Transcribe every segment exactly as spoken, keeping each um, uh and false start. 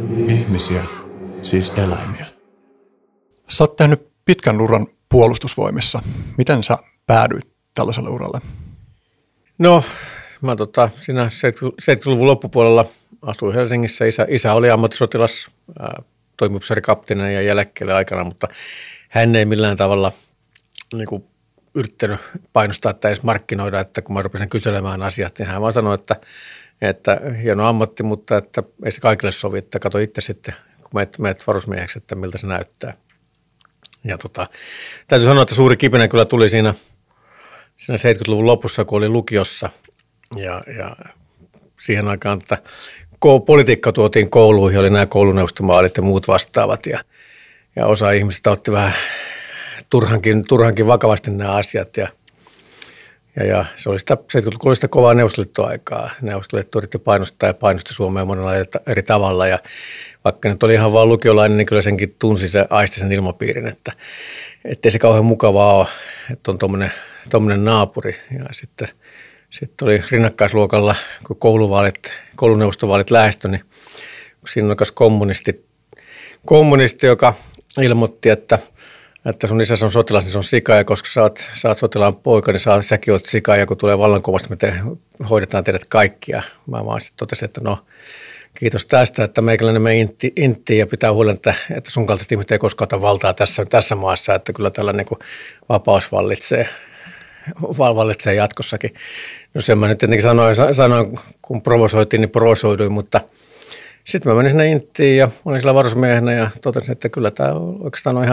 Ihmisiä, siis eläimiä. Sä oot tehnyt pitkän uran puolustusvoimissa. Miten sä päädyit tällaiselle uralle? No, mä tota, siinä seitsemänkymmentäluvun loppupuolella asuin Helsingissä. Isä, isä oli ammattisotilas, toimi upseerikapteenina ja jälkeen aikana, mutta hän ei millään tavalla niin kuin yrittänyt painostaa tai edes markkinoida, että kun mä rupesin kyselemään asiat, niin hän vaan sanoi, että, että hieno ammatti, mutta että ei se kaikille sovi, että kato itse sitten, kun meet, meet varusmieheksi, että miltä se näyttää. Ja tota, täytyy sanoa, että suuri kipinä kyllä tuli siinä, siinä seitsemänkymmentäluvun lopussa, kun oli lukiossa ja, ja siihen aikaan tätä politiikka tuotiin kouluihin, oli nämä kouluneuvostomaalit ja muut vastaavat ja, ja osa ihmisistä otti vähän turhankin, turhankin vakavasti nämä asiat ja, ja, ja se oli sitä, seitsemänkymmentäluvulla sitä kovaa Neuvostoliittoaikaa. Neuvostoliitto yritti painostaa ja painosti Suomea monella eri tavalla ja vaikka nyt oli ihan vaan lukiolainen, niin kyllä senkin tunsi se aisti sen ilmapiirin, että ettei se kauhean mukavaa ole, että on tuommoinen, tuommoinen naapuri ja sitten Sitten oli rinnakkaisluokalla, kun kouluvaalit, kouluneuvostovaalit lähestyi, niin siinä oli kommunisti, kommunisti, joka ilmoitti, että, että sun isäsi on sotilas, niin se on sika, ja koska sä oot, sä oot sotilaan poika, niin sä, säkin oot sika, ja kun tulee vallankumous, me te, hoidetaan teidät kaikkia. Mä vaan sitten totesin, että no kiitos tästä, että meikäläinen me intti, intti ja pitää huolen, että, että sun kaltaiset ihmiset ei koskaan ota valtaa tässä, tässä maassa, että kyllä tällä niin kuin vapaus vallitsee. vallitsee jatkossakin. No sen mä nyt tietenkin sanoin, sanoin, kun provosoitiin, niin provosoiduin, mutta sitten mä menin sinne Inttiin ja olin siellä varusmiehenä ja totesin, että kyllä tämä oikeastaan on ihan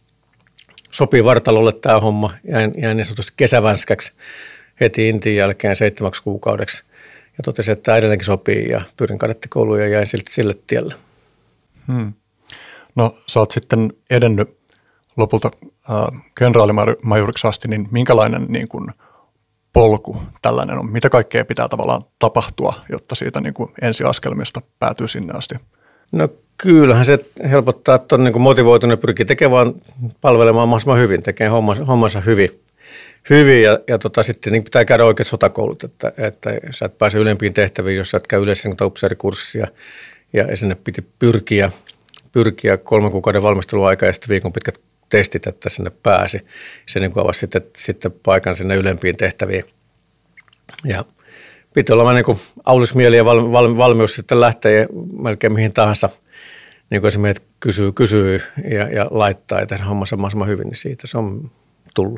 sopii vartalolle tämä homma. Jäin, jäin niin sanotusti kesävänskäksi heti Intin jälkeen seitsemäksi kuukaudeksi ja totesin, että tämä edelleenkin sopii ja pyrin kadettikouluun ja jäin silti sille tielle. Hmm. No sä oot sitten edennyt lopulta äh, kenraalimajoriksi asti, niin minkälainen niin kuin polku tällainen on? Mitä kaikkea pitää tavallaan tapahtua, jotta siitä niin kuin ensiaskelmista päätyy sinne asti? No kyllähän se helpottaa, että on niin kuin motivoitunut ja pyrkii tekemään palvelemaan mahdollisimman hyvin, tekee hommansa, hommansa hyvin. hyvin ja, ja tota, sitten niin pitää käydä oikeat sotakoulut, että, että sä et pääse ylempiin tehtäviin, jos sä et käy yleisen upseerikurssia ja, ja sinne piti pyrkiä, pyrkiä kolmen kuukauden valmisteluaikaa ja sitten viikon pitkät testit, että sinne pääsi. Se niin kuin avasi sitten, sitten paikan sinne ylempiin tehtäviin. Ja piti olla niin kuin aulismieli ja val, val, valmius sitten lähteä melkein mihin tahansa, niin kuin esimerkiksi kysyy, kysyy ja, ja laittaa ja tehdä hommansa mahdollisimman hyvin, niin siitä se on tullut.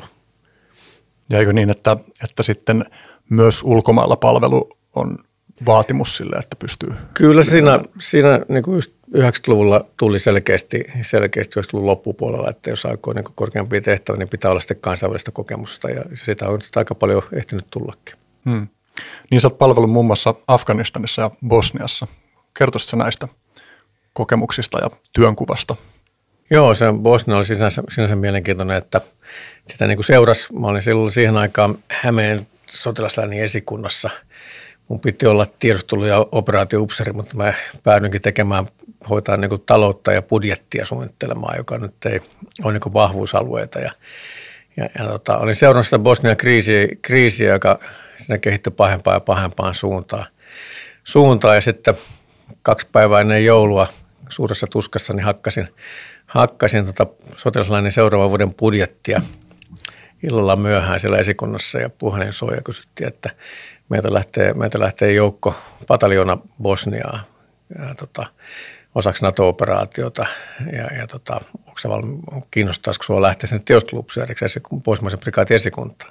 Ja eikö niin, että, että sitten myös ulkomailla palvelu on vaatimus sille, että pystyy? Kyllä siinä, siinä niin kuin just yhdeksänkymmentäluvulla tuli selkeästi, selkeästi yhdeksänkymmentäluvun loppupuolella, että jos aikoo niin korkeampia tehtäviä, niin pitää olla sitten kansainvälistä kokemusta ja sitä on sitä aika paljon ehtinyt tullakin. Hmm. Niin sä oot palvellut muun muassa Afganistanissa ja Bosniassa. Kertoisitko näistä kokemuksista ja työnkuvasta? Joo, se Bosnia oli sinänsä, sinänsä mielenkiintoinen, että sitä niin kuin seurasi. Mä olin silloin siihen aikaan Hämeen sotilasläänin esikunnassa. Mun piti olla tiedustelu- ja operaatio-upseeri, mutta mä päädyinkin tekemään, hoitaa niin kuin taloutta ja budjettia suunnittelemaan, joka nyt ei ole niin kuin vahvuusalueita. Ja, ja, ja tota, olin seurannut sitä Bosnian kriisiä, kriisiä, joka siinä kehittyi pahempaan ja pahempaan suuntaan. suuntaan. Ja sitten kaksi päivää ennen joulua suuressa tuskassa niin hakkasin, hakkasin tota sotilaslainen seuraavan vuoden budjettia illalla myöhään siellä esikunnassa ja puhelin soi ja kysyttiin, että meiltä lähtee, meiltä lähtee joukko pataljoona Bosniaa ja tota, osaksi NATO-operaatiota ja, ja tota, onko se valmi, kiinnostaisiko sinua lähteä sinne tiedusteluupseeriksi pohjoismaisen prikaatin esikuntaan.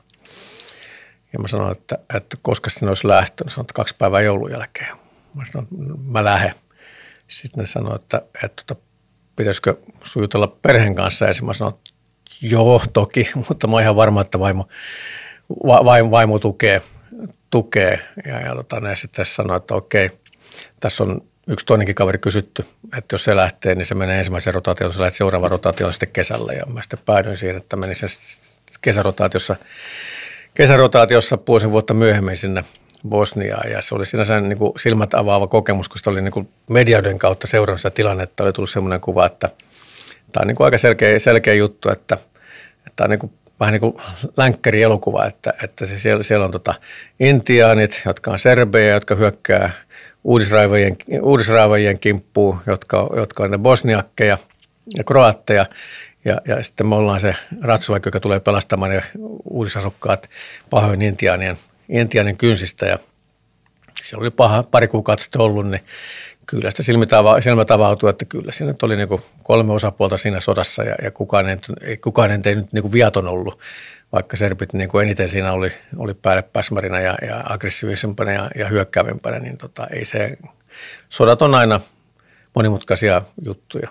Ja mä sanoin, että, että koska sinne olisi lähtönyt, sanoin, että kaksi päivää joulun jälkeen. Mä sanoin, että mä lähden. Sitten ne sanoi, että, että, että pitäisikö sujutella perheen kanssa. Ja mä sanoin, että joo, toki, mutta mä oon ihan varma, että vaimo, vaimo, vaimo tukee. tukee. Ja, ja tota, ne sitten sanoi, että okei, tässä on yksi toinenkin kaveri kysytty, että jos se lähtee, niin se menee ensimmäiseen rotaatioon, se lähtee seuraava rotaatioon sitten kesällä. Ja mä sitten päädyin siihen, että menin sen kesärotaatiossa, kesärotaatiossa puolisen vuotta myöhemmin sinne Bosniaan. Ja se oli sinänsä niin kuin silmät avaava kokemus, kun se oli niin kuin medioiden kautta seurannut sitä tilannetta. Oli tullut semmoinen kuva, että tämä on niin kuin aika selkeä, selkeä juttu, että, että tämä on niin kuin vähän niin kuin länkkäri-elokuva, että, että se siellä, siellä on tota intiaanit, jotka on serbejä, jotka hyökkää uudisraivajien, uudisraivajien kimppuun, jotka, jotka on ne bosniakkeja ja kroatteja. Ja, ja sitten me ollaan se ratsuaikka, joka tulee pelastamaan ne uudisasukkaat pahoin intiaanien, intiaanien kynsistä. Ja se oli paha, pari kuukautta sitten ollut, niin kyllä sitä silmät avautui, että kyllä siinä nyt oli niin kuin kolme osapuolta siinä sodassa ja, ja kukaan ei, kukaan ei nyt niin kuin viaton ollut, vaikka serbit niin kuin eniten siinä oli, oli päälle päsmärinä ja, ja aggressiivisempana ja, ja hyökkäävämpänä, niin tota, ei se, sodat on aina monimutkaisia juttuja.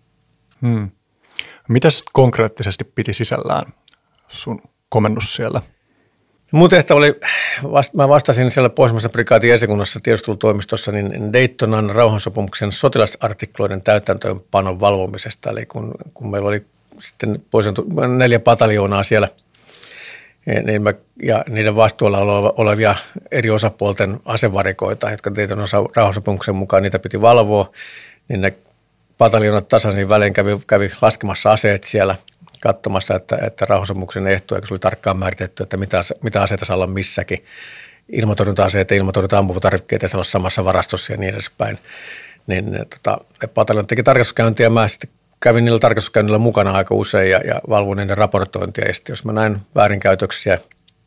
Hmm. Mitä konkreettisesti piti sisällään sun komennus siellä? Mun tehtävä oli, mä vastasin siellä Pohjoismaisen prikaatin esikunnassa tiedustelutoimistossa niin Daytonan rauhansopimuksen sotilasartikloiden täytäntöönpanon valvomisesta. Eli kun, kun meillä oli sitten neljä pataljoonaa siellä niin mä, ja niiden vastuulla olevia eri osapuolten asevarikoita, jotka Daytonan rauhansopimuksen mukaan niitä piti valvoa, niin ne pataljoonat tasaisin välein kävi, kävi laskemassa aseet siellä katsomassa, että, että rauhansopimuksen ehtoja, kun se oli tarkkaan määritetty, että mitä, mitä aseita saa olla missäkin. Ilmatorjunta-aseita, ilmatorjunta-ampuvatarvikkeita saa olla samassa varastossa ja niin edespäin. Niin tota, pataljoonat teki tarkastuskäyntiä ja mä sitten kävin niillä tarkastuskäynnillä mukana aika usein ja, ja valvoin niiden raportointia. Ja sitten jos mä näin väärinkäytöksiä,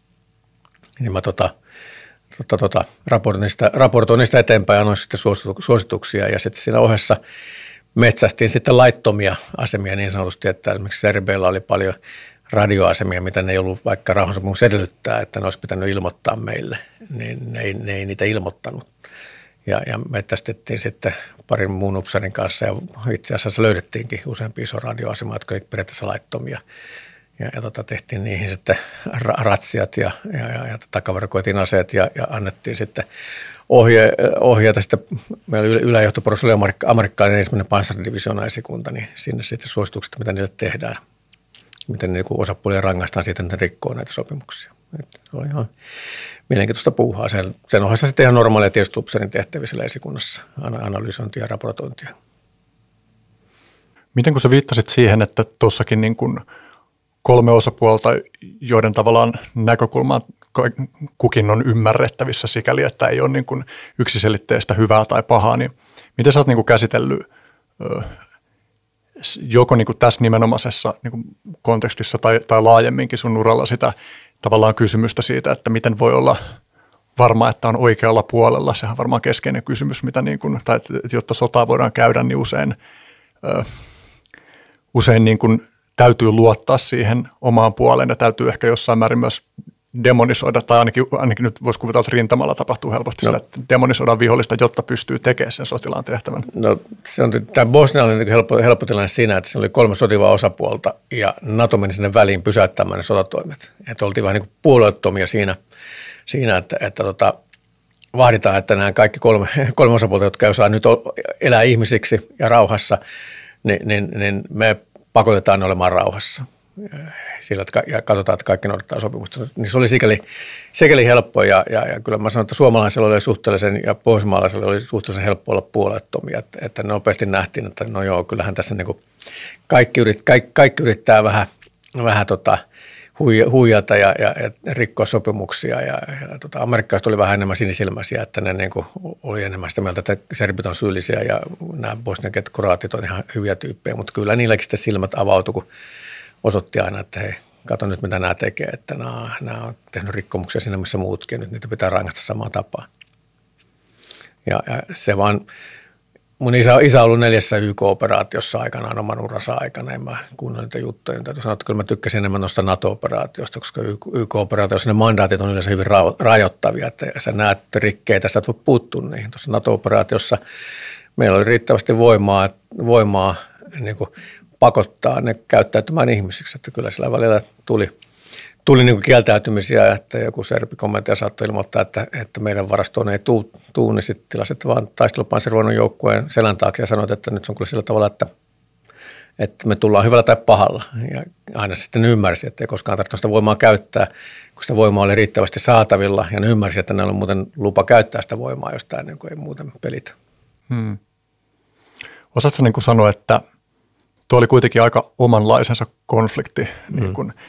niin mä tota, tota, tota, raportoin, niistä, raportoin niistä eteenpäin ja annoin sitten suosituksia. Ja sitten siinä ohessa metsästiin sitten laittomia asemia niin sanotusti, että esimerkiksi serbeillä oli paljon radioasemia, mitä ne ei ollut vaikka rauhansopimus edellyttää, että ne olisi pitänyt ilmoittaa meille, niin ne ei, ne ei niitä ilmoittanut. Ja, ja mettästettiin sitten parin muun upsarin kanssa ja itse asiassa löydettiinkin useampia iso radioasemaa, jotka olivat periaatteessa laittomia. Ja, ja tota, tehtiin niihin sitten ratsiat ja, ja, ja, ja takavarikoitiin aseet ja, ja annettiin sitten ohje, ohjeita. Sitten meillä oli yläjohtoporras oli amerikkalainen ensimmäinen panssaridivisioona esikunta, niin sinne sitten suositukset, mitä niille tehdään. Miten niin osapuolia rangaistaan siitä, että ne rikkoo näitä sopimuksia. Että se on ihan mielenkiintoista puuhaa. Sen, sen ohessa sitten ihan normaalia tiedustelupserin tehtäviä siellä esikunnassa, analysointia ja raportointia. Miten kun sä viittasit siihen, että tuossakin niin kuin kolme osapuolta, joiden tavallaan näkökulma kukin on ymmärrettävissä sikäli, että ei ole niin kuin yksiselitteistä hyvää tai pahaa, niin miten sä oot niin kuin käsitellyt joko niin kuin tässä nimenomaisessa niin kuin kontekstissa tai, tai laajemminkin sun uralla sitä tavallaan kysymystä siitä, että miten voi olla varma, että on oikealla puolella. Sehän on varmaan keskeinen kysymys, mitä niin kuin, tai että jotta sotaa voidaan käydä, niin usein, ö, usein niin kuin täytyy luottaa siihen omaan puoleen ja täytyy ehkä jossain määrin myös demonisoida, tai ainakin, ainakin nyt voisi kuvitella, että rintamalla tapahtuu helposti no. sitä, että demonisoidaan vihollista, jotta pystyy tekemään sen sotilaan tehtävän. No se on, tämä Bosnia oli helppo, helppo tilanne siinä, että se oli kolme sotivaa osapuolta ja NATO meni sinne väliin pysäyttämään ne sotatoimet. Että oltiin vähän niin kuin puolueettomia siinä, siinä että, että tota, vahditaan, että nämä kaikki kolme, kolme osapuolta, jotka ei osaa nyt elää ihmisiksi ja rauhassa, niin, niin, niin me pakotetaan ne olemaan rauhassa. Sillä, että, ja katsotaan, että kaikki noudattaa sopimusta. Niin se oli sikäli, sikäli helppo ja, ja, ja kyllä mä sanon, että suomalaisilla oli suhteellisen ja pohjoismaalaisilla oli suhteellisen helppo olla puolueettomia, että, että nopeasti nähtiin, että no joo, kyllähän tässä niin kuin kaikki, yrit, kaikki, kaikki yrittää vähän, vähän tota, huijata ja, ja, ja rikkoa sopimuksia ja, ja tota, amerikkalaiset oli vähän enemmän sinisilmäisiä, että ne niin kuin oli enemmän sitä mieltä, että serbit on syyllisiä ja nämä bosniaket, kroatit on ihan hyviä tyyppejä, mutta kyllä niilläkin sitten silmät avautui, kun osoitti aina, että hei, kato nyt mitä nämä tekee, että nämä, nämä on tehnyt rikkomuksia siinä missä muutkin, nyt niitä pitää rangaista samaan tapaan. Ja, ja se vaan, mun isä, isä on ollut neljässä Y K-operaatiossa aikanaan oman uransa aikana, en mä kuunnella niitä juttuja. Täytyy sanoa, että kyllä mä tykkäsin enemmän noista NATO-operaatiosta, koska Y K-operaatiossa ne mandaatit on yleensä hyvin rajoittavia, että sä näet rikkeitä, sä et voi puuttua niihin. Tuossa NATO-operaatiossa meillä oli riittävästi voimaa, voimaa niin kuin pakottaa ne käyttäytymään ihmisiksi, että kyllä sillä välillä tuli, tuli niin kuin kieltäytymisiä, että joku serbikomentaja saattoi ilmoittaa, että, että meidän varastoon ei tuu, tuu niin sitten tilasit vaan taistelupanssarivoiman joukkueen selän taakse ja sanoit, että nyt se on kyllä sillä tavalla, että, että me tullaan hyvällä tai pahalla. Ja aina sitten ymmärsi, että ei koskaan tarvitse sitä voimaa käyttää, kun sitä voimaa oli riittävästi saatavilla ja ne ymmärsi, että ne oli muuten lupa käyttää sitä voimaa jostain, niin kuin ei muuten pelitä. Hmm. Osaatko niin kuin sanoa, että tuo oli kuitenkin aika omanlaisensa konflikti, mm. niin kuin,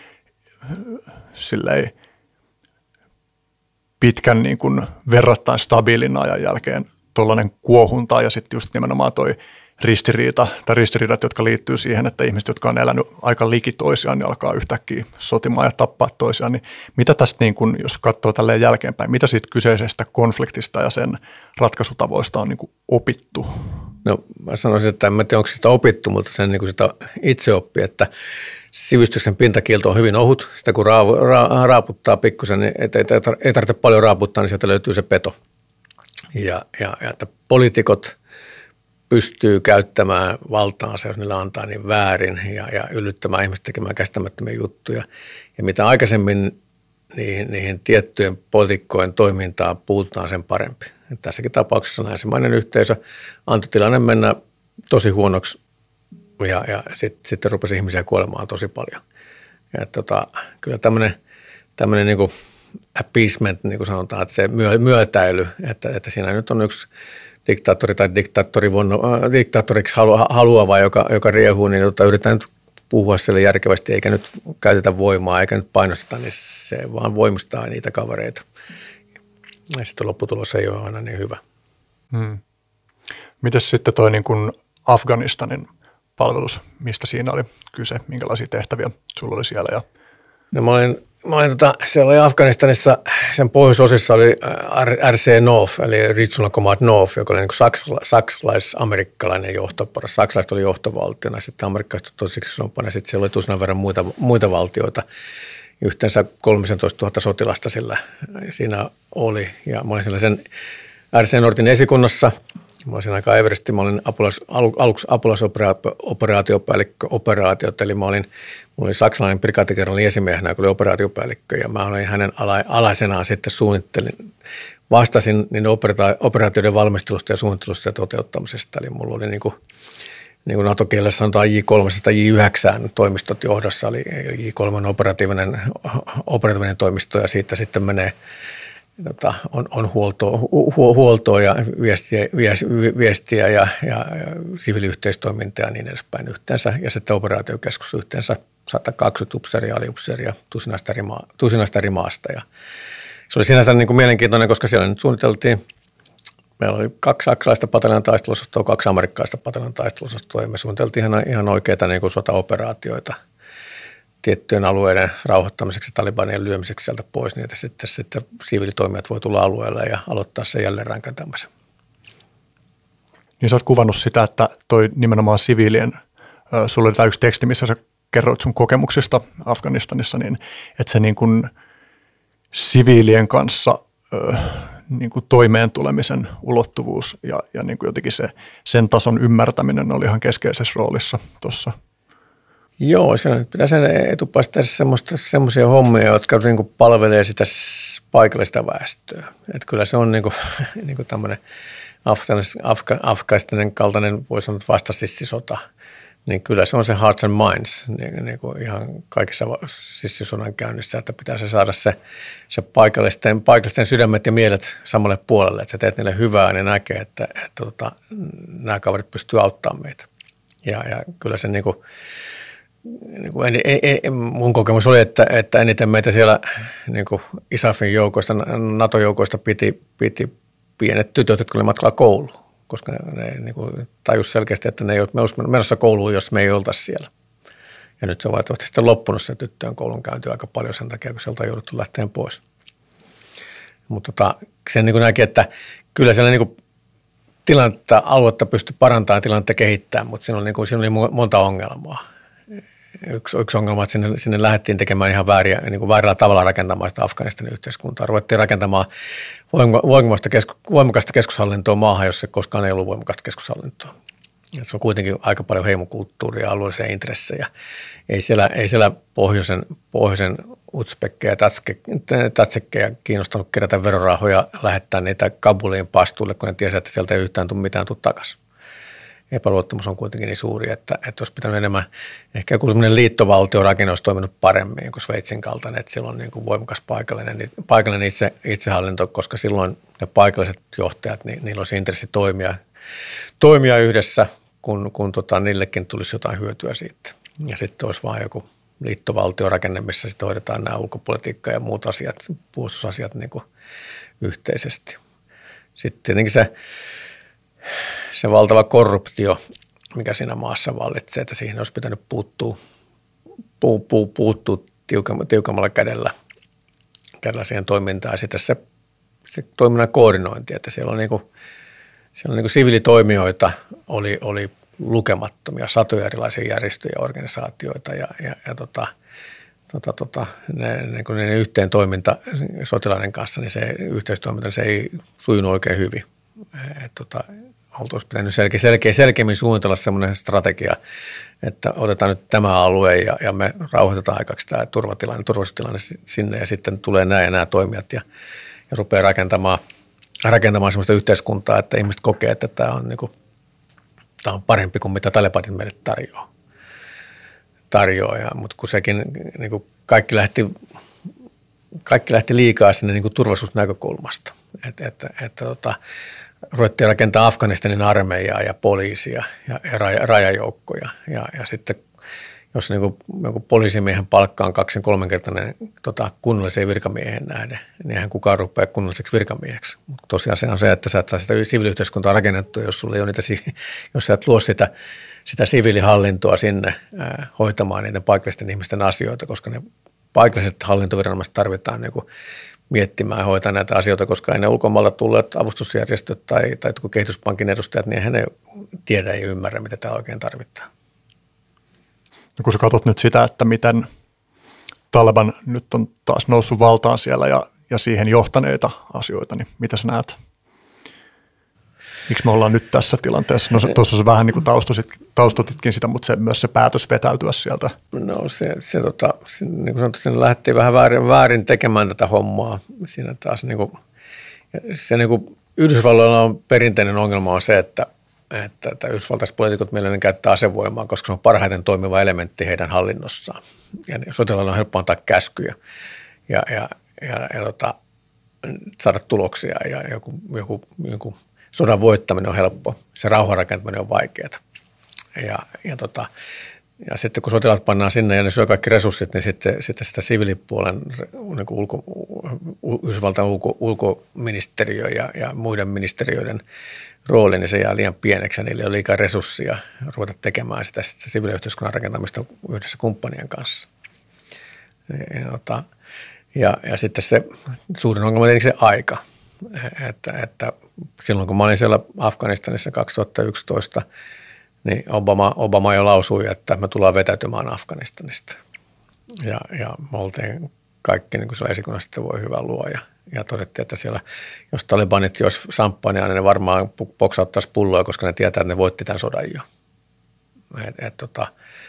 pitkän niin kuin verrattain stabiilin ajan jälkeen tuollainen kuohunta ja sitten just nimenomaan toi ristiriita tai ristiriidat, jotka liittyy siihen, että ihmiset, jotka on elänyt aika liki toisiaan, niin alkaa yhtäkkiä sotimaan ja tappaa toisiaan. Niin mitä tästä, niin kun, jos katsoo tälleen jälkeenpäin, mitä siitä kyseisestä konfliktista ja sen ratkaisutavoista on niin kuin opittu? No mä sanoisin, että en tiedä, onko sitä opittu, mutta sen niin kuin sitä itse oppi, että sivistyksen pintakielto on hyvin ohut. Sitä kun raavu, ra, raaputtaa pikkusen, niin ei, ei, ei tarvitse paljon raaputtaa, niin sieltä löytyy se peto. Ja, ja, ja että poliitikot pystyy käyttämään valtaansa, jos niillä antaa niin väärin ja, ja yllyttämään ihmiset tekemään käsittämättömiä juttuja. Ja mitä aikaisemmin niihin, niihin tiettyjen poliitikkojen toimintaan puututaan, sen parempi. Ja tässäkin tapauksessa länsimainen yhteisö antoi tilanne mennä tosi huonoksi ja, ja sitten sit rupesi ihmisiä kuolemaan tosi paljon. Ja tota, kyllä tämmöinen, tämmöinen niin kuin appeasement, niin kuin sanotaan, että se myö, myötäily, että, että siinä nyt on yksi diktaattori tai diktaattori äh, diktaattoriksi haluava, joka, joka riehuu, niin tota, yritetään nyt puhua sille järkevästi, eikä nyt käytetä voimaa, eikä nyt painosteta, niin se vaan voimistaa niitä kavereita. Ja sitten lopputulos ei ole aina niin hyvä. Hmm. Mites sitten toi niin kuin Afganistanin palvelus, mistä siinä oli kyse, minkälaisia tehtäviä sulla oli siellä? Ja... No mä olin, mä olin tota, siellä oli Afganistanissa, sen pohjoisosissa oli R C North, eli Regional Command North, joka oli niin saksala, saksalais-amerikkalainen johtoporras. Saksalaiset oli johtovaltiona, sitten amerikkalaiset tosiksi sompana, sitten siellä oli tusinan verran muita, muita valtioita. Yhteensä kolmetoistatuhatta sotilasta sillä siinä oli, ja mä olin sellaisen R C Nortin esikunnassa. Mä olin aika eversti, mä olin apulais, aluksi apulaisoperaatiopäällikkö operaatiot, eli mä olin, mä olin saksalainen brigaatikeraali esimiehenä, joka oli operaatiopäällikkö, ja mä olin hänen ala, alaisenaan sitten suunnittelin, vastasin niin operaatioiden valmistelusta ja suunnittelusta ja toteuttamisesta, eli mulla oli niin kuin, niin kuin NATO-kielessä sanotaan J kolme tai J yhdeksän toimistot johdossa, eli J kolme on operatiivinen, operatiivinen toimisto, ja siitä sitten menee Tota, on, on huoltoa, hu, huoltoa ja viestiä, viestiä ja, ja, ja siviiliyhteistoimintaa ja niin edespäin yhteensä. Ja sitten operaatiokeskus yhteensä sata kaksikymmentä upseeria, aliupseeria, tusinasta eri, maa, tusinasta eri maasta. Ja se oli sinänsä niin kuin mielenkiintoinen, koska siellä nyt suunniteltiin, meillä oli kaksi saksalaista pataljonan taisteluosastoa, kaksi amerikkalaista pataljonan taisteluosastoa, ja me suunniteltiin ihan, ihan oikeita niin kuin sotaoperaatioita tiettyjen alueiden rauhoittamiseksi, Talibanien lyömiseksi sieltä pois, niin että sitten, sitten siviilitoimijat voi tulla alueelle ja aloittaa sen jälleen ränkätämässä. Niin sä oot kuvannut sitä, että toi nimenomaan siviilien, sulla oli tämä yksi teksti, missä sä kerroit sun kokemuksista Afganistanissa, niin että se niin kuin siviilien kanssa niin kuin toimeen tulemisen ulottuvuus ja, ja niin kuin jotenkin se, sen tason ymmärtäminen oli ihan keskeisessä roolissa tuossa. Joo, siinä pitää sen etupäästä tehdä semmoisia hommia, jotka niin kuin palvelee sitä paikallista väestöä. Että kyllä se on niin kuin, niin kuin tämmöinen Afga, afgaistainen kaltainen, voi sanoa vastasissisota, niin kyllä se on se hearts and minds niin, niin kuin ihan kaikissa sissisodan käynnissä, että pitää se saada se, se paikallisten, paikallisten sydämet ja mielet samalle puolelle, että sä teet niille hyvää ja ne näkee, että, että, että, että nämä kaverit pystyy auttamaan meitä. Ja, ja kyllä se niin kuin, Niin kuin en, en, en, mun kokemus oli, että, että eniten meitä siellä niin kuin ISAFin joukoista, NATO-joukoista piti, piti pienet tytöt, jotka oli matkalla kouluun, koska ne, ne niin kuin tajus selkeästi, että ne ei ole menossa kouluun, jos me ei oltaisi siellä. Ja nyt se on valitettavasti sitten loppunut se tyttöjen koulun käynti aika paljon sen takia, kun sieltä on jouduttu lähteen pois. Mutta tota, sen niin kuin näki, että kyllä siellä niin kuin tilannetta, aluetta pystyi parantamaan, tilannetta kehittämään, mutta siinä oli, niin kuin, siinä oli monta ongelmaa. Yksi, yksi ongelma, että sinne, sinne lähdettiin tekemään ihan vääriä, niin kuin väärällä tavalla rakentamaan sitä Afganistanin yhteiskuntaa. Ruvettiin rakentamaan voimakasta, kesku, voimakasta keskushallintoa maahan, jossa koskaan ei ollut voimakasta keskushallintoa. Et se on kuitenkin aika paljon heimokulttuuria ja alueellisia intressejä. Ei siellä, ei siellä pohjoisen, pohjoisen utspekkeja ja tatsekkeja kiinnostanut kerätä verorahoja, lähettää niitä Kabuliin pastuille, kun ne tiesi, että sieltä ei yhtään tule mitään tule takaisin. Epäluottamus on kuitenkin niin suuri, että, että olisi pitänyt enemmän, ehkä joku sellainen liittovaltiorakenne olisi toiminut paremmin kuin Sveitsin kaltainen, että silloin on niin kuin voimakas paikallinen, paikallinen itse, itsehallinto, koska silloin ne paikalliset johtajat, niin niillä olisi intressi toimia, toimia yhdessä, kun, kun tota, niillekin tulisi jotain hyötyä siitä. Ja sitten olisi vaan joku liittovaltiorakenne, missä sitten hoidetaan nämä ulkopolitiikka ja muut asiat, puolustusasiat niin kuin yhteisesti. sitten tietenkin se, se valtava korruptio, mikä siinä maassa vallitsee, että siihen olisi pitänyt puuttua, puu, puu, puuttua tiukemmalla kädellä, kädellä siihen toimintaan. Ja sitten se, se toiminnan koordinointi, että siellä on, niinku, siellä on niinku siviilitoimijoita, oli, oli lukemattomia, satoja erilaisia järjestöjä ja organisaatioita ja, ja, ja tota, tota, tota, ne, ne, kun ne yhteen toiminta sotilaiden kanssa, niin se yhteistoiminta se ei sujunut oikein hyvin. Et, tota, oltaisiin pitänyt selkeä, selkeä, selkeämmin suunnitella semmoinen strategia, että otetaan nyt tämä alue ja, ja me rauhoitetaan aikaksi tämä turvatilanne, turvallisuustilanne sinne ja sitten tulee nämä ja nämä toimijat ja, ja rupeaa rakentamaan, rakentamaan semmoista yhteiskuntaa, että ihmiset kokee, että tämä on, niin kuin, tämä on parempi kuin mitä Talibanit meille tarjoaa. tarjoaa ja, mutta kun sekin niin kuin kaikki, lähti, kaikki lähti liikaa sinne niin kuin turvallisuusnäkökulmasta, että, että, että tota, ruvettiin rakentaa Afganistanin armeijaa ja poliisia ja, ja raja, rajajoukkoja ja, ja sitten jos niin kuin, joku poliisimiehen palkka on kaksin kolmenkertainen tota, kunnalliseen virkamiehen nähden, niin eihän kukaan rupea kunnalliseksi virkamieheksi. Mutta tosiaan se on se, että sä et saa sitä siviiliyhteiskuntaa rakennettua, jos sulla ei ole niitä, jos sä et luo sitä, sitä siviilihallintoa sinne ää, hoitamaan niiden paikallisten ihmisten asioita, koska ne paikalliset hallintoviranomaiset tarvitaan niin kuin miettimään ja hoitaa näitä asioita, koska ei ne ulkomailta tulleet avustusjärjestöt tai, tai kehityspankin edustajat, niin eihän ne tiedä ja ymmärrä, mitä tämä oikein tarvittaa. No kun sä katsot nyt sitä, että miten Taliban nyt on taas noussut valtaan siellä ja, ja siihen johtaneita asioita, niin mitä sä näet? Miksi me ollaan nyt tässä tilanteessa? No tuossa sä vähän niin kuin taustutitkin sitä, mutta se, myös se päätös vetäytyä sieltä. No se, se, tota, se niin kuin sanottu, sinne lähdettiin vähän väärin, väärin tekemään tätä hommaa. Siinä taas niin kuin, se niin kuin Yhdysvalloilla on perinteinen ongelma on se, että että, että yhdysvaltaiset poliitikot mielelläni käyttää asevoimaa, koska se on parhaiten toimiva elementti heidän hallinnossaan. Ja sotilailla on helppo antaa käskyjä ja, ja, ja, ja tota, saada tuloksia ja joku, joku, joku sodan voittaminen on helppo. Se rauhan rakentaminen on vaikeaa. Ja, ja, tota, ja sitten kun sotilaat pannaan sinne ja ne syö kaikki resurssit, niin sitten, sitten sitä siviilipuolen niin kuin ulko, Yhdysvaltain ulko, ulkoministeriö ja, ja muiden ministeriöiden rooli, niin se jää liian pieneksi ja niillä on liikaa resursseja ruveta tekemään sitä, sitä siviiliyhteiskunnan rakentamista yhdessä kumppanien kanssa. Ja, ja, ja sitten se suurin ongelma on tietenkin se aika, että, että silloin kun mä olin siellä Afganistanissa kaksituhattayksitoista, niin Obama, Obama jo lausui, että me tullaan vetäytymään Afganistanista. Ja, ja me oltiin kaikki niin kuin siellä esikunnassa, että voi hyvä luoja. Ja todettiin, että siellä, jos talibanit jos samppania, niin ne varmaan poksauttaisi pulloa, koska ne tietää, että ne voitti tämän sodan jo. Et, et, tota,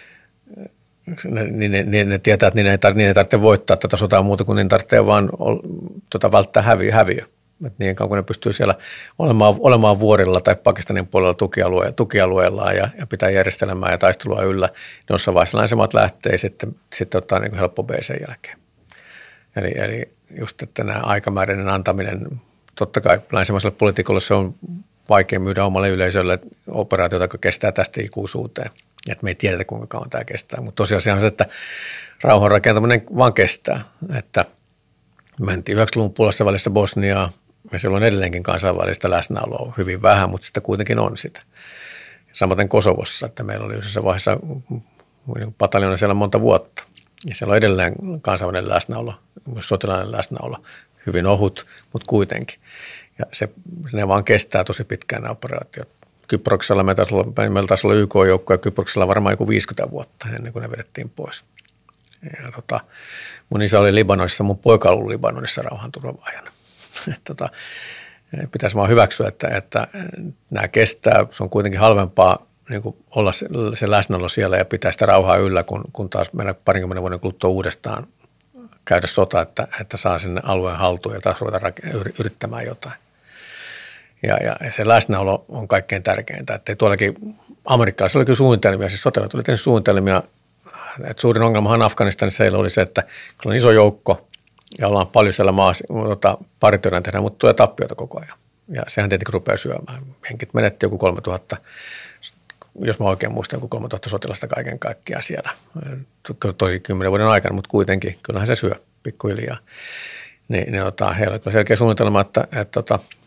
ne, ne, ne, ne tietää, että niin ei, tar, niin ei tarvitse voittaa tätä sotaa muuta kuin niin tarvitsee vaan tota, välttää häviö. häviö. Et niin kauan kun ne pystyy siellä olemaan, olemaan vuorilla tai Pakistanin puolella tukialue, tukialueellaan ja, ja pitää järjestelemään ja taistelua yllä, niin jossain vaiheessa länsimaat lähtee ja sitten, sitten ottaa niin kuin helppo B sen jälkeen. Eli, eli just, että nämä aikamääräinen antaminen, totta kai länsimaiselle poliitikolle se on vaikea myydä omalle yleisölle operaatiota, joka kestää tästä ikuisuuteen. Että me ei tiedetä, kuinka kauan tämä kestää. Mutta tosiaan on se, että rauhan rakentaminen vaan kestää. Että mentiin yhdeksänkymmentäluvun puolessa välissä Bosniaa ja siellä on edelleenkin kansainvälistä läsnäoloa hyvin vähän, mutta sitä kuitenkin on sitä. Samaten Kosovossa, että meillä oli yhdessä vaiheessa pataljona siellä monta vuotta. Ja siellä on edelleen kansainvälinen läsnäolo, myös sotilainen läsnäolo, hyvin ohut, mutta kuitenkin. Ja se, ne vaan kestää tosi pitkään nämä operaatiot. Kyproksella meillä taisi olla, meillä taisi olla Y K-joukkoja Kyproksella varmaan joku viisikymmentä vuotta ennen kuin ne vedettiin pois. Ja tota, mun isä oli Libanonissa, mun poika oli Libanonissa rauhanturvaajana. tota, pitäisi vaan hyväksyä, että, että nämä kestää, se on kuitenkin halvempaa niin kuin olla se, se läsnäolo siellä ja pitää sitä rauhaa yllä, kun, kun taas mennä parinkymmenen vuoden kuluttua uudestaan käydä sota, että, että saa sinne alueen haltuun ja taas ruveta yrittämään jotain. Ja, ja se läsnäolo on kaikkein tärkeintä, että tuollakin amerikkalaisilla oli kyllä suunnitelmia, siis sotilaat oli tehnyt suunnitelmia, että suurin ongelmahan Afganistanissa oli se, että kun on iso joukko ja ollaan paljon siellä maassa, tota, parityönään tehdään, mutta tulee tappioita koko ajan. Ja sehän tietenkin rupeaa syömään. Henkit menetti joku kolmetuhatta, jos mä oikein muistan, joku kolmetuhatta sotilasta kaiken kaikkiaan siellä. Toki kymmenen vuoden aikana, mutta kuitenkin, kyllähän se syö pikkuhiljaa. Niin, niin ota, heillä oli selkeä suunnitelma, että, että, että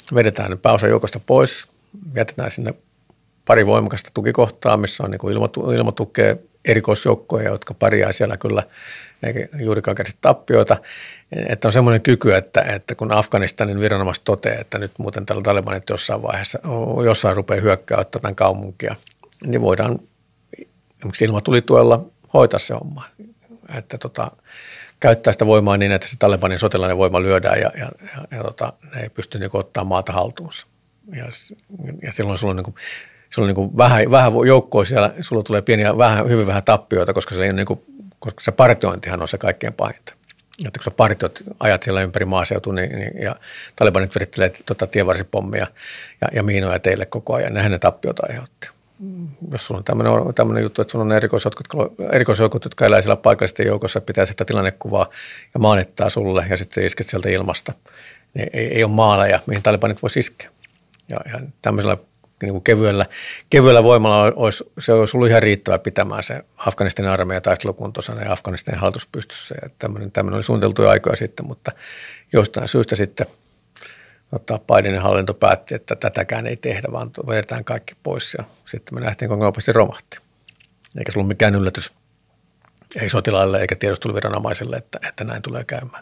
vedetään ne pääosa joukosta pois, jätetään sinne pari voimakasta tukikohtaa, missä on niin ilmatu, ilmatukea, erikoisjoukkoja, jotka pärjää siellä kyllä, eikä juurikaan kärsi tappioita. Että on semmoinen kyky, että, että kun Afganistanin viranomaiset toteaa, että nyt muuten tällä Talibanit jossain vaiheessa, jossain rupeaa hyökkää tämän kaupunkia, niin voidaan esimerkiksi ilmatulituella hoitaa se homma. Että tota, käyttää sitä voimaa niin, että se Talibanin sotilainen voima lyödään ja, ja, ja, ja tota, ne ei pysty niin ottamaan maata haltuunsa. Ja, ja silloin sulla on, niin kuin, sulla on niin kuin vähän, vähän joukkoa siellä, sulla tulee pieniä, vähän, hyvin vähän tappioita, koska se, ei ole niin kuin, koska se partiointihan on se kaikkein pahinta. Että kun sä partiot ajat siellä ympäri maaseutua niin, niin, ja Talibanit virittelee tota, tienvarsipommia ja, ja miinoja teille koko ajan, nehän ne tappiota aiheutti. Jos sulla on tämmöinen, tämmöinen juttu, että sulla on erikoisjoukot, erikoisjoukot, jotka elää siellä paikallisten joukossa, pitää sitä tilannekuvaa ja maanittaa sulle ja sitten isket sieltä ilmasta, niin ei, ei ole maaleja, mihin Talibanit voisi iskeä. Ja, ja tämmöisellä niin kuin kevyellä, kevyellä voimalla olisi, se olisi ollut ihan riittävä pitämään se Afganistanin armeija taistelukuntoisena ja Afganistanin hallitus pystyssä. Ja tämmöinen, tämmöinen oli suunniteltu jo aikoja sitten, mutta jostain syystä sitten ottaa Bidenin hallinto päätti, että tätäkään ei tehdä, vaan vedetään kaikki pois ja sitten me nähtiin, kuinka nopeasti romahti. Eikä se ollut mikään yllätys, ei sotilaille eikä tiedusteluviranomaisille, että, että näin tulee käymään.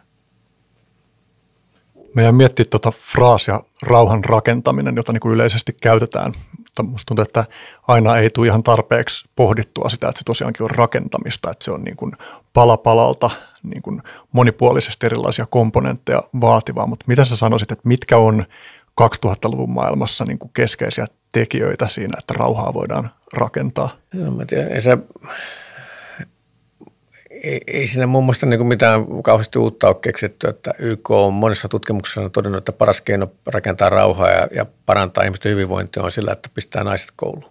Meidän miettiä tuota fraasia rauhan rakentaminen, jota niin kuin yleisesti käytetään, mutta musta tuntuu, että aina ei tule ihan tarpeeksi pohdittua sitä, että se tosiaankin on rakentamista, että se on niin kuin pala palalta niin kuin monipuolisesti erilaisia komponentteja vaativaa, mutta mitä sä sanoisit, että mitkä on kaksituhattaluvun maailmassa niin kuin keskeisiä tekijöitä siinä, että rauhaa voidaan rakentaa? No, mä tiedän, ei, se, ei, ei siinä mun mielestä niin kuin mitään kauheasti uutta ole keksitty, että Y K on monessa tutkimuksessa todennut, että paras keino rakentaa rauhaa ja, ja parantaa ihmisten hyvinvointia on sillä, että pistää naiset kouluun.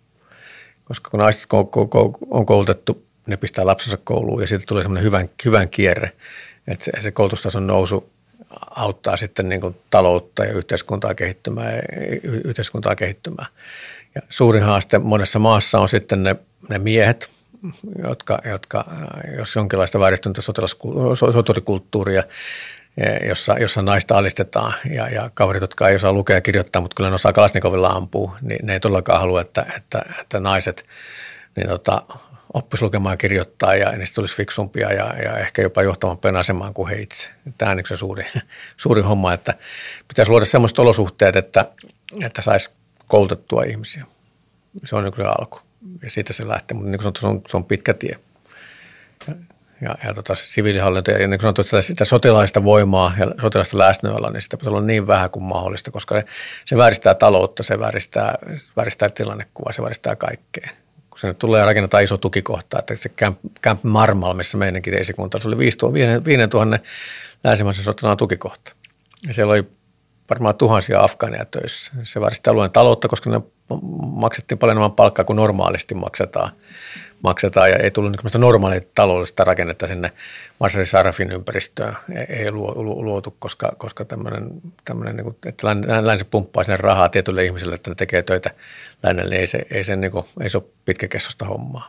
Koska kun naiset on koulutettu, ne pistää lapsensa kouluun ja siitä tulee semmoinen hyvän, hyvän kierre, että se, se koulutustason nousu auttaa sitten niin kuin taloutta ja yhteiskuntaa kehittymään, yhteiskuntaa kehittymään. Ja suurin haaste monessa maassa on sitten ne, ne miehet, jotka, jotka, jos jonkinlaista vääristyntä sotilaskulttuuria, jossa, jossa naista alistetaan ja, ja kaverit, jotka ei osaa lukea ja kirjoittaa, mutta kyllä ne osaa Kalasnikovilla ampua, niin ne ei todellakaan halua, että, että, että naiset niin tota, oppisi lukemaan ja kirjoittaa ja niistä tulisi fiksumpia ja, ja ehkä jopa johtavampien asemaan kuin he itse. Tämä on se suuri, suuri homma, että pitäisi luoda sellaiset olosuhteet, että, että saisi koulutettua ihmisiä. Se on kyllä alku ja siitä se lähtee, mutta niin kuin sanottu, se on, se on pitkä tie. Ja, ja, ja tota, siviilihallinto ja niin kuin sanottu, että sitä, sitä sotilaista voimaa ja sotilaista läsnäoloa, niin sitä pitäisi olla niin vähän kuin mahdollista, koska se, se vääristää taloutta, se vääristää, vääristää tilannekuvaa, se vääristää kaikkea. Kun se nyt tulee ja rakennetaan iso tukikohta, että se Camp, Camp Marmal, missä meidänkin esikunta, se oli viisituhatta länsimaisen sotilaan tukikohta. Ja siellä oli varmaan tuhansia afgaaneja töissä. Se vääristää alueen taloutta, koska ne maksettiin paljon enemmän palkkaa kuin normaalisti maksetaan. maksetaan ja ei tullut niin normaalia taloudellista rakennetta sinne Marsari Sarafin ympäristöön. Ei, ei luotu, koska, koska tämmöinen, tämmöinen niin kuin, että länsi pumppaa sinne rahaa tietyille ihmisille, että ne tekee töitä lännelle, niin ei se, ei se, niin kuin, ei se ole pitkäkestoista hommaa.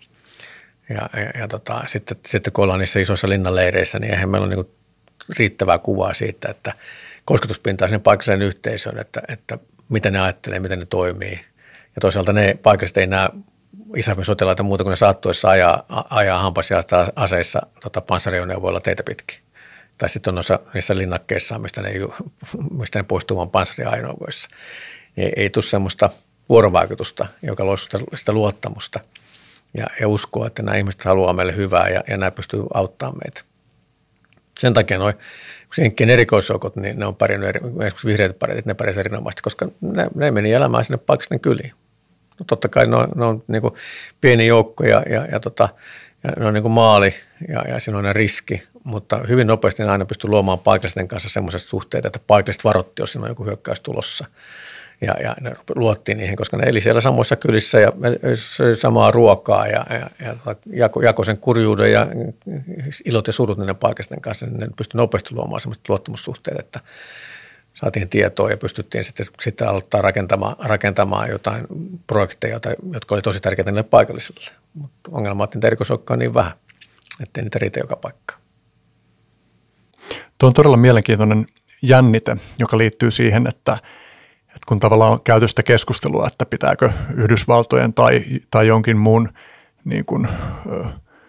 Ja, ja, ja tota, sitten, sitten kun ollaan niissä isoissa linnanleireissä, niin eihän meillä ole niin kuin riittävää kuvaa siitä, että kosketuspintaa sinne paikalliseen yhteisöön, että, että mitä ne ajattelee, miten ne toimii. Ja toisaalta ne paikalliset ei näe ISAFin sotilaita muuta kuin ne saattuessa ajaa, ajaa hampasia aseissa tota, panssariajoneuvoilla teitä pitkin. Tai sitten on noissa, niissä linnakkeissa, mistä ne, mistä ne poistuu vaan panssariajoneuvoissa. Ei, ei tule semmoista vuorovaikutusta, joka luo sitä, sitä luottamusta ja, ja uskoa, että nämä ihmiset haluaa meille hyvää ja, ja nämä pystyy auttamaan meitä. Sen takia nuo Jenkkien erikoisjoukot, niin ne on pärjännyt, esimerkiksi vihreät pärjät, ne pärjäsivät erinomaisesti, koska ne, ne meni elämään sinne paikallisten kyliin. No totta kai ne on, ne on niin kuin pieni joukko ja, ja, ja, tota, ja ne on niin kuin maali ja, ja siinä on riski, mutta hyvin nopeasti ne aina pystyy luomaan paikallisten kanssa sellaiset suhteet, että paikalliset varoitti, jos siinä on joku hyökkäys tulossa. Ja, ja ne luottiin niihin, koska ne eli siellä samoissa kylissä ja söi samaa ruokaa ja, ja, ja jako, jako sen kurjuuden ja ilot ja surut niiden paikallisten kanssa, niin ne pystyi nopeasti luomaan sellaiset luottamussuhteet, että saatiin tietoa ja pystyttiin sitten, sitten aloittaa rakentamaan, rakentamaan jotain projekteja, jotka oli tosi tärkeitä niille paikallisille. Mutta ongelma on, että erikoisjoukkoja on niin vähän, ettei niitä riitä joka paikkaan. Tuo on todella mielenkiintoinen jännite, joka liittyy siihen, että, että kun tavallaan on käyty sitä keskustelua, että pitääkö Yhdysvaltojen tai, tai jonkin muun niin kuin, ö,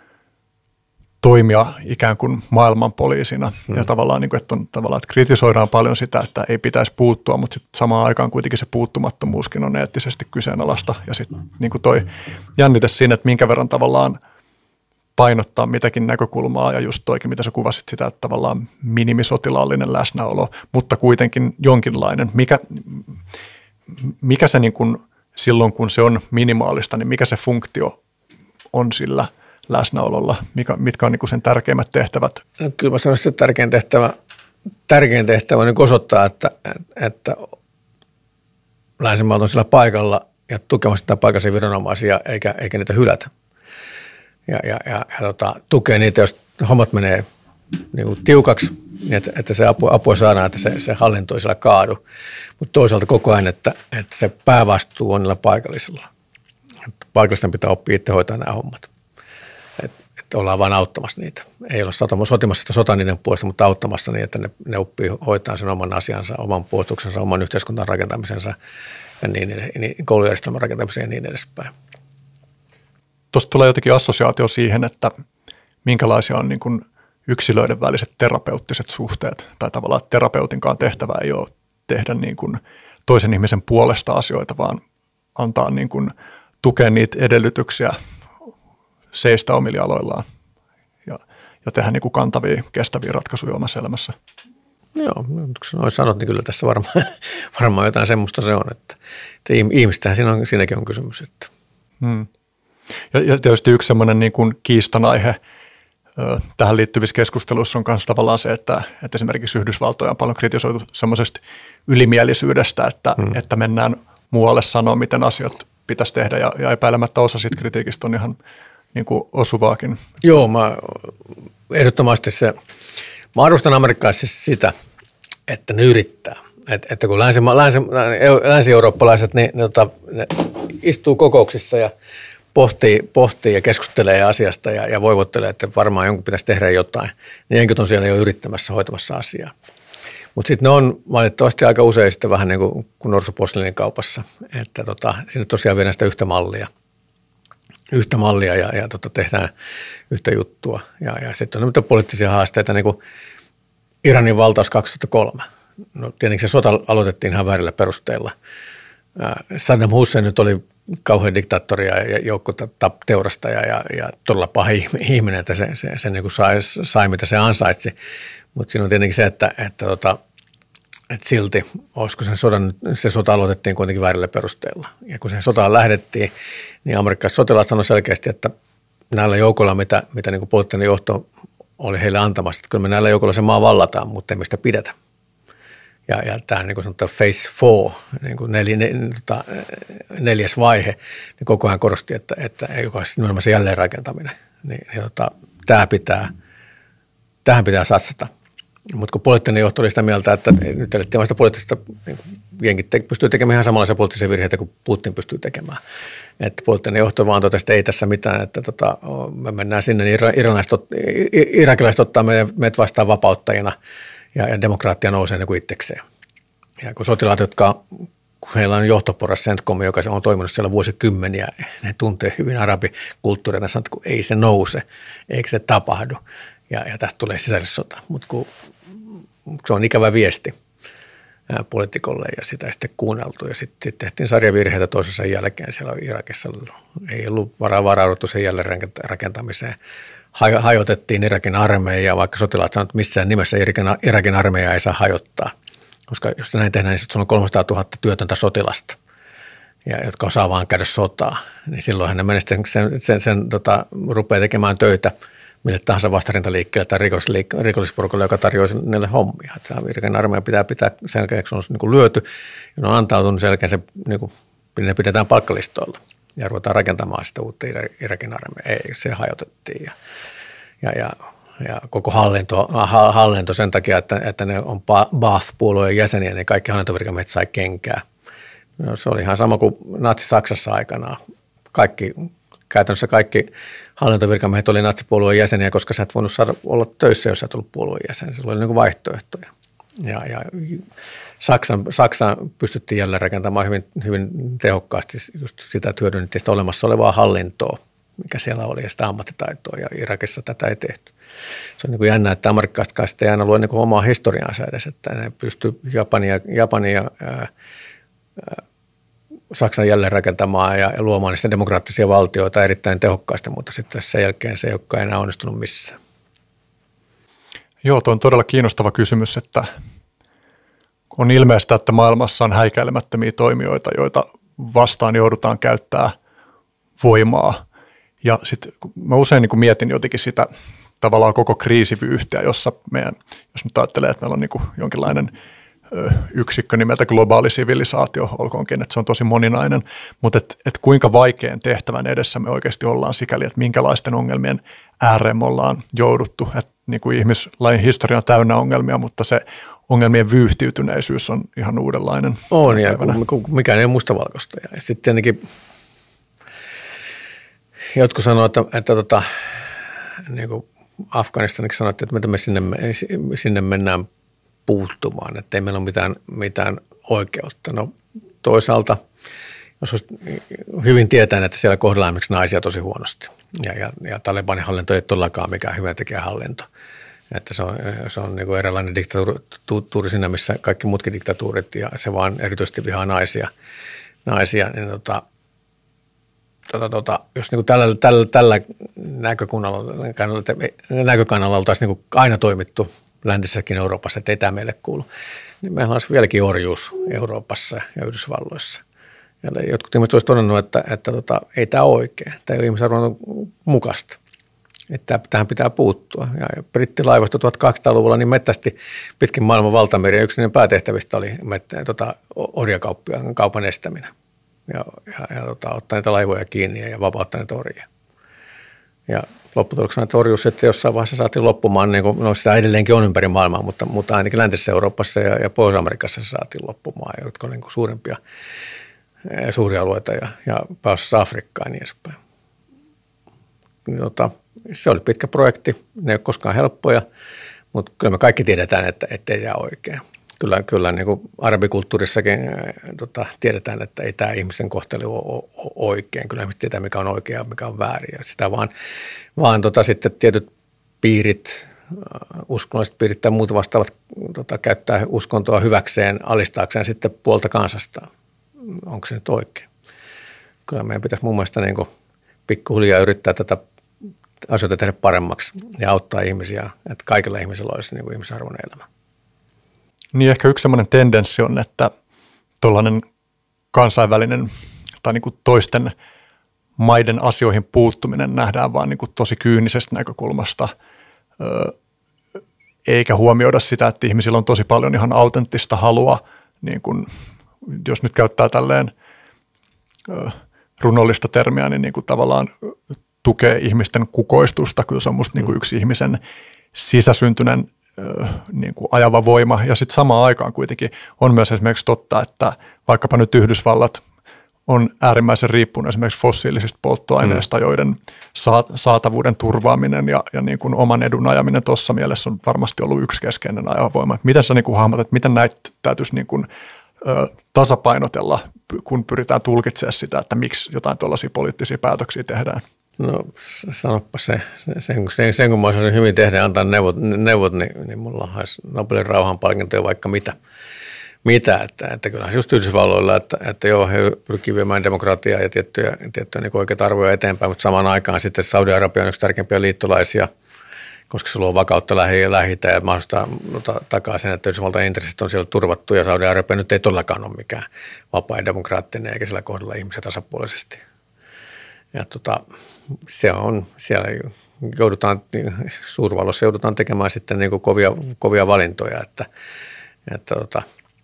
toimia ikään kuin maailmanpoliisina. Hmm. Ja tavallaan, niin kuin, että, on, tavallaan, että kritisoidaan paljon sitä, että ei pitäisi puuttua, mutta sitten samaan aikaan kuitenkin se puuttumattomuuskin on eettisesti kyseenalaista. Ja sitten niin kuin toi jännite siinä, että minkä verran tavallaan painottaa mitäkin näkökulmaa ja just toikin, mitä sä kuvasit sitä, että tavallaan minimisotilaallinen läsnäolo, mutta kuitenkin jonkinlainen. Mikä, mikä se niin kuin, silloin, kun se on minimaalista, niin mikä se funktio on sillä läsnäololla? Mikä, mitkä on niin kuin sen tärkeimmät tehtävät? No, kyllä mä sanoisin, että tärkein tehtävä, tärkein tehtävä on niin osoittaa, että, että länsimaat on sillä paikalla ja tukemassa sitä paikallisia viranomaisia eikä, eikä niitä hylätä. Ja, ja, ja, ja tota, tukee niitä, jos hommat menee niin kuin tiukaksi, niin että, että se apu, apua saadaan, että se, se hallinto ei siellä kaadu. Mutta toisaalta koko ajan, että, että se päävastuu on niillä paikallisilla. Että paikallisten pitää oppia itse hoitaa nämä hommat. Että, että ollaan vain auttamassa niitä. Ei olla sotimassa sitä sotaa niiden puolesta, mutta auttamassa niin, että ne, ne oppii hoitaa sen oman asiansa, oman puolustuksensa, oman yhteiskunnan rakentamisensa ja niin, niin, koulujärjestelmän rakentamisen ja niin edespäin. Tuosta tulee jotenkin assosiaatio siihen, että minkälaisia on niin kuin yksilöiden väliset terapeuttiset suhteet. Tai tavallaan, että terapeutinkaan tehtävä ei ole tehdä niin kuin toisen ihmisen puolesta asioita, vaan antaa niin kuin tukea niitä edellytyksiä seistä omilla aloillaan ja, ja tehdä niin kuin kantavia, kestäviä ratkaisuja omassa elämässä. Joo, kun noin sanot, niin kyllä tässä varmaan, varmaan jotain semmoista se on, että, että ihmistähän siinä on, siinäkin on kysymys. Että. Hmm. Ja, ja tietysti yksi semmoinen niin kuin kiistanaihe ö, tähän liittyvissä keskusteluissa on myös tavallaan se, että, että esimerkiksi Yhdysvaltoja on paljon kritisoitu semmoisesta ylimielisyydestä, että, hmm. että mennään muualle sanoa, miten asiat pitäisi tehdä ja, ja epäilemättä osa siitä kritiikistä on ihan niin kuin osuvaakin. Joo, mä ehdottomasti se, mä arvostan amerikkalaisissa sitä, että ne yrittää. Että, että kun länsi, länsi, länsi-eurooppalaiset, niin ne, ne istuu kokouksissa ja pohtii, pohtii ja keskustelee asiasta ja, ja voivottelee, että varmaan jonkun pitäisi tehdä jotain. Niin jenkit on siellä jo yrittämässä, hoitamassa asiaa. Mutta sitten ne on valitettavasti aika usein sitten vähän niin kuin, kuin norsuposliinin kaupassa, että tota, sinne tosiaan viedään sitä yhtä mallia. Yhtä mallia ja, ja tota, tehdään yhtä juttua. Ja, ja sitten on niitä poliittisia haasteita, niin kuin Iranin valtaus kaksituhattakolme. No tietenkin se sota aloitettiin ihan väärillä perusteilla. Saddam Hussein nyt oli kauhean diktaattori ja joukko teurastaja ja, ja todella paha ihminen, että se, se, se niin kuin sai, sai, mitä se ansaitsi. Mutta siinä on tietenkin se, että, että, että, että silti, olisiko sen sodan, se sota aloitettiin kuitenkin väärillä perusteilla. Ja kun sen sotaan lähdettiin, niin amerikkalaiset sotilaat sanoi selkeästi, että näillä joukoilla, mitä, mitä niin kuin poliittinen johto oli heille antamassa, että kyllä me näillä joukoilla se maa vallataan, mutta ei mistä pidetä. Ja, ja tämä niin kuin sanotaan phase four, niin kuin nel, ne, tota, neljäs vaihe, niin koko ajan korosti, että, että joka on nimenomaan se jälleenrakentaminen. Niin, niin, tota, tämä pitää, tähän pitää satsata. Mutta kun poliittinen johto oli sitä mieltä, että nyt elettiin vasta poliittista, niin jenkit te, pystyy tekemään ihan samanlaisia poliittisia virheitä kuin Putin pystyy tekemään. Että poliittinen johto vaan totesi, että ei tässä mitään, että tota, me mennään sinne, niin irakilaiset, irakilaiset ottaa meidät vastaan vapauttajina ja, ja demokraattia nousee niin kuin itsekseen. Ja kun sotilaat, jotka, kun heillä on johtoporras CENTCOM, joka on toiminut siellä vuosikymmeniä, ne tuntee hyvin arabikulttuuria, ja sanoo, että kun ei se nouse, eikä se tapahdu. Ja, ja tästä tulee sisällissota, mutta kun se on ikävä viesti ää, poliitikolle ja sitä ei sitten kuunneltu. Ja sitten sit tehtiin sarjavirheitä toisessa jälkeen siellä Irakissa. Ei ollut varaa varauduttu sen jälleen rakentamiseen. Hajotettiin Irakin armeija, vaikka sotilaat sanoivat, että missään nimessä Irakin, Irakin armeija ei saa hajottaa. Koska jos näin tehdään, niin sitten on kolmesataatuhatta työtöntä sotilasta, ja, jotka osaa vaan käydä sotaa. Niin silloinhan ne menee sen, sen, sen, sen tota, rupeaa tekemään töitä mille tahansa vastarintaliikkeelle tai rikollisporukalle, joka tarjoaa niille hommia. Irakin armeija pitää pitää sen jälkeen, kun se on niin kuin lyöty ja ne on antautunut, sen jälkeen se, niin kuin, ne pidetään palkkalistoilla ja ruvetaan rakentamaan sitä uutta Irakin armeijaa. Ei, se hajotettiin ja, ja, ja, ja koko hallinto, hallinto sen takia, että, että ne on Baath-puolueen jäseniä, niin kaikki hallintovirkamiehet sai kenkää. No, se oli ihan sama kuin Natsi-Saksassa aikanaan. Kaikki Käytännössä kaikki hallintovirkamiehet oli natsipuolueen jäseniä, koska sä et voinut saada olla töissä, jos sä et ollut puolueen jäsen. Se oli niin kuin vaihtoehtoja. Ja, ja Saksan, Saksan pystyttiin jälleen rakentamaan hyvin, hyvin tehokkaasti just sitä, että hyödynnettiin sitä olemassa olevaa hallintoa, mikä siellä oli, ja sitä ammattitaitoa, ja Irakissa tätä ei tehty. Se on niin kuin jännä, että amerikkalaiset kanssa ei aina lue niin kuin omaa historiaansa edes, että ne pystyy Japania, Japania ja ää, ää, Saksan jälleen rakentamaan ja, ja luomaan niistä demokraattisia valtioita erittäin tehokkaasti, mutta sitten sen jälkeen se ei olekaan enää onnistunut missään. Joo, tuo on todella kiinnostava kysymys, että on ilmeistä, että maailmassa on häikäilemättömiä toimijoita, joita vastaan joudutaan käyttää voimaa. Ja sitten mä usein niin kuin mietin jotenkin sitä tavallaan koko kriisivyyhtiä, jossa meidän, jos nyt ajattelee, että meillä on niin kuin jonkinlainen ö, yksikkö nimeltä globaali sivilisaatio, olkoonkin, että se on tosi moninainen, mutta et, et kuinka vaikean tehtävän edessä me oikeasti ollaan sikäli, että minkälaisten ongelmien ääreen me ollaan jouduttu. Että niin kuin ihmislajin historia on täynnä ongelmia, mutta se ongelmien vyyhtiytyneisyys on ihan uudenlainen. On, ja mikään ei ole mustavalkoista. Ja sitten tietenkin jotkut sanoo, että, että tota, niin kuin Afganistaniksi sanottiin, että mitä me sinne, sinne mennään puuttumaan, että ei meillä ole mitään, mitään oikeutta. No toisaalta, jos olisi hyvin tietää, että siellä kohdellaan esimerkiksi naisia tosi huonosti, ja, ja, ja Talebanin hallinto ei todellakaan mikään hyväntekijä hallinto. Että se on, se on niin kuin eräänlainen diktatuuri siinä, missä kaikki muutkin diktatuurit, ja se vaan erityisesti vihaa naisia, naisia niin tota, tota, tota, jos niin kuin tällä, tällä, tällä näkökannalla, näkökannalla oltaisiin niin kuin aina toimittu läntisessäkin Euroopassa, että ei tämä meille kuulu, niin meillä olisi vieläkin orjuus Euroopassa ja Yhdysvalloissa. Ja jotkut ihmiset olisivat todennut, että, että tota, ei tämä ole oikein, tämä ei ole ihmisarvon mukaista. Että tähän pitää puuttua. Ja brittilaivasto tuhatkahdeksansataaluvulla niin mettästi pitkin maailman valtameriä. Yksi niiden päätehtävistä oli mettä, tota, orjakaupan kaupan estäminen. Ja, ja, ja tota, ottaa niitä laivoja kiinni ja vapauttaa niitä orjia. Ja lopputuloksena että orjuus sitten jossain vaiheessa saatiin loppumaan, niin kuin, no sitä edelleenkin on ympäri maailmaa, mutta, mutta ainakin läntisessä Euroopassa ja, ja Pohjois-Amerikassa se saatiin loppumaan, jotka olivat niin suurimpia suuria alueita ja, ja päässä Afrikkaan ja niin edespäin. Tota, se oli pitkä projekti, ne ei ole koskaan helppoja, mutta kyllä me kaikki tiedetään, että ei tämä oikein. Kyllä, kyllä niin kuin arabikulttuurissakin tota, tiedetään, että ei tämä ihmisten kohtelu ole oikein. Kyllä ihmiset tietää, mikä on oikein ja mikä on väärin. Ja sitä vaan, vaan tota, sitten tietyt piirit, uskonnolliset piirit tai muut vastaavat tota, käyttää uskontoa hyväkseen, alistaakseen sitten puolta kansasta. Onko se nyt oikein? Kyllä meidän pitäisi mun mielestä niin kuin pikkuhiljaa yrittää tätä asioita tehdä paremmaksi ja auttaa ihmisiä, että kaikilla ihmisillä olisi niin kuin ihmisarvoinen elämä. Niin ehkä yksi sellainen tendenssi on, että tuollainen kansainvälinen tai niin kuin toisten maiden asioihin puuttuminen nähdään vaan niin kuin tosi kyynisestä näkökulmasta, eikä huomioida sitä, että ihmisillä on tosi paljon ihan autenttista halua, niin kuin, jos nyt käyttää tälleen runollista termiä, niin, niin kuin tavallaan tukee ihmisten kukoistusta. Kyllä se on musta mm. niin kuin yksi ihmisen sisäsyntyinen niin kuin ajava voima. Ja sitten samaan aikaan kuitenkin on myös esimerkiksi totta, että vaikkapa nyt Yhdysvallat on äärimmäisen riippunut esimerkiksi fossiilisista polttoaineista, mm. joiden saatavuuden turvaaminen ja, ja niin kuin oman edun ajaminen tuossa mielessä on varmasti ollut yksi keskeinen ajava voima. Miten sä niin kuin hahmotat, että miten näitä täytyisi niin kuin tasapainotella, kun pyritään tulkitsemaan sitä, että miksi jotain tuollaisia poliittisia päätöksiä tehdään? No sanoppa se, sen, sen, sen kun mä osaisin hyvin tehdä ja antaa neuvot, neuvot niin, niin mulla olisi Nobelin rauhanpalkintoja vaikka mitä. Mitä, että, että kyllähän just Yhdysvalloilla, että, että joo, he pyrkivät viemään demokratiaa ja tiettyjä, tiettyjä niin oikeita arvoja eteenpäin, mutta samaan aikaan sitten Saudi-Arabia on yksi tärkeimpiä liittolaisia, koska se luo vakautta lähi- lähitä ja mahdollistaa takaa sen, että Yhdysvaltain intressit on siellä turvattu ja Saudi-Arabia nyt ei todellakaan ole mikään vapaa ja demokraattinen eikä sillä kohdalla ihmisiä tasapuolisesti. Ja tota, se on, siellä joudutaan, suurvallossa joudutaan tekemään sitten niin kuin kovia, kovia valintoja, että, että, tota,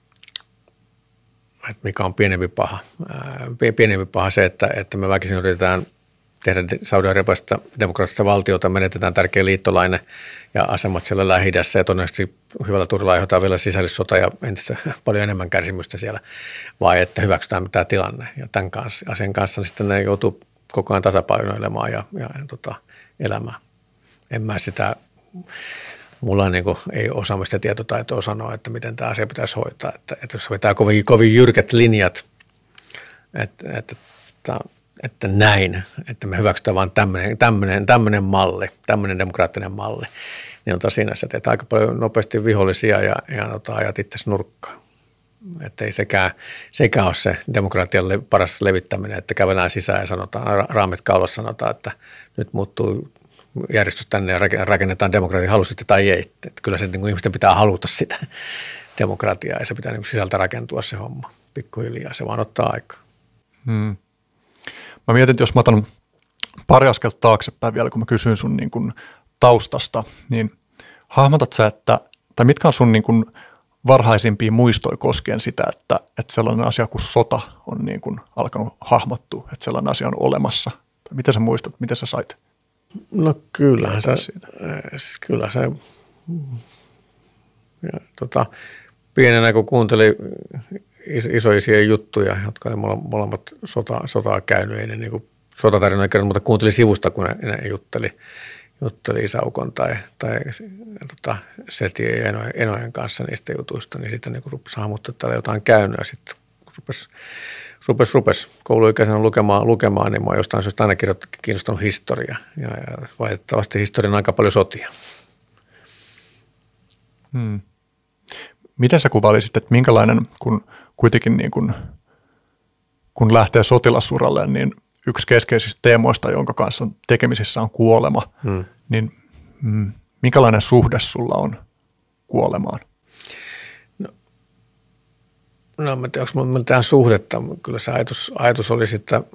että mikä on pienempi paha. Pienempi paha se, että, että me väkisin yritetään tehdä Saudi-Arabiasta demokraattista valtiota, menetetään tärkeä liittolainen ja asemat siellä Lähi-idässä ja todennäköisesti hyvällä turvalla aiheutetaan vielä sisällissota ja entistä paljon enemmän kärsimystä siellä, vai että hyväksytään tämä tilanne. Ja tämän kanssa, asian kanssa niin sitten ne joutuu koko ajan tasapainoilemaan ja, ja, ja tota, elämään. En mä sitä mulla niin kuin ei osaamista tietotaitoa sanoa, että miten tämä asia pitäisi hoitaa. Että, että jos vetää kovin, kovin jyrkät linjat, että, että, että, että näin, että me hyväksytään vain tämmöinen, tämmöinen, tämmöinen malli, tämmöinen demokraattinen malli, niin on siinä, että teet aika paljon nopeasti vihollisia ja, ja tota, ajat itsesi nurkkaan. Että ei sekään, sekään ole se demokratian paras levittäminen, että kävelään sisään ja sanotaan, raamit kaulassa sanotaan, että nyt muuttuu järjestys tänne ja rakennetaan demokratia, halusitte tai ei. Että kyllä se niin kuin ihmisten pitää haluta sitä demokratiaa ja se pitää niin kuin sisältä rakentua se homma pikkuhiljaa. Se vaan ottaa aikaa. Hmm. Mä mietin, että jos mä otan pari askelta taaksepäin vielä, kun mä kysyin sun niin kuin taustasta, niin hahmotat sä, että, tai mitkä on sun niin kuin varhaisimpia muistoja koskien sitä, että, että sellainen asia kuin sota on niin kuin alkanut hahmottua, että sellainen asia on olemassa? Tai miten sä muistat, miten sä sait? No kyllähän se, kyllä se, ja, tota, pienenä kun kuuntelin isoisia juttuja, jotka oli molemmat sota, sotaa käynyt, ei ne niin kuin sotatarinoja kerran, mutta kuuntelin sivusta, kun ne, ne jutteli, jutteli isäukon tai, tai tota, setien ja enojen, enojen kanssa niistä jutuista, niin sitten niin rupesi hahmottaa, että täällä jotain käynyt ja sitten rupesi Rupes, rupes kouluikäisenä lukemaan, lukemaan, niin minua jostain syystä aina kiinnostanut historia. Ja, ja valitettavasti historian on aika paljon sotia. Hmm. Miten sä kuvailisit, että minkälainen, kun kuitenkin niin kun, kun lähtee sotilasuralle, niin yksi keskeisistä teemoista, jonka kanssa on tekemisissä on kuolema, hmm. niin mm, minkälainen suhde sulla on kuolemaan? No mä en tiedä, onko minulla tähän suhdetta. Kyllä se ajatus, ajatus oli sitten,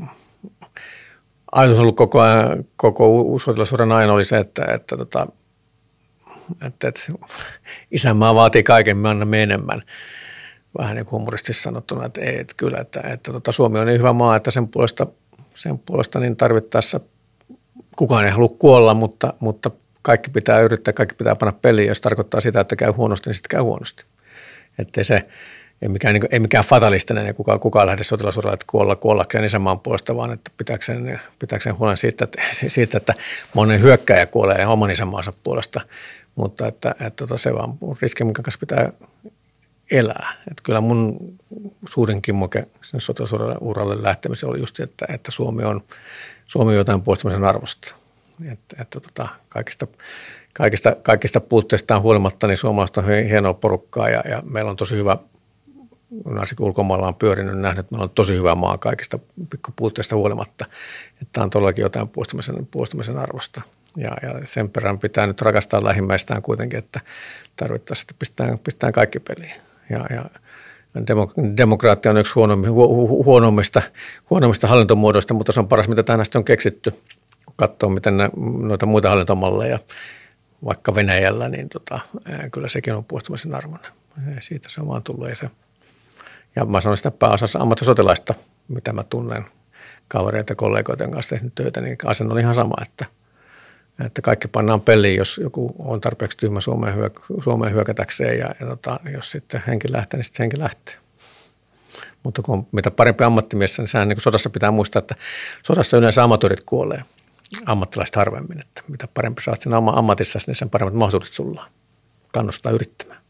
ajatus ollut koko ajan, koko sotilasuran aina oli se, että, että, että, että, että isänmaa vaatii kaiken, me annamme enemmän. Vähän niin kuin humoristisesti sanottuna, että ei, että kyllä, että, että, että Suomi on niin hyvä maa, että sen puolesta, sen puolesta niin tarvittaessa kukaan ei halua kuolla, mutta, mutta kaikki pitää yrittää, kaikki pitää panna peliin. Jos tarkoittaa sitä, että käy huonosti, niin sitten käy huonosti. Että se Ei mikään, niin kuin, ei mikään fatalistinen ja kukaan, kukaan lähde sotilasuralle, että kuolla, kuollakseen isänmaan puolesta, vaan että pitääkseen, pitääkseen huolen siitä että, siitä, että monen hyökkääjä kuolee oman isänmaansa puolesta, mutta että, että, että se vaan riski, minkä kanssa pitää elää. Että kyllä mun suurin kimmoke sen sotilasuralle lähtemisen oli just, että, että Suomi on, Suomi on jotain puolustamisen arvosta. Että, että tota, kaikista, kaikista, kaikista puutteistaan huolimatta, niin suomalaiset on hienoa porukkaa ja, ja meillä on tosi hyvä. Kun ulkomailla on pyörinyt, nähnyt, että meillä on tosi hyvä maa kaikista pikkupuutteista huolimatta. Että tämä on todellakin jotain puolustamisen, puolustamisen arvosta. Ja, ja sen perään pitää nyt rakastaa lähimmäistään kuitenkin, että tarvittaessa että pistetään, pistetään kaikki peliin. Ja, ja demokraattia on yksi hu, huonommista, huonommista hallintomuodoista, mutta se on paras, mitä tähän asti on keksitty. Kun katsoo, miten ne, noita muita hallintomalleja, vaikka Venäjällä, niin tota, kyllä sekin on puolustamisen arvoinen. Siitä se on vaan tullut. Se. Ja mä sanon sitä pääosassa ammattisotilaista, mitä mä tunnen kavereita ja kollegoiden kanssa tehnyt töitä, niin asenne on ihan sama, että, että kaikki pannaan peliin, jos joku on tarpeeksi tyhmä Suomeen, hyök, Suomeen hyökätäkseen ja, ja tota, jos sitten henki lähtee, niin sitten henki lähtee. Mutta kun on mitä parempi ammattimies, niin sehän niin kuin sodassa pitää muistaa, että sodassa yleensä amatöörit kuolee, ammattilaiset harvemmin, että mitä parempi saat sen ammatissasi, niin sen paremmat mahdollisuudet sulla on kannustaa yrittämään.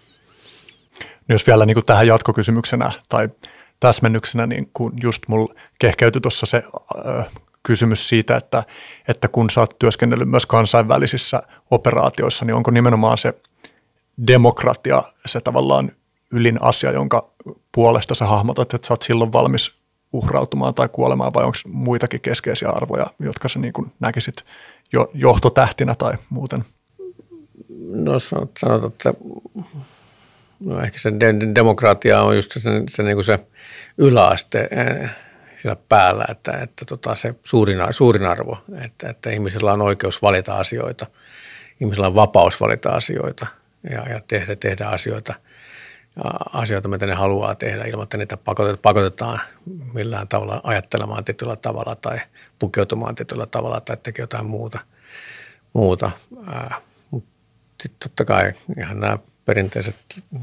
No jos vielä niin kuin tähän jatkokysymyksenä tai täsmennyksenä, niin kun just mulla kehkeytyi tuossa se äh, kysymys siitä, että, että kun sä oot työskennellyt myös kansainvälisissä operaatioissa, niin onko nimenomaan se demokratia se tavallaan ylin asia, jonka puolesta sä hahmotat, että sä oot silloin valmis uhrautumaan tai kuolemaan, vai onko muitakin keskeisiä arvoja, jotka sä niin kuin näkisit jo johtotähtinä tai muuten? No sanotaan, että no ehkä se de- demokratia on just se, se, niin kuin se yläaste siellä päällä, että, että tota se suurin, suurin arvo, että, että ihmisellä on oikeus valita asioita, ihmisellä on vapaus valita asioita ja, ja tehdä, tehdä asioita, asioita, mitä ne haluaa tehdä ilman, että niitä pakotetaan millään tavalla ajattelemaan tietyllä tavalla tai pukeutumaan tietyllä tavalla tai tekee jotain muuta. muuta. Sitten totta kai ihan nämä perinteiset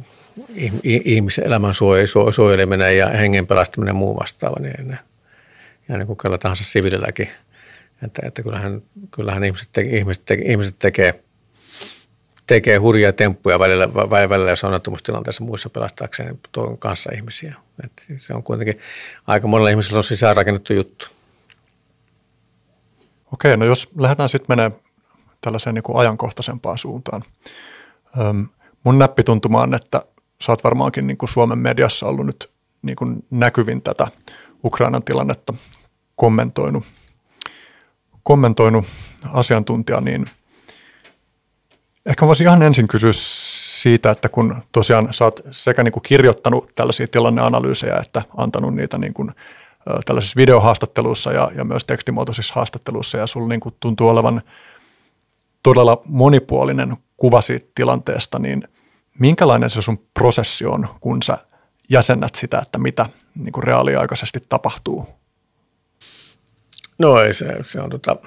ihmiselämän suojeleminen ja hengen pelastaminen ja muu vastaava, niin ne, ja niin kuin kellä tahansa siviililläkin, että, että kyllähän, kyllähän ihmiset, te, ihmiset, te, ihmiset tekee, tekee hurjia temppuja välillä, välillä jos on onnettomuustilanteessa muissa pelastaakseen tuon kanssa ihmisiä. Et se on kuitenkin aika monella ihmisellä on sisäänrakennettu juttu. Okei, no jos lähdetään sitten menemään tällaiseen niin kuin ajankohtaisempaan suuntaan. Öm, mun näppituntuma on, että sä oot varmaankin niin kuin Suomen mediassa ollut nyt niin kuin näkyvin tätä Ukrainan tilannetta kommentoinut, kommentoinut asiantuntija, niin ehkä voisin ihan ensin kysyä siitä, että kun tosiaan sä oot sekä niin kuin kirjoittanut tällaisia tilanneanalyysejä, että antanut niitä niin kuin tällaisissa videohaastatteluissa ja, ja myös tekstimuotoisissa haastatteluissa, ja sulla niin kuin tuntuu olevan todella monipuolinen kuva siitä tilanteesta, niin minkälainen se sun prosessi on, kun sä jäsennät sitä, että mitä niin kuin reaaliaikaisesti tapahtuu? No ei se, se on tota,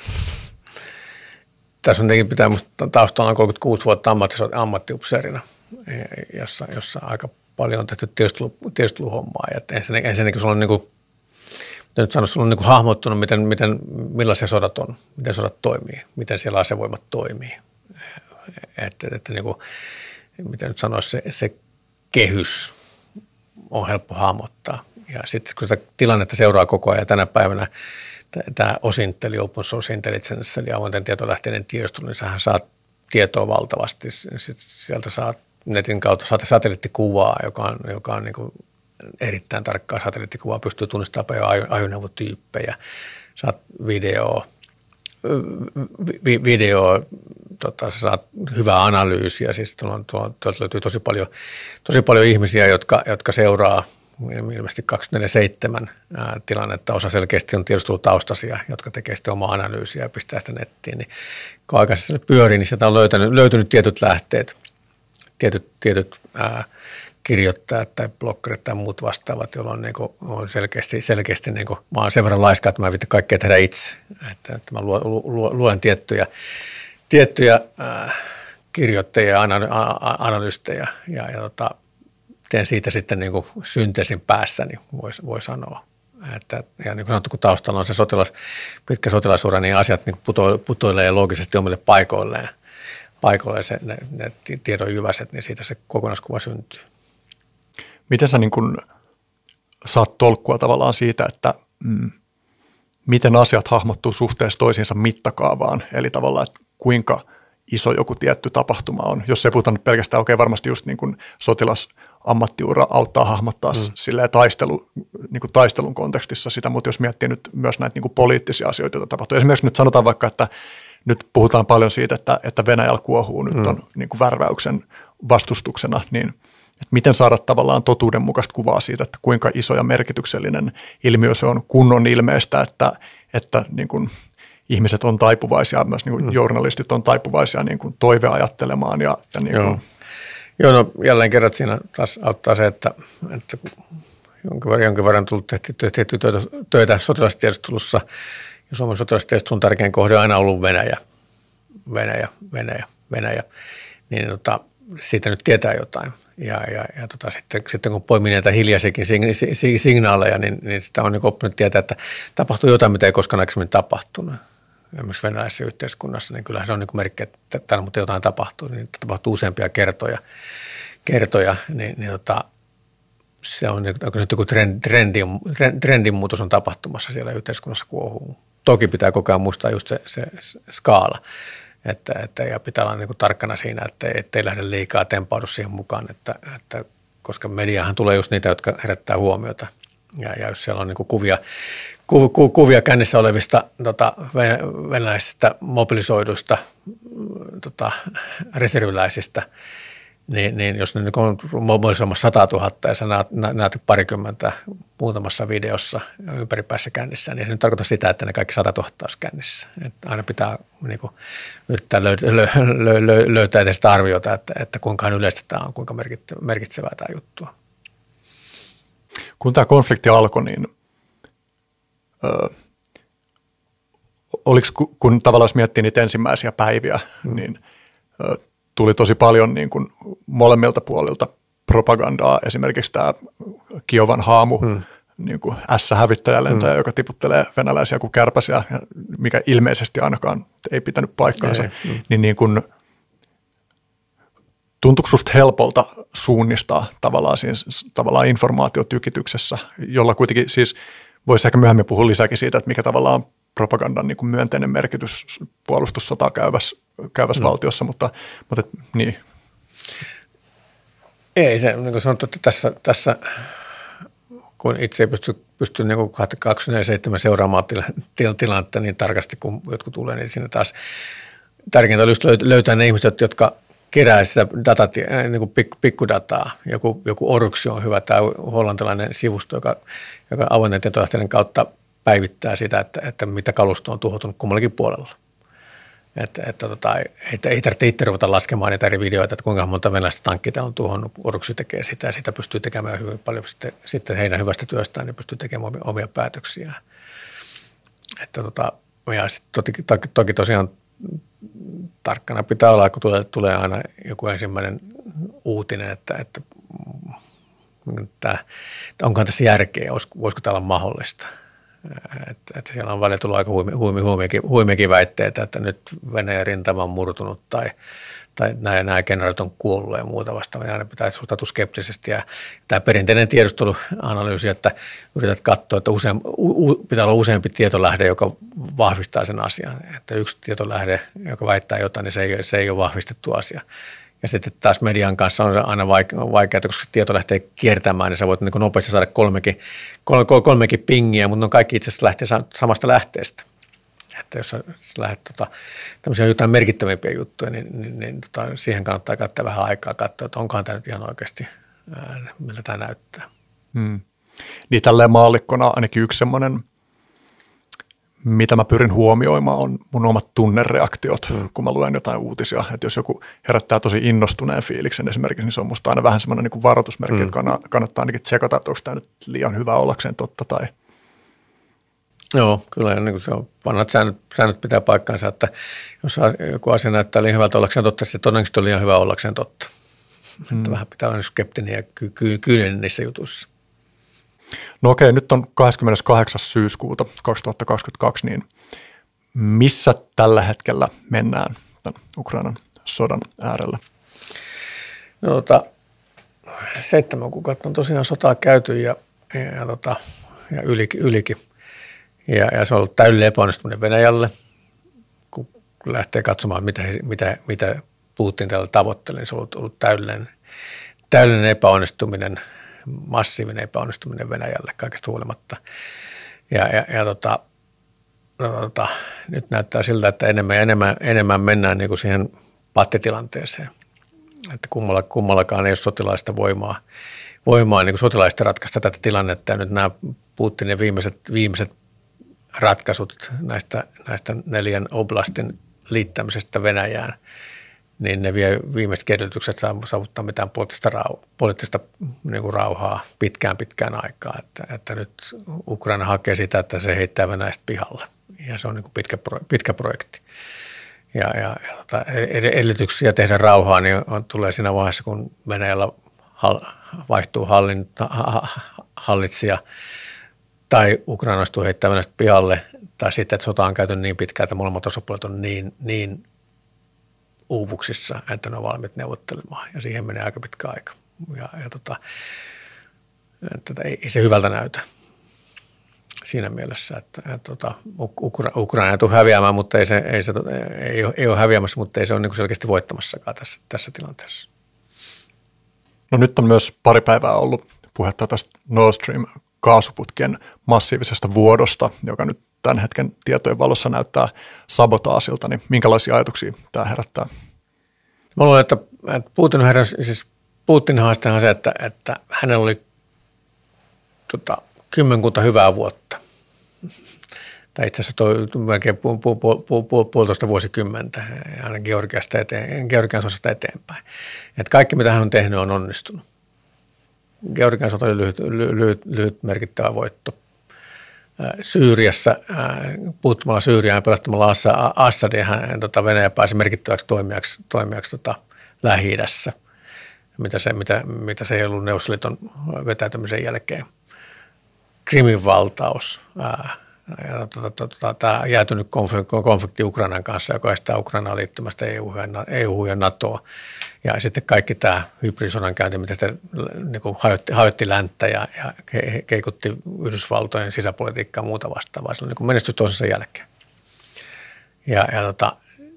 tässä on tietenkin pitää musta taustalla kolmekymmentäkuusi vuotta ammattiupseerina, jossa, jossa aika paljon on tehty tiedustelu, tiedusteluhommaa. Ja ensinnäkin, ensinnäkin sulla on niin kuin, nyt sanoa, sulla on niin kuin hahmottunut, miten, miten, millaisia sodat on, miten sodat toimii, miten siellä asevoimat toimii. Että, että niin kuin, miten nyt sanoisi, se, se kehys on helppo hahmottaa. Ja sitten kun sitä tilannetta seuraa koko ajan tänä päivänä, tämä OSINT, eli Open Source Intelligence, eli avointen tietolähteiden tiedostelu, niin sähän saat tietoa valtavasti. Sitten sieltä saat netin kautta saat satelliittikuvaa, joka on, joka on niin kuin erittäin tarkkaa satelliittikuvaa, pystyy tunnistamaan ajoneuvotyyppejä, saat videoa, vi, video, tota, sä saat hyvää analyysiä, siis tuolla, tuolla, tuolla löytyy tosi paljon, tosi paljon ihmisiä, jotka, jotka seuraa ilmeisesti kaksikymmentäneljä seitsemän tilannetta, osa selkeästi on tiedustelutaustaisia, jotka tekee sitten omaa analyysiä ja pistää sitä nettiin, niin kun aikaisesti pyörii, niin sieltä on löytänyt, löytynyt tietyt lähteet, tietyt, tietyt ää, kirjoittajat tai bloggerit tai muut vastaavat, jolloin on, niin kuin, on selkeästi, selkeästi niin kuin, mä oon sen verran laiska, että mä en viitti kaikkea tehdä itse, että, että mä luen, luen tiettyjä, tiettyjä ää, kirjoittajia ja analystejä ja, ja tota, teen siitä sitten niin kuin synteesin päässä, niin voi, voi sanoa. Että, ja niin kuin sanottu, kun taustalla on se sotilas, pitkä sotilasura, niin asiat niin puto, putoilee loogisesti omille paikoilleen, paikoilleen se, ne, ne tiedon jyväset, niin siitä se kokonaiskuva syntyy. Miten sä niin kuin saat tolkkua tavallaan siitä, että mm, miten asiat hahmottuu suhteessa toisiinsa mittakaavaan, eli tavallaan, että kuinka iso joku tietty tapahtuma on. Jos se puhutaan nyt pelkästään, okei, okay, varmasti just niin kuin sotilasammattiura auttaa hahmottaa mm. silleen taistelu, niin kuin taistelun kontekstissa sitä, mutta jos miettii nyt myös näitä niin kuin poliittisia asioita, joita tapahtuu. Esimerkiksi nyt sanotaan vaikka, että nyt puhutaan paljon siitä, että, että Venäjällä kuohuu nyt on mm. niin kuin värväyksen vastustuksena, niin että miten saada tavallaan totuudenmukaista kuvaa siitä, että kuinka iso ja merkityksellinen ilmiö se on, kun on ilmeistä, että, että niin kuin ihmiset on taipuvaisia, myös niin kuin mm. journalistit on taipuvaisia niin kuin toiveajattelemaan. Ja, ja niin kuin. Joo. Joo, no jälleen kerran siinä taas auttaa se, että, että jonkin verran, jonkin verran tullut tehty, tehty töitä, töitä sotilastiedustelussa, ja Suomen sotilastiedustelun tärkein kohde on aina ollut Venäjä, Venäjä, Venäjä, Venäjä, niin tota, siitä nyt tietää jotain. Ja, ja, ja tota, sitten, sitten kun poimii näitä hiljaisiakin signaaleja, niin, niin sitä on niin oppinut tietää, että tapahtuu jotain, mitä ei koskaan aikaisemmin tapahtunut. Esimerkiksi venäläisessä yhteiskunnassa, niin kyllähän se on niin merkki, että täällä mutta jotain tapahtuu, niin tapahtuu useampia kertoja, kertoja niin, niin tota, se on nyt joku trendin, trendin muutos on tapahtumassa siellä yhteiskunnassa kuohuu. Toki pitää koko ajan muistaa just se, se, se skaala. Että, että, ja pitää olla niin kuin tarkkana siinä, että ei lähde liikaa tempaudu siihen mukaan, että, että, koska mediahan tulee just niitä, jotka herättää huomiota. Ja, ja jos siellä on niin kuin kuvia, ku, ku, kuvia kännissä olevista tota, venäläisistä mobilisoiduista tota, reserviläisistä, niin, niin jos ne on mobilisoimassa sata tuhatta ja sä näet, näet parikymmentä muutamassa videossa ympäripäissä kännissä, niin se nyt tarkoittaa sitä, että ne kaikki sata tuhatta olisi kännissä. Että aina pitää niin kuin, yrittää löytää, lö, lö, löytää edes sitä arviota, että, että kuinka yleistä tämä on, kuinka merkitsevää tämä juttu on. Kun tämä konflikti alkoi, niin ö, oliko, kun tavallaan jos miettii niitä ensimmäisiä päiviä, mm. niin ö, tuli tosi paljon niin kuin molemmilta puolilta propagandaa. Esimerkiksi tämä Kiovan haamu, hmm. niin kuin ässä-hävittäjälentäjä, hmm. joka tiputtelee venäläisiä kuin kärpäsiä, mikä ilmeisesti ainakaan ei pitänyt paikkaansa. Ei, hmm. niin, niin kuin, tuntuuko susta helpolta suunnistaa tavallaan, siinä, tavallaan informaatiotykityksessä, jolla kuitenkin siis voisi ehkä myöhemmin puhua lisääkin siitä, että mikä tavallaan on propagandan niin kuin myönteinen merkitys puolustussotaa käyvässä, käyvässä no. valtiossa, mutta, mutta et, niin. Ei se, niin kuin sanottu, että tässä, tässä kun itse ei pysty, pysty niin kaksikymmentäseitsemän seuraamaan tila, til, tilannetta niin tarkasti, kun jotkut tulee, niin siinä taas tärkeintä olisi löytää ne ihmiset, jotka kerää sitä data, niin kuin pikku, pikkudataa. Joku, joku Oryx on hyvä, tämä hollantilainen sivusto, joka, joka avointen tietolähteiden kautta päivittää sitä, että, että mitä kalusto on tuhoutunut kummallakin puolella. Että, että, tota, että ei tarvitse itse ruveta laskemaan niitä eri videoita, että kuinka monta venäläistä tankkia on tuhonnut. Oryx tekee sitä ja sitä pystyy tekemään hyvin paljon sitten, sitten heidän hyvästä työstään, niin pystyy tekemään omia päätöksiä. Että, tota, ja toki, toki, toki tosiaan tarkkana pitää olla, kun tulee, tulee aina joku ensimmäinen uutinen, että, että, että, että onkohan tässä järkeä, voisiko tämä olla mahdollista. Että, että siellä on välillä tullut aika huimi, huimi, huimiakin, huimiakin väitteitä, että nyt Venäjän rintama on murtunut tai, tai nämä, nämä generaalit on kuollut ja muuta vastaavaa. Ja aina pitää suhtautua skeptisesti. Ja tämä perinteinen tiedusteluanalyysi, että yrität katsoa, että usein, u, pitää olla useampi tietolähde, joka vahvistaa sen asian. Että yksi tietolähde, joka väittää jotain, niin se ei, se ei ole vahvistettu asia. Ja sitten taas median kanssa on aina vaikeaa, koska tieto lähtee kiertämään, niin sä voit niin nopeasti saada kolmekin, kolme, kolmekin pingiä, mutta ne on kaikki itse asiassa lähtee samasta lähteestä. Että jos sä lähdet tota, tämmöisiä jotain merkittävämpiä juttuja, niin, niin, niin tota, siihen kannattaa käyttää vähän aikaa katsoa, että onkohan tämä nyt ihan oikeasti, ää, miltä tämä näyttää. Hmm. Niin tälleen maallikkona ainakin yksi semmoinen, mitä mä pyrin huomioimaan, on mun omat tunnereaktiot, mm. kun mä luen jotain uutisia. Että jos joku herättää tosi innostuneen fiiliksen esimerkiksi, niin se on musta aina vähän semmoinen niin kuin varoitusmerkki, mm. että kannattaa ainakin tsekata, että onko tämä nyt liian hyvä ollakseen totta. Tai... Joo, kyllä niin kuin se on. Vanhat säännöt, säännöt pitää paikkaansa, että jos joku asia näyttää liian hyvältä ollakseen totta, se todennäköisesti on liian hyvä ollakseen totta. Mm. Että vähän pitää olla skeptinen ja ky- ky- kyyninen niissä jutuissa. No okei, nyt on kahdeskymmeneskahdeksas syyskuuta kaksituhattakaksikymmentäkaksi, niin missä tällä hetkellä mennään tämän Ukrainan sodan äärellä? No tota, seitsemän kuukautta on tosiaan sotaa käyty ja, ja, ja, tota, ja ylikin. ylikin. Ja, ja se on ollut täydellinen epäonnistuminen Venäjälle, kun lähtee katsomaan, mitä, mitä, mitä Putin täällä tavoittelee. Niin se on ollut, ollut täydellinen, täydellinen epäonnistuminen, massiivinen epäonnistuminen Venäjälle kaikesta huolimatta. Ja, ja, ja tota, no, tota, nyt näyttää siltä, että enemmän ja enemmän, enemmän mennään niin kuin siihen pattitilanteeseen. Että kummalla, kummallakaan ei ole sotilaista voimaa, voimaa niin kuin sotilaista ratkaista tätä tilannetta. Ja nyt nämä Putinin viimeiset, viimeiset ratkaisut näistä, näistä neljän oblastin liittämisestä Venäjään, niin ne vie viimeiset edellytykset saavuttaa mitään poliittista, rau, poliittista niin kuin rauhaa pitkään pitkään aikaa. Että, että nyt Ukraina hakee sitä, että se heittää Venäjästä pihalle. Ja se on niin kuin pitkä, pitkä projekti. Ja, ja, ja tota, edellytyksiä tehdä rauhaa niin on, tulee siinä vaiheessa, kun Venäjällä hal, vaihtuu hallin, hallitsija tai Ukraina onnistuu heittää Venäjästä pihalle, tai sitten, että sota on käyty niin pitkään, että molemmat osapuolet on niin, niin uuvuksissa, että ne on valmiit neuvottelemaan, ja siihen menee aika pitkä aika. Ja, ja tota, että ei, ei se hyvältä näytä siinä mielessä, että, että tota, Ukra, Ukraina ei tule häviämään, mutta ei, se, ei, se, ei, ole, ei ole häviämässä, mutta ei se ole niin kuin selkeästi voittamassakaan tässä, tässä tilanteessa. No nyt on myös pari päivää ollut puhetta tästä Nord Stream kaasuputken massiivisesta vuodosta, joka nyt tämän hetken tietojen valossa näyttää sabotaasilta, niin minkälaisia ajatuksia tämä herättää? Mä luulen, että Putin heräs, siis Putinin haastehan on se, että, että hänellä oli tota, kymmenkunta hyvää vuotta. Tai itse asiassa toi melkein pu, pu, pu, pu, pu, puolitoista vuosikymmentä, aina Georgiasta eteen, Georgian sodasta eteenpäin. Et kaikki, mitä hän on tehnyt, on onnistunut. Georgian sota oli lyhyt, lyhyt, lyhyt merkittävä voitto. Syyriassa, puuttumalla Syyriaan ja pelastamalla Assadin, hän tota, Venäjä pääsi merkittäväksi toimijaksi, toimijaksi tota, Lähi-idässä, mitä se, mitä, mitä se ei ollut Neuvostoliiton vetäytymisen jälkeen. Krimin valtaus, ää, ja tota, tota, tämä jäätynyt konflikti, konflikti Ukrainan kanssa, joka estää Ukrainaa liittymästä E U ja, E U ja NATOa. Ja sitten kaikki tämä hybridisodan käynti, mitä sitten niin kuin hajotti, hajotti länttä ja, ja keikutti Yhdysvaltojen sisäpolitiikkaa ja muuta vastaavaa. Se on niin kuin menestys toisensa jälkeen. Ja, ja, tota,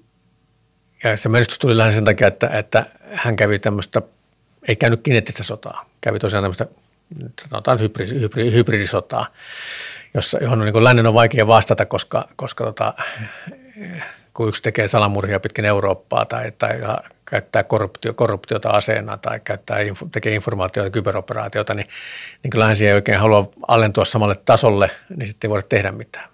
ja se menestys tuli lähinnä sen takia, että, että hän kävi tämmöistä, ei käynyt kineettistä sotaa, kävi tosiaan tämmöistä, sanotaan hybridi, hybridi, hybridisotaa, jossa, johon on niin kuin lännen on vaikea vastata, koska, koska tota, kun yksi tekee salamurhia pitkin Eurooppaa tai, tai käyttää korruptio, korruptiota aseena tai käyttää, tekee informaatiota, kyberoperaatiota, niin, niin kyllä länsi ei oikein halua alentua samalle tasolle, niin sitten ei voida tehdä mitään.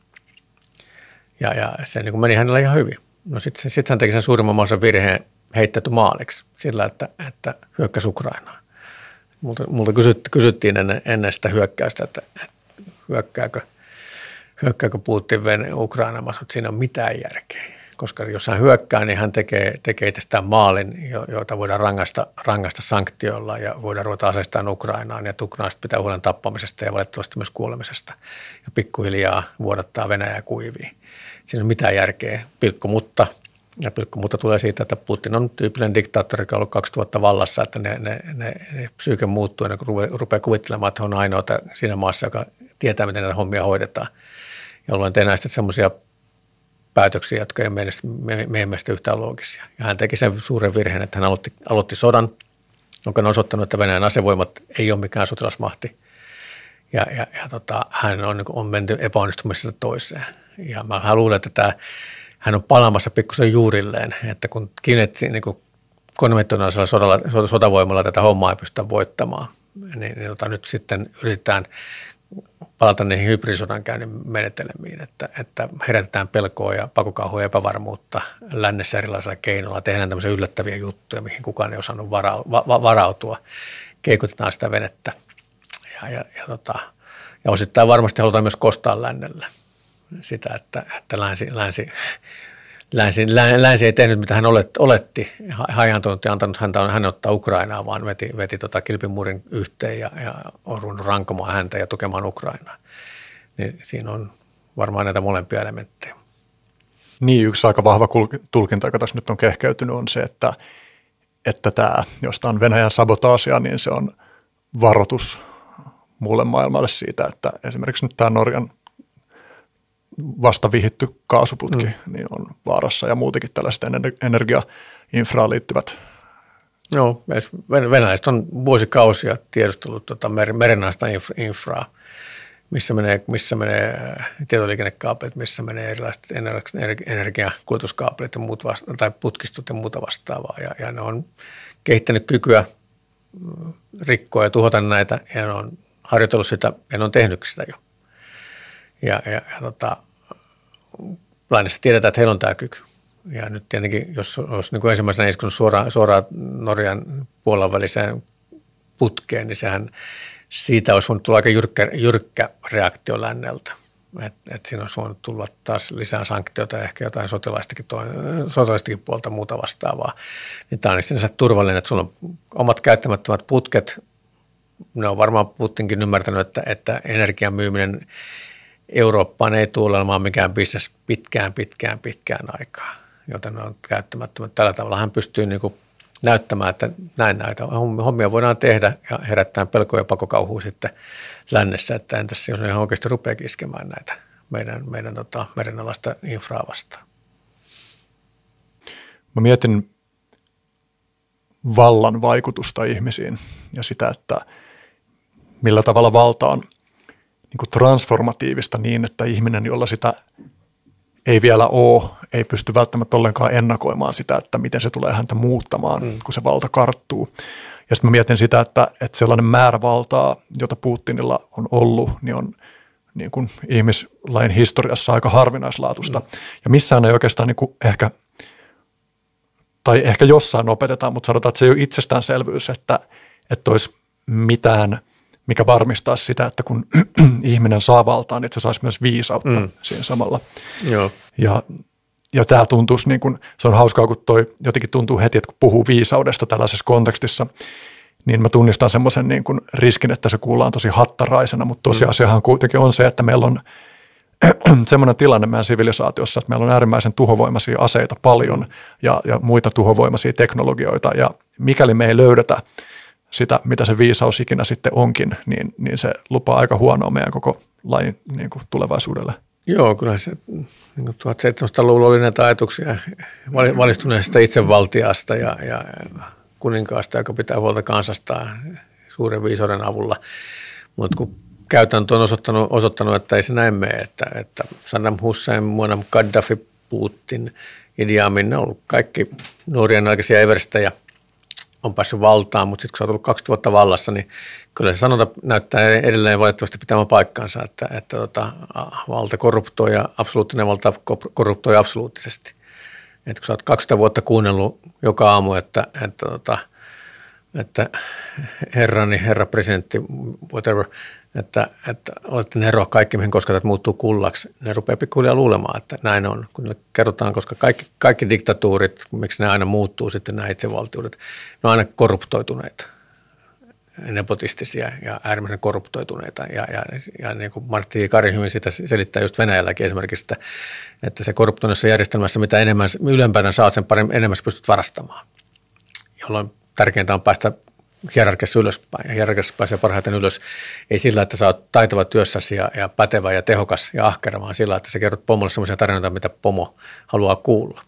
Ja, ja se niin kuin meni hänellä ihan hyvin. No sitten sit hän teki sen suurimman mahdollisen virheen heittäytyi maaliksi sillä, että, että hyökkäsi Ukrainaan. Multa, multa kysyttiin ennen, ennen sitä hyökkäystä, että, että hyökkääkö, hyökkääkö Putin Ukrainaan, mutta siinä on mitään järkeä. Koska jos hän hyökkää, niin hän tekee, tekee itsestään maalin, jota voidaan rangaista, rangaista sanktioilla ja voidaan ruveta aseistamaan Ukrainaan. Ja Ukrainasta pitää huolen tappamisesta ja valitettavasti myös kuolemisesta. Ja pikkuhiljaa vuodattaa Venäjää kuiviin. Siinä on mitään järkeä. Pilkku mutta. Ja pilkku mutta tulee siitä, että Putin on tyypillinen diktaattori, joka on ollut kaksi vuotta vallassa, että ne, ne, ne, ne psyyke muuttuu ennen kuin rupeaa kuvittelemaan, että on ainoa siinä maassa, joka tietää, miten näitä hommia hoidetaan. Jolloin tehdään sitten semmoisia päätöksiä, jotka ei ole meidän mielestä yhtään loogisia. Ja hän teki sen suuren virheen, että hän aloitti, aloitti sodan, jonka on osoittanut, että Venäjän asevoimat ei ole mikään sotilasmahti. Ja, ja, ja tota, hän on, on menty epäonnistumisesta toiseen. Ja mä luulen, että tämä, hän on palaamassa pikkusen juurilleen, että kun kiinnitti niin konventionaalisella sodalla, sotavoimalla tätä hommaa ei pystytä voittamaan, niin, niin tota, nyt sitten yritetään palata niihin hybridisodankäynnin menetelmiin, että, että herätetään pelkoa ja pakokauhua ja epävarmuutta lännessä erilaisilla keinoilla, tehdään tämmöisiä yllättäviä juttuja, mihin kukaan ei osannut varautua, keikutetaan sitä venettä ja, ja, ja, tota, ja osittain varmasti halutaan myös kostaa lännellä sitä, että, että länsi, länsi, länsi, länsi ei tehnyt mitä hän oletti, hajantunut ja antanut häntä, hän ottaa Ukrainaa, vaan veti, veti tota kilpimuurin yhteen ja, ja on ruvennut rankomaan häntä ja tukemaan Ukrainaa. Niin siinä on varmaan näitä molempia elementtejä. Niin, yksi aika vahva tulkinta, joka tässä nyt on kehkeytynyt, on se, että, että tämä, jos tämä on Venäjän sabotaasia, niin se on varoitus muulle maailmalle siitä, että esimerkiksi nyt tämä Norjan vasta vihitty kaasuputki mm. niin on vaarassa ja muutenkin tällaiset energiainfraan liittyvät. Joo, venäläiset on vuosikausia tiedustellut tuota merennaista infraa, missä menee, missä menee tietoliikennekaapelit, missä menee erilaiset energiakulutuskaapelit ja muut vasta- tai putkistot ja muuta vastaavaa. Ja, ja ne on kehittänyt kykyä rikkoa ja tuhota näitä ja ne on harjoitellut sitä ja ne on tehnyt sitä jo. Ja, ja, ja tota, lännessä tiedetään, että heillä on tämä kyky. Ja nyt tietenkin, jos olisi niin kuin ensimmäisenä iskunut suoraan, suoraan Norjan Puolan väliseen putkeen, niin sehän siitä olisi voinut tulla aika jyrkkä, jyrkkä reaktio länneltä. Että et siinä olisi voinut tulla taas lisää sanktioita ja ehkä jotain sotilaistakin, sotilaistakin puolta muuta vastaavaa. Niin tämä on sinänsä turvallinen, että sulla on omat käyttämättömät putket. Ne on varmaan Putinkin ymmärtänyt, että, että energian myyminen Eurooppaan ei tule olemaan mikään bisnes pitkään, pitkään, pitkään aikaa, joten ne on käyttämättömät. Tällä tavalla hän pystyy niin kuin näyttämään, että näin näitä hommia voidaan tehdä ja herättää pelkoa ja pakokauhua sitten lännessä, että entäs jos ne ihan oikeasti rupeaa iskemään näitä meidän, meidän tota, merenalaista infraa vastaan. Mä mietin vallan vaikutusta ihmisiin ja sitä, että millä tavalla valta on niin kuin transformatiivista niin, että ihminen, jolla sitä ei vielä ole, ei pysty välttämättä ollenkaan ennakoimaan sitä, että miten se tulee häntä muuttamaan, mm. kun se valta karttuu. Ja sitten mä mietin sitä, että, että sellainen määrä valtaa, jota Putinilla on ollut, niin on niin kuin ihmislain historiassa aika harvinaislaatuista. Mm. Ja missään ei oikeastaan niin kuin ehkä, tai ehkä jossain opetetaan, mutta sanotaan, että se ei ole itsestäänselvyys, että, että olisi mitään, mikä varmistaa sitä, että kun ihminen saa valtaa, niin että se saisi myös viisautta mm. siinä samalla. Joo. Ja, ja tämä tuntuisi, niin kuin, se on hauskaa, kun toi jotenkin tuntuu heti, että kun puhuu viisaudesta tällaisessa kontekstissa, niin mä tunnistan semmoisen niin kuin riskin, että se kuullaan tosi hattaraisena, mutta tosiasiahan kuitenkin on se, että meillä on semmoinen tilanne meidän sivilisaatiossa, että meillä on äärimmäisen tuhovoimaisia aseita paljon ja, ja muita tuhovoimaisia teknologioita, ja mikäli me ei löydetä sitä, mitä se viisaus ikinä sitten onkin, niin, niin se lupaa aika huonoa meidän koko lajin niin kuin tulevaisuudelle. Joo, kyllä se niin tuhatseitsemänsataaluvulla oli näitä ajatuksia valistuneesta itsevaltiasta ja, ja kuninkaasta, joka pitää huolta kansasta suuren viisauden avulla, mutta kun käytäntö on osoittanut, osoittanut, että ei se näin mene, että, että Saddam Hussein, Muammar Gaddafi, Putin, Idi Amin, ne on ollut kaikki nuoria nälkäisiä everstejä, on päässyt valtaan, mutta sitten kun sä oot ollut kaksikymmentä vuotta vallassa, niin kyllä se sanonta näyttää edelleen valitettavasti pitämään paikkansa, että, että tota, valta korruptoi ja absoluuttinen valta korruptoi absoluuttisesti. Että kun sä oot kaksikymmentä vuotta kuunnellut joka aamu, että, että, että, että herrani, herra presidentti, whatever, että, että olette neroa kaikki, mihin kosketat, muuttuu kullaksi. Ne rupeaa pikkuhiljaa luulemaan, että näin on. Kun ne kerrotaan, koska kaikki, kaikki diktatuurit, miksi ne aina muuttuu sitten nämä itsevaltiudet, ne on aina korruptoituneita, nepotistisia ja äärimmäisen korruptoituneita. Ja, ja, ja niin kuin Martti Kari hyvin sitä selittää just Venäjälläkin esimerkiksi, että, että se korruptoinnissa järjestelmässä, mitä enemmän ylempänä saat, sen paremmin enemmän pystyt varastamaan, jolloin tärkeintä on päästä hierarkiassa ylöspäin. Ja hierarkiassa pääsee parhaiten ylös ei sillä, että sä oot taitava työssäsi ja, ja pätevä ja tehokas ja ahkera, vaan sillä, että sä kerrot pomolle sellaisia tarinoita, mitä pomo haluaa kuulla.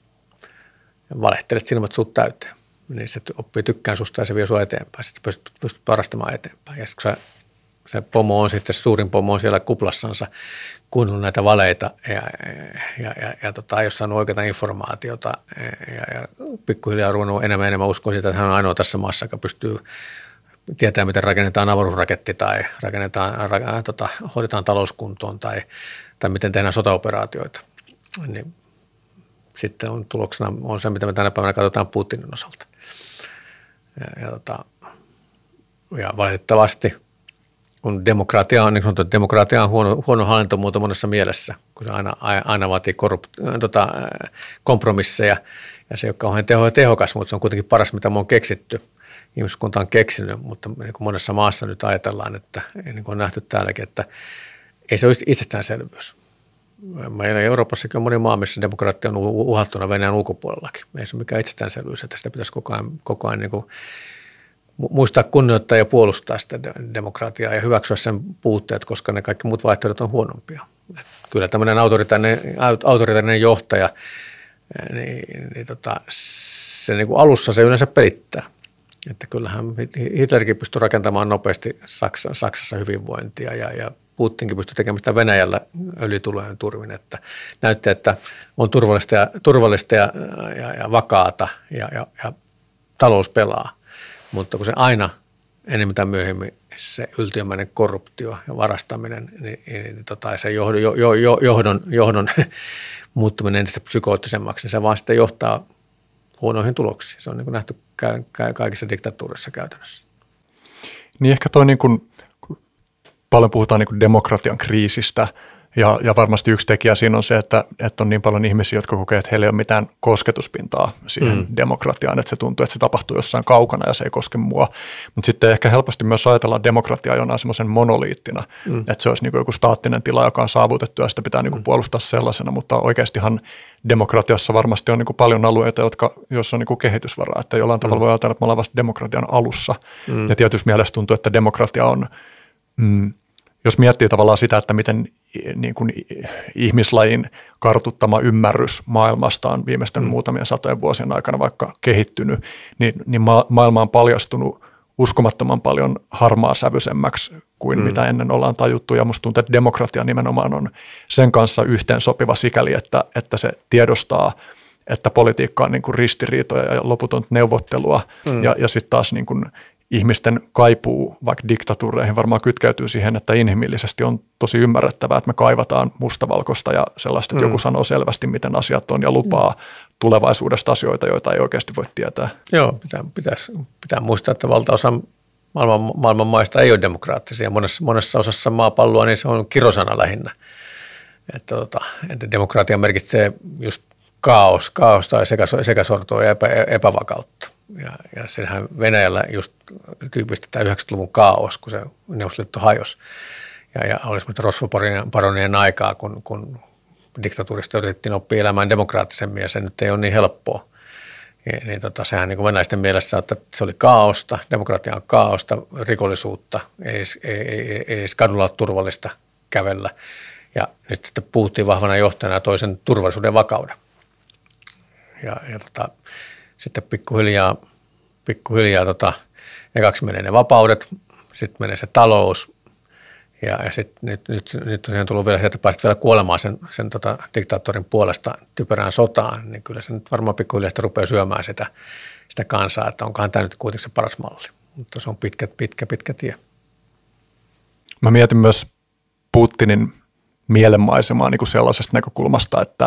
Ja valehtelet silmät suut täyteen. Niin se oppii tykkään susta ja se vie sua eteenpäin. Sitten pystyt, pystyt varastamaan eteenpäin. Ja sitten se pomo on sitten, se suurin pomo on siellä kuplassansa kuunnellut näitä valeita ja, ja, ja, ja tota, ei ole saanut oikeaa informaatiota ja, ja pikkuhiljaa ruvennut enemmän enemmän uskoa siitä, että hän on ainoa tässä maassa, joka pystyy tietämään, miten rakennetaan avaruusraketti tai rakennetaan, ra, tota, hoidetaan talouskuntoon tai, tai miten tehdään sotaoperaatioita. Niin sitten on tuloksena on se, mitä me tänä päivänä katsotaan Putinin osalta. Ja, ja, tota, ja valitettavasti kun demokratia on, niin sanottu, että demokratia on huono, huono hallintomuoto monessa mielessä, kun se aina, aina vaatii korrupt, tota, kompromisseja ja se ei ole kauhean teho ja tehokas, mutta se on kuitenkin paras, mitä me on keksitty. Ihmiskunta on keksinyt, mutta niin kuin monessa maassa nyt ajatellaan, että niin kuin on nähty täälläkin, että ei se ole itsestäänselvyys. Meillä Euroopassakin on moni maa, missä demokratia on uhattuna Venäjän ulkopuolellakin. Ei se ole mikään itsestäänselvyys, että sitä pitäisi koko ajan, koko ajan niin kuin muistaa kunnioittaa ja puolustaa sitä demokratiaa ja hyväksyä sen puutteet, koska ne kaikki muut vaihtoehdot on huonompia. Et kyllä tämmöinen autoritaarinen, autoritaarinen johtaja, niin, niin tota, se niin kuin alussa se yleensä pelittää. Että kyllähän Hitlerkin pystyi rakentamaan nopeasti Saksa, Saksassa hyvinvointia ja, ja Putinkin pystyi tekemään sitä Venäjällä öljytulojen turvin, että näytti, että on turvallista ja, turvallista ja, ja, ja vakaata ja, ja, ja talous pelaa. Mutta kun se aina enemmän tai myöhemmin se yltiömäinen korruptio ja varastaminen, niin, niin tota, se johdon, jo, jo, johdon, johdon muuttuminen entistä psykoottisemmaksi, niin se vaan sitten johtaa huonoihin tuloksiin. Se on niin kuin nähty kaikissa diktatuurissa käytännössä. Niin ehkä toi niin kuin, paljon puhutaan niin kuin demokratian kriisistä ja, ja varmasti yksi tekijä siinä on se, että, että on niin paljon ihmisiä, jotka kokee, että heillä ei ole mitään kosketuspintaa siihen mm. demokratiaan, että se tuntuu, että se tapahtuu jossain kaukana ja se ei koske mua. Mutta sitten ehkä helposti myös ajatellaan demokratiaa jonain semmoisen monoliittina, mm. että se olisi niin kuin joku staattinen tila, joka on saavutettu ja sitä pitää niin kuin puolustaa sellaisena, mutta oikeastihan demokratiassa varmasti on niin kuin paljon alueita, jotka, joissa on niin kuin kehitysvaraa, että jollain tavalla mm. voi ajatella, että me ollaan vasta demokratian alussa mm. ja tietysti mielessä tuntuu, että demokratia on mm, jos miettii tavallaan sitä, että miten niin kuin ihmislajin kartuttama ymmärrys maailmasta on viimeisten mm. muutamien satojen vuosien aikana vaikka kehittynyt, niin, niin ma- maailma on paljastunut uskomattoman paljon harmaa sävyisemmäksi kuin mm. mitä ennen ollaan tajuttu. Ja musta tuntuu, että demokratia nimenomaan on sen kanssa yhteen sopiva sikäli, että, että se tiedostaa, että politiikka on niin kuin ristiriitoja ja loputonta neuvottelua mm. ja, ja sitten taas niin kuin ihmisten kaipuu vaikka diktatuureihin varmaan kytkeytyy siihen, että inhimillisesti on tosi ymmärrettävää, että me kaivataan mustavalkoista ja sellaista, että mm. joku sanoo selvästi, miten asiat on ja lupaa tulevaisuudesta asioita, joita ei oikeasti voi tietää. Joo, pitää, pitäisi, pitää muistaa, että valtaosa maailman, maailman maista ei ole demokraattisia. Monessa, monessa osassa maapalloa niin se on kirosana lähinnä. Että, tota, että demokratia merkitsee just kaos, kaos tai sekasortoa ja epä, epävakautta. Ja, ja senhän Venäjällä just tyypistetään yhdeksänkymmentäluvun kaos, kun se Neuvostoliitto hajosi. ja, ja olisi rosvoparonien aikaa, kun, kun diktatuurista yritettiin oppia elämään demokraattisemmin ja se nyt ei ole niin helppoa. Ja, niin tota, sehän niin kuin venäläisten mielessä, että se oli kaaosta, demokratia on kaaosta, rikollisuutta, ei, ei, ei, ei edes kadulla ole turvallista kävellä. Ja nyt sitten puhuttiin vahvana johtajana toisen turvallisuuden ja vakauden. Ja, ja tota, sitten pikkuhiljaa, pikkuhiljaa tota, ekaksi menee ne vapaudet, sitten menee se talous ja, ja sitten nyt, nyt, nyt on tullut vielä se, että pääset vielä kuolemaan sen, sen tota, diktaattorin puolesta typerään sotaan, niin kyllä se nyt varmaan pikkuhiljaa sitä rupeaa syömään sitä, sitä kansaa, että onkohan tämä nyt kuitenkin se paras malli, mutta se on pitkä, pitkä, pitkä tie. Mä mietin myös Putinin mielenmaisemaa niin kuin sellaisesta näkökulmasta, että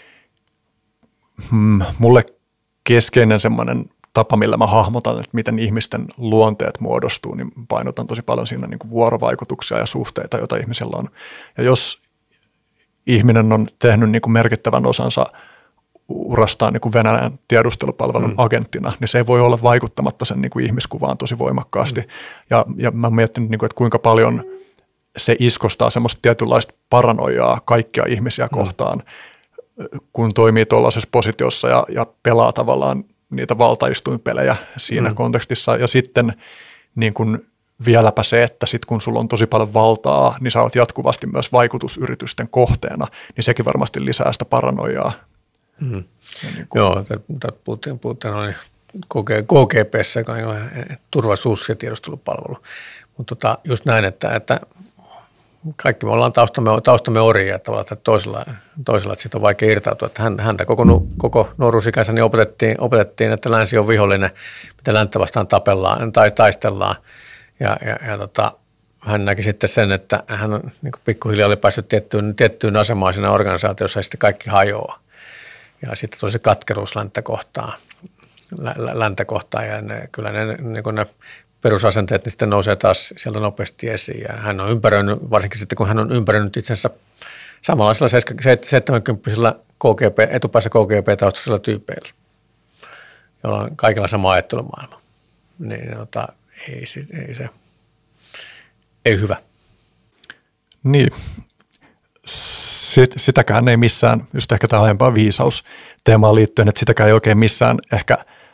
mm, mulle keskeinen semmoinen tapa, millä mä hahmotan, että miten ihmisten luonteet muodostuu, niin painotan tosi paljon siinä niin kuin vuorovaikutuksia ja suhteita, joita ihmisellä on. Ja jos ihminen on tehnyt niin kuin merkittävän osansa urastaan niin kuin Venäjän tiedustelupalvelun mm. agenttina, niin se ei voi olla vaikuttamatta sen niin kuin ihmiskuvaan tosi voimakkaasti. Mm. Ja, ja mä mietin, niin kuin, että kuinka paljon se iskostaa semmoista tietynlaista paranoiaa kaikkia ihmisiä mm. kohtaan, kun toimii tuollaisessa positiossa ja, ja pelaa tavallaan niitä valtaistuinpelejä siinä mm. kontekstissa. Ja sitten niin kun vieläpä se, että sit kun sulla on tosi paljon valtaa, niin sä oot jatkuvasti myös vaikutusyritysten kohteena, niin sekin varmasti lisää sitä paranoiaa. Mm. Niin kun... Joo, puhuttiin, puhuttiin oli K G P:ssä, joka on turvallisuus- ja tiedustelupalvelu. Mutta tota, just näin, että, että kaikki me ollaan taustamme, taustamme orjia tavallaan, että toisella, toisella että siitä on vaikea irtautua. Että häntä koko, koko nuoruusikänsä niin opetettiin, opetettiin, että länsi on vihollinen, mitä länttä vastaan tapellaan tai taistellaan. Ja, ja, ja tota, hän näki sitten sen, että hän niin pikkuhiljaa oli päässyt tiettyyn, tiettyyn asemaan siinä organisaatiossa ja sitten kaikki hajoaa. Ja sitten tuli se katkeruus länttä kohtaan, länttä kohtaan ja ne, kyllä ne, niin ne perusasenteet niin sitten nousee taas sieltä nopeasti esiin. Ja hän on ympäröinyt, varsinkin sitten kun hän on ympäröinyt itsensä samanlaisilla seitsemänkymmentäisillä K G P, etupäässä K G P-taustaisilla tyypeillä, joilla on kaikilla sama ajattelumaailma. Niin tota, ei, ei se, ei hyvä. Niin, Sit, sitäkään ei missään, just ehkä tämä aiempaa viisausteemaan liittyen, että sitäkään ei oikein missään ehkä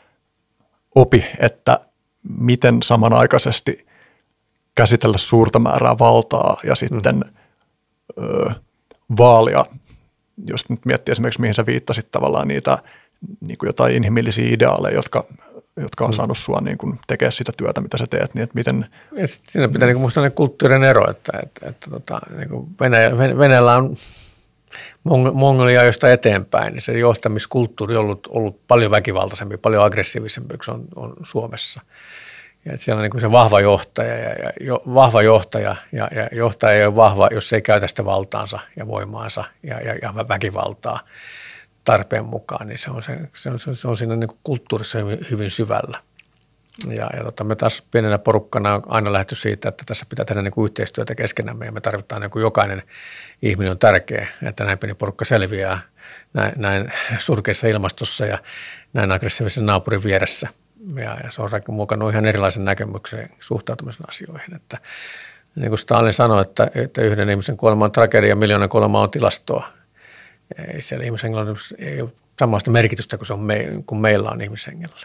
opi, että miten samanaikaisesti käsitellä suurta määrää valtaa ja sitten mm. ö, vaalia, jos nyt miettii esimerkiksi mihin sä viittasit tavallaan niitä niin kuin jotain inhimillisiä ideaaleja, jotka, jotka on mm. saanut sua niin kuin tekemään sitä työtä, mitä sä teet, niin että miten... Ja siinä pitää niin muistaa kulttuurin ero, että, että, että tota, niin kuin Venäjä, Venäjällä on Mongolia josta eteenpäin, niin se johtamiskulttuuri on ollut, ollut paljon väkivaltaisempi, paljon aggressiivisempi kuin se on, on Suomessa. Ja että siellä on niin kuin se vahva johtaja ja, ja jo, vahva johtaja ja, ja johtaja ei ole vahva, jos ei käytä sitä valtaansa ja voimaansa ja, ja, ja väkivaltaa tarpeen mukaan, niin se on, se, se on, se on siinä niin kuin kulttuurissa hyvin, hyvin syvällä. Ja, ja tota, me taas pienenä porukkana on aina lähdetty siitä, että tässä pitää tehdä niin kuin yhteistyötä keskenämme ja me tarvitaan niin kuin jokainen ihminen on tärkeä, että näin pieni porukka selviää näin, näin surkeassa ilmastossa ja näin aggressiivisen naapurin vieressä. Ja, ja se on muokannut ihan erilaisen näkemyksen suhtautumisen asioihin. Että, niin kuin Stalin sanoi, että, että yhden ihmisen kuolema on tragedia ja miljoonan kuolema on tilastoa. Ei siellä ihmishengellä ei ole samanlaista merkitystä kuin, se on me, kuin meillä on ihmishengellä.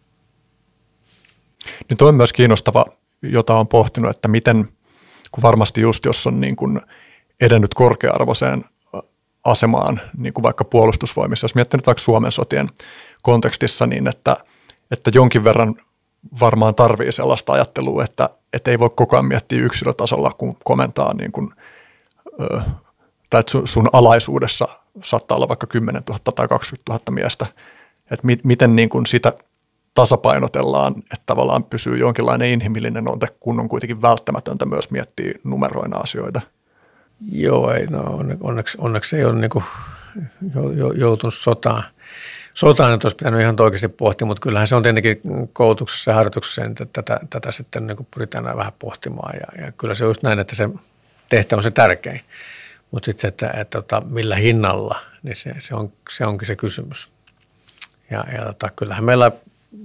Niin toi on myös kiinnostava, jota on pohtinut, että miten, kun varmasti just jos on niin kuin edennyt korkea-arvoiseen asemaan, niin kuin vaikka puolustusvoimissa, jos miettii nyt vaikka Suomen sotien kontekstissa, niin että, että jonkin verran varmaan tarvii sellaista ajattelua, että, että ei voi koko ajan miettiä yksilötasolla, kun komentaa, niin kuin, tai että sun alaisuudessa saattaa olla vaikka kymmenen tuhatta tai kaksikymmentä tuhatta miestä, että mi, miten niin kuin sitä tasapainotellaan, että tavallaan pysyy jonkinlainen inhimillinen ote, kun on kuitenkin välttämätöntä myös miettiä numeroina asioita. Joo, ei, no onneksi, onneksi ei ole niin kuin joutunut sotaan. Sotaan nyt olisi pitänyt ihan oikeasti pohtia, mutta kyllähän se on tietenkin koulutuksessa ja harjoituksessa, että tätä, tätä sitten niin kuin pyritään vähän pohtimaan. Ja, ja kyllä se on just näin, että se tehtävä on se tärkein. Mutta sitten se, että, että, että millä hinnalla, niin se, se, on, se onkin se kysymys. Ja, ja tota, kyllähän meillä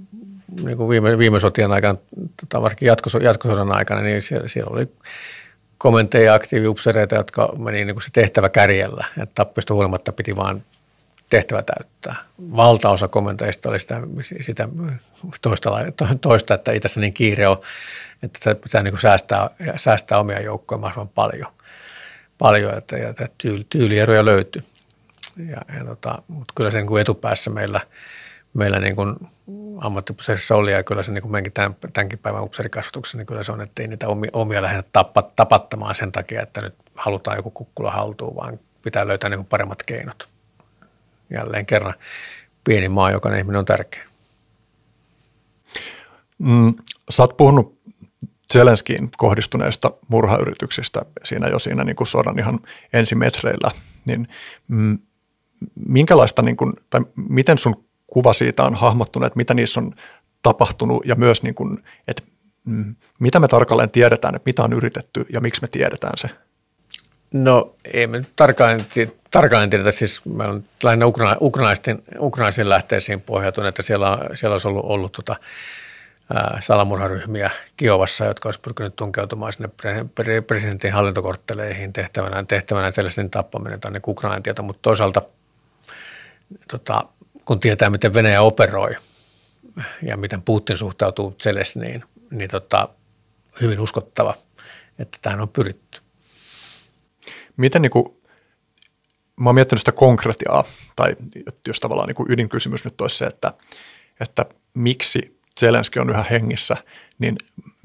niin kuin viime, viime sotien aikana, tota, varsinkin jatkosodan aikana, niin siellä, siellä oli komentajia, aktiiviupseereita, jotka meni niin kuin se tehtävä kärjellä, että tappiosta huolimatta piti vaan tehtävä täyttää. Valtaosa komentajista oli sitä, sitä toista, toista, että ei tässä niin kiire ole, että pitää niin kuin säästää, säästää omia joukkoja mahdollisimman paljon, paljon että, että tyyli, tyylieroja löytyy. Ja, ja tota, mutta kyllä sen kuin etupäässä meillä, meillä niin kuin ammattiupseerissa oli, ja kyllä se niin kuin meidänkin tämän, tämänkin päivän upseerikasvatuksessa, niin kyllä se on, että ei niitä omia, omia lähdetä tappa, tapattamaan sen takia, että nyt halutaan joku kukkula haltuun, vaan pitää löytää niin kuin paremmat keinot. Jälleen kerran pieni maa, jokainen ihminen on tärkeä. Mm, sä oot puhunut Zelenskiin kohdistuneista murhayrityksistä siinä jo siinä niin kuin sodan ihan ensimetreillä, niin mm, minkälaista, niin kuin, tai miten sun kuva siitä on hahmottunut, että mitä niissä on tapahtunut ja myös, niin kuin, että mm, mitä me tarkalleen tiedetään, että mitä on yritetty ja miksi me tiedetään se? No ei me tarkalleen, tarkalleen tiedetä, siis meillä on lähinnä ukra, ukrainaisten, ukrainaisiin lähteisiin pohjautunut, että siellä, siellä olisi ollut, ollut tota, ää, salamurharyhmiä Kiovassa, jotka olisi pyrkinyt tunkeutumaan sinne presidentin hallintokortteleihin tehtävänä, tehtävänä sellaisen tappaminen tai niin Ukrainan tieto, mutta toisaalta tota, kun tietää, miten Venäjä operoi ja miten Putin suhtautuu Zelensniin, niin tota, hyvin uskottava, että tähän on pyritty. Miten niin kuin, mä oon miettinyt sitä konkretiaa, tai jos tavallaan niin kuin ydinkysymys nyt olisi se, että, että miksi Zelenski on yhä hengissä, niin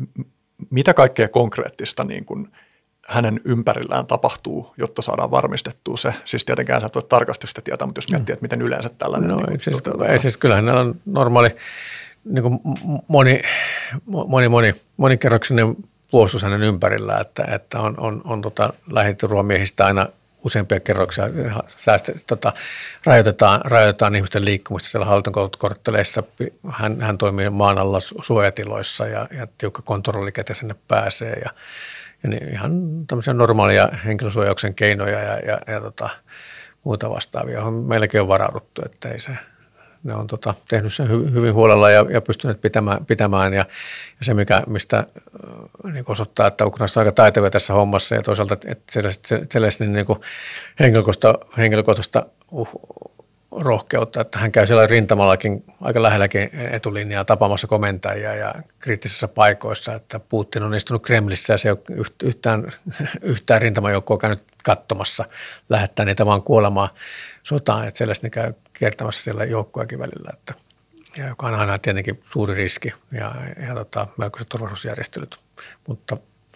mitä kaikkea konkreettista niin kuin hänen ympärillään tapahtuu, jotta saadaan varmistettua se. Siis tietenkään sä et voi tarkasti sitä tietää, mutta jos miettii, että miten yleensä tällainen. No niin siis, siis kyllähän näillä on normaali niin kuin moni, moni, moni, monikerroksinen puolustus hänen ympärillä, että, että on, on, on tota, lähiturvamiehistä aina useampia kerroksia, säästä, tota, rajoitetaan, rajoitetaan ihmisten liikkumista siellä hallintokortteleissa. Hän, hän toimii maan alla suojatiloissa ja, ja tiukka kontrolli, ketä sinne pääsee ja Ja niin ihan tämmöisiä normaalia henkilösuojauksen keinoja ja, ja, ja tota, muuta vastaavia, johon meilläkin on varauduttu, että ei se, ne on tota, tehnyt sen hy, hyvin huolella ja, ja pystyneet pitämään, pitämään ja, ja se, mikä, mistä äh, niin osoittaa, että Ukrainasta on aika taitavia tässä hommassa ja toisaalta, että sellaista niin henkilökohtaista, henkilökohtaista uh, rohkeutta, että hän käy siellä rintamallakin aika lähelläkin etulinjaa tapaamassa komentajia ja kriittisissä paikoissa, että Putin on istunut Kremlissä ja se ei ole yhtään, yhtään rintamajoukkoa käynyt katsomassa, lähettää niitä vaan kuolemaan sotaan, että sellaista ne käy kiertämässä siellä joukkoakin välillä, että, ja joka on aina tietenkin suuri riski ja, ja tota, melkoiset turvallisuusjärjestelyt, mutta,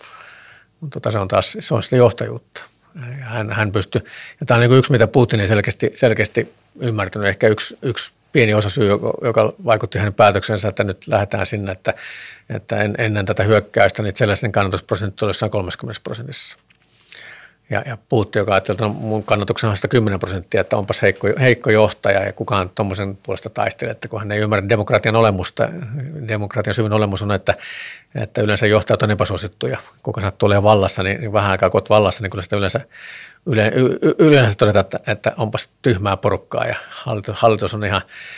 mutta tota, se on taas se on sitä johtajuutta. Hän, hän pystyy, ja tämä on niin yksi, mitä Putin selkeästi, selkeästi ymmärtänyt, ehkä yksi, yksi pieni osasyy, joka, joka vaikutti hänen päätöksensä, että nyt lähdetään sinne, että, että en, ennen tätä hyökkäystä niin sellaisen kannatusprosentti oli jossain kolmekymmentä prosentissa. Ja, ja Putin, joka ajatteli, että no, mun kannatuksena on sitä kymmenen prosenttia, että onpas heikko, heikko johtaja ja kukaan tuommoisen puolesta taistelee, että kun hän ei ymmärrä demokratian olemusta, demokratian syvin olemus on, että, että yleensä johtajat on epäsuosittuja. Kuka sattuu olemaan vallassa, niin vähän aikaa kun olet vallassa, niin kyllä sitä yleensä, yle, yleensä todetaan, että, että onpas tyhmää porukkaa ja hallitus, hallitus on ihan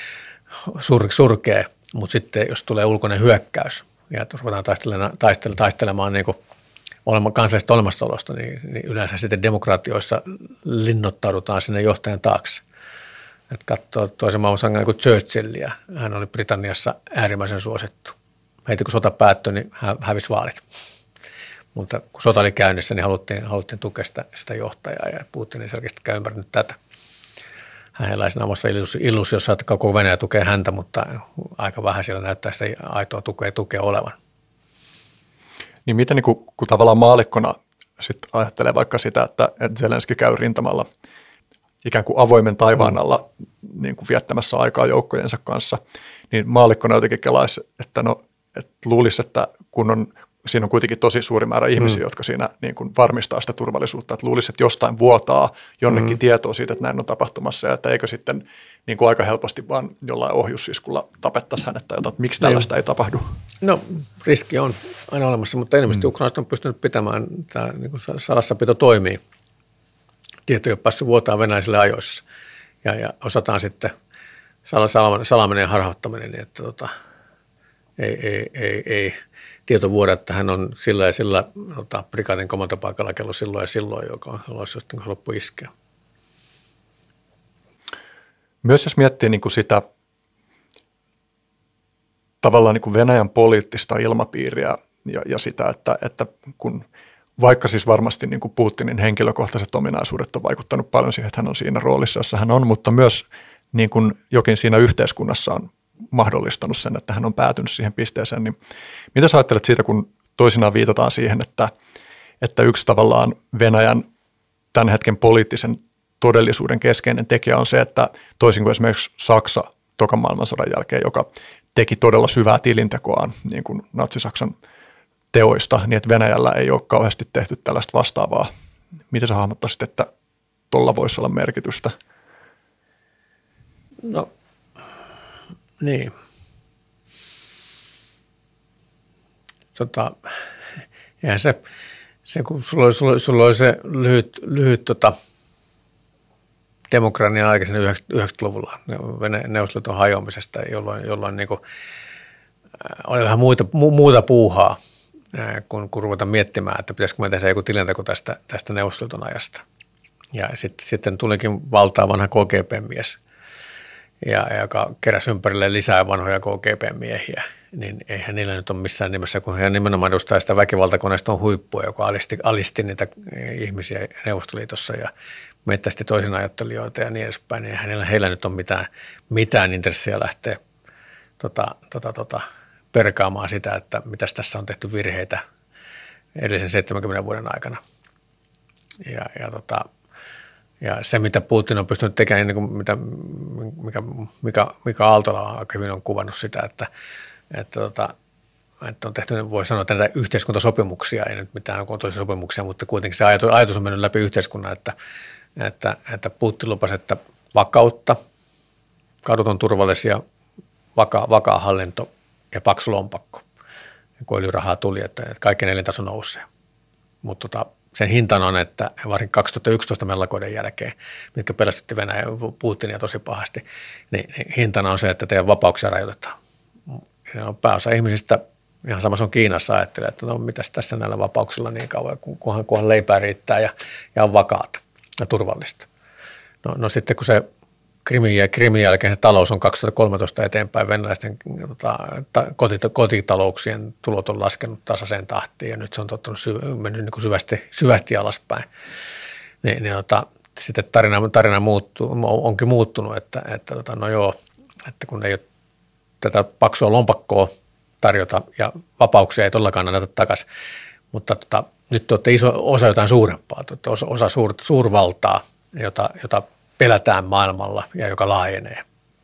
sur, surkea, mutta sitten jos tulee ulkoinen hyökkäys ja jos ruvetaan taistelemaan, taistelemaan, taistelemaan niin kuin kansallisesta olemassaolosta, niin, niin yleensä sitten demokratioissa linnoittaudutaan sinne johtajan taakse. Että katsoo toisen maailmansangan niin kuin Churchillia. Hän oli Britanniassa äärimmäisen suosittu. Heti kun sota päättyi, niin hän hävisi vaalit. Mutta kun sota oli käynnissä, niin haluttiin, haluttiin tukea sitä, sitä johtajaa ja Putin ei selkeästi ymmärtänyt tätä. Hän elää siinä omassa illuusiossa, että koko Venäjä tukee häntä, mutta aika vähän siellä näyttää sitä aitoa tukea, tukea olevan. Niin miten niin kun, kun tavallaan maallikkona sit ajattelee vaikka sitä, että, että Zelenski käy rintamalla ikään kuin avoimen taivaan alla niin kuin viettämässä aikaa joukkojensa kanssa, niin maallikkona jotenkin kelaisi, että no, että luulisi, että kun on, siinä on kuitenkin tosi suuri määrä ihmisiä, mm. jotka siinä niin kuin varmistaa sitä turvallisuutta, että luulisi, että jostain vuotaa jonnekin mm. tietoa siitä, että näin on tapahtumassa ja että eikö sitten niin kuin aika helposti vaan jollain ohjussiskulla tapettaisiin hänet tai jotain, että miksi tällaista ei tapahdu? No riski on aina olemassa, mutta enemmän mm. ukrainalaiset on pystynyt pitämään, tämä niin kuin salassapito toimii. Tieto ei ole päässyt vuotaan venäläisille ajoissa ja, ja osataan sitten salaminen ja harhauttaminen, niin että tota, ei, ei, ei, ei tieto vuoda, että hän on sillä ja sillä tota, prikaatin komantopaikalla kello silloin ja silloin, joka olisi just niin haluttu iskeä. Myös jos miettii niin kuin sitä tavallaan niin kuin Venäjän poliittista ilmapiiriä ja, ja sitä, että, että kun vaikka siis varmasti niin kuin Putinin henkilökohtaiset ominaisuudet on vaikuttanut paljon siihen, että hän on siinä roolissa, jossa hän on, mutta myös niin kuin jokin siinä yhteiskunnassa on mahdollistanut sen, että hän on päätynyt siihen pisteeseen. Niin mitä sä ajattelet siitä, kun toisinaan viitataan siihen, että, että yksi tavallaan Venäjän tämän hetken poliittisen todellisuuden keskeinen tekijä on se, että toisin kuin esimerkiksi Saksa tokan maailmansodan jälkeen, joka teki todella syvää tilintekoaan niin kuin Natsi-Saksan teoista, niin että Venäjällä ei ole kauheasti tehty tällaista vastaavaa. Miten sä hahmottaisit, että tuolla voisi olla merkitystä? No, niin. Tota, eihän se, se kun sulla oli, sulla, sulla oli se lyhyt, lyhyt tota, demokratian aikaisen yhdeksänkymmentäluvulla Neuvostoliiton hajoamisesta, jolloin, jolloin niin kuin, oli vähän muita, mu, muuta puuhaa, kun, kun ruvetaan miettimään, että pitäisikö me tehdä joku tilinteko tästä, tästä Neuvostoliiton ajasta. Ja sit, sitten tulikin valtaa vanha K G P-mies, ja, joka keräsi ympärilleen lisää vanhoja K G P-miehiä. Niin eihän niillä nyt ole missään nimessä, kun he nimenomaan edustaa sitä väkivaltakoneiston huippua, joka alisti, alisti niitä ihmisiä Neuvostoliitossa ja mettästi toisin ajattelijoita ja niin edespäin, niin heillä, heillä nyt on mitään, mitään intressiä lähteä tota, tota, tota, perkaamaan sitä, että mitäs tässä on tehty virheitä edellisen seitsemänkymmenen vuoden aikana. Ja, ja, tota, ja se, mitä Putin on pystynyt tekemään, niin kuin mitä, mikä, mikä, mikä Aaltola on aika hyvin on kuvannut sitä, että, että, tota, että on tehty, voi sanoa, että näitä yhteiskuntasopimuksia, ei nyt mitään kontrollisia sopimuksia, mutta kuitenkin se ajatus, ajatus on mennyt läpi yhteiskunnan, että Että, että Putin lupasi, että vakautta, kadut on turvallisia, vakaa, vakaa hallinto ja paksu lompakko. Ja kun öljyrahaa tuli, että, että kaikkien elintaso nousee. Mutta tota, sen hintana on, että varsinkin kaksituhattayksitoista mellakoiden jälkeen, mitkä pelästytti Venäjä Putinia tosi pahasti, niin hintana on se, että teidän vapauksia rajoitetaan. Ja pääosa ihmisistä, ihan samassa on Kiinassa, ajattelee, että no mitäs tässä näillä vapauksilla niin kauan, kunhan, kunhan leipää riittää ja, ja on vakaata ja turvallista. No, no sitten kun se Krimin ja Krimin jälkeen se talous on kaksituhattakolmetoista eteenpäin, venäläisten tota, ta, kotita, kotitalouksien tulot on laskenut tasaiseen tahtiin ja nyt se on tottunut syv, mennyt niin kuin syvästi, syvästi alaspäin. Niin, niin, tota, sitten tarina, tarina muuttuu, onkin muuttunut, että, että tota, no joo, että kun ei ole tätä paksua lompakkoa tarjota ja vapauksia ei todellakaan anneta takaisin, mutta tota, nyt olette iso osa jotain suurempaa, olette osa, osa suur, suurvaltaa, jota, jota pelätään maailmalla ja joka laajenee.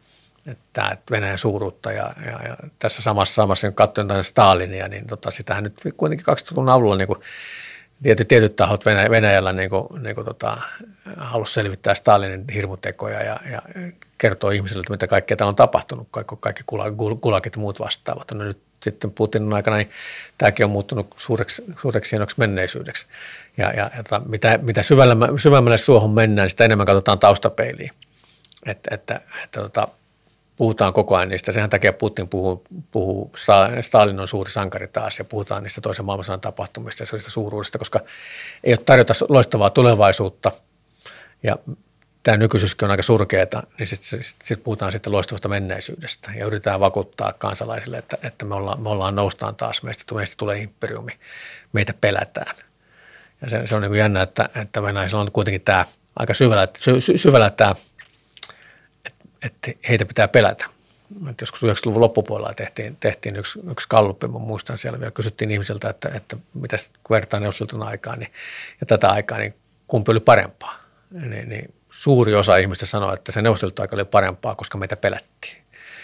Että Venäjän suuruutta ja, ja, ja tässä samassa, samassa kun katsoin Stalinia, niin tota, sitähän nyt kuitenkin kaksikymmentäluvun alulla niin kuin tietyt, tietyt tahot Venäjä, Venäjällä niin kuin, niin kuin tota, halusi selvittää Stalinin hirmutekoja ja, ja kertoo ihmisille, että mitä kaikkea täällä on tapahtunut, kaikki, kaikki kulakit ja muut vastaavat. No nyt sitten Putinin aikana niin tämäkin on muuttunut suureksi, suureksi hienoksi menneisyydeksi. Ja, ja, ja mitä, mitä syvemmälle, syvemmälle suohon mennään, niin sitä enemmän katsotaan taustapeiliin. Että, että, että tota, puhutaan koko ajan niistä. Sehän takia Putin puhuu, puhuu, Stalin on suuri sankari taas ja puhutaan niistä toisen maailmansodan tapahtumista ja se suuruudesta, koska ei ole tarjota loistavaa tulevaisuutta ja tämä nykyisyyskin on aika surkeata, niin sitten sit, sit puhutaan sitten loistavasta menneisyydestä ja yritetään vakuuttaa kansalaisille, että, että me, ollaan, me ollaan noustaan taas, meistä, meistä tulee imperiumi, meitä pelätään. Ja se, se on niin kuin jännä, että, että Venäjällä on kuitenkin tämä aika syvällä, sy, sy, syvällä tämä, että, että heitä pitää pelätä. Että joskus yhdeksänkymmentäluvun loppupuolella tehtiin, tehtiin yksi, yksi galluppi, mä muistan siellä vielä, kysyttiin ihmisiltä, että, että mitä kun vertaa Neuvostoliiton aikaa niin, ja tätä aikaa, niin kumpi oli parempaa. Niin, niin suuri osa ihmistä sanoi, että se Neuvostoliiton aika oli parempaa, koska meitä pelättiin.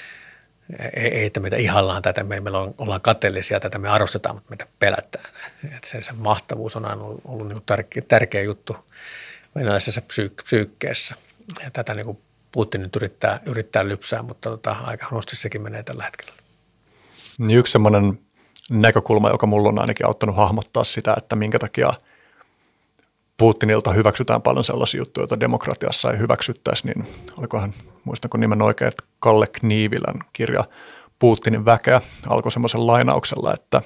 Ei, ei että meitä ihallaan tätä, me, me ollaan kateellisia, tätä me arvostetaan, mutta meitä pelätään. Että se, se mahtavuus on aina ollut, ollut niin tärkeä, tärkeä juttu venäläisessä psyyk- psyykkeessä. Ja tätä niin kuin Putin nyt yrittää, yrittää lypsää, mutta tota, aika huonosti sekin menee tällä hetkellä. Niin yksi semmoinen näkökulma, joka mulla on ainakin auttanut hahmottaa sitä, että minkä takia Putinilta hyväksytään paljon sellaisia juttuja, joita demokratiassa ei hyväksyttäisi, niin olikohan, muistanko nimen oikein, että Kalle Kniivilän kirja Putinin väkeä, alkoi semmoisen lainauksella, että,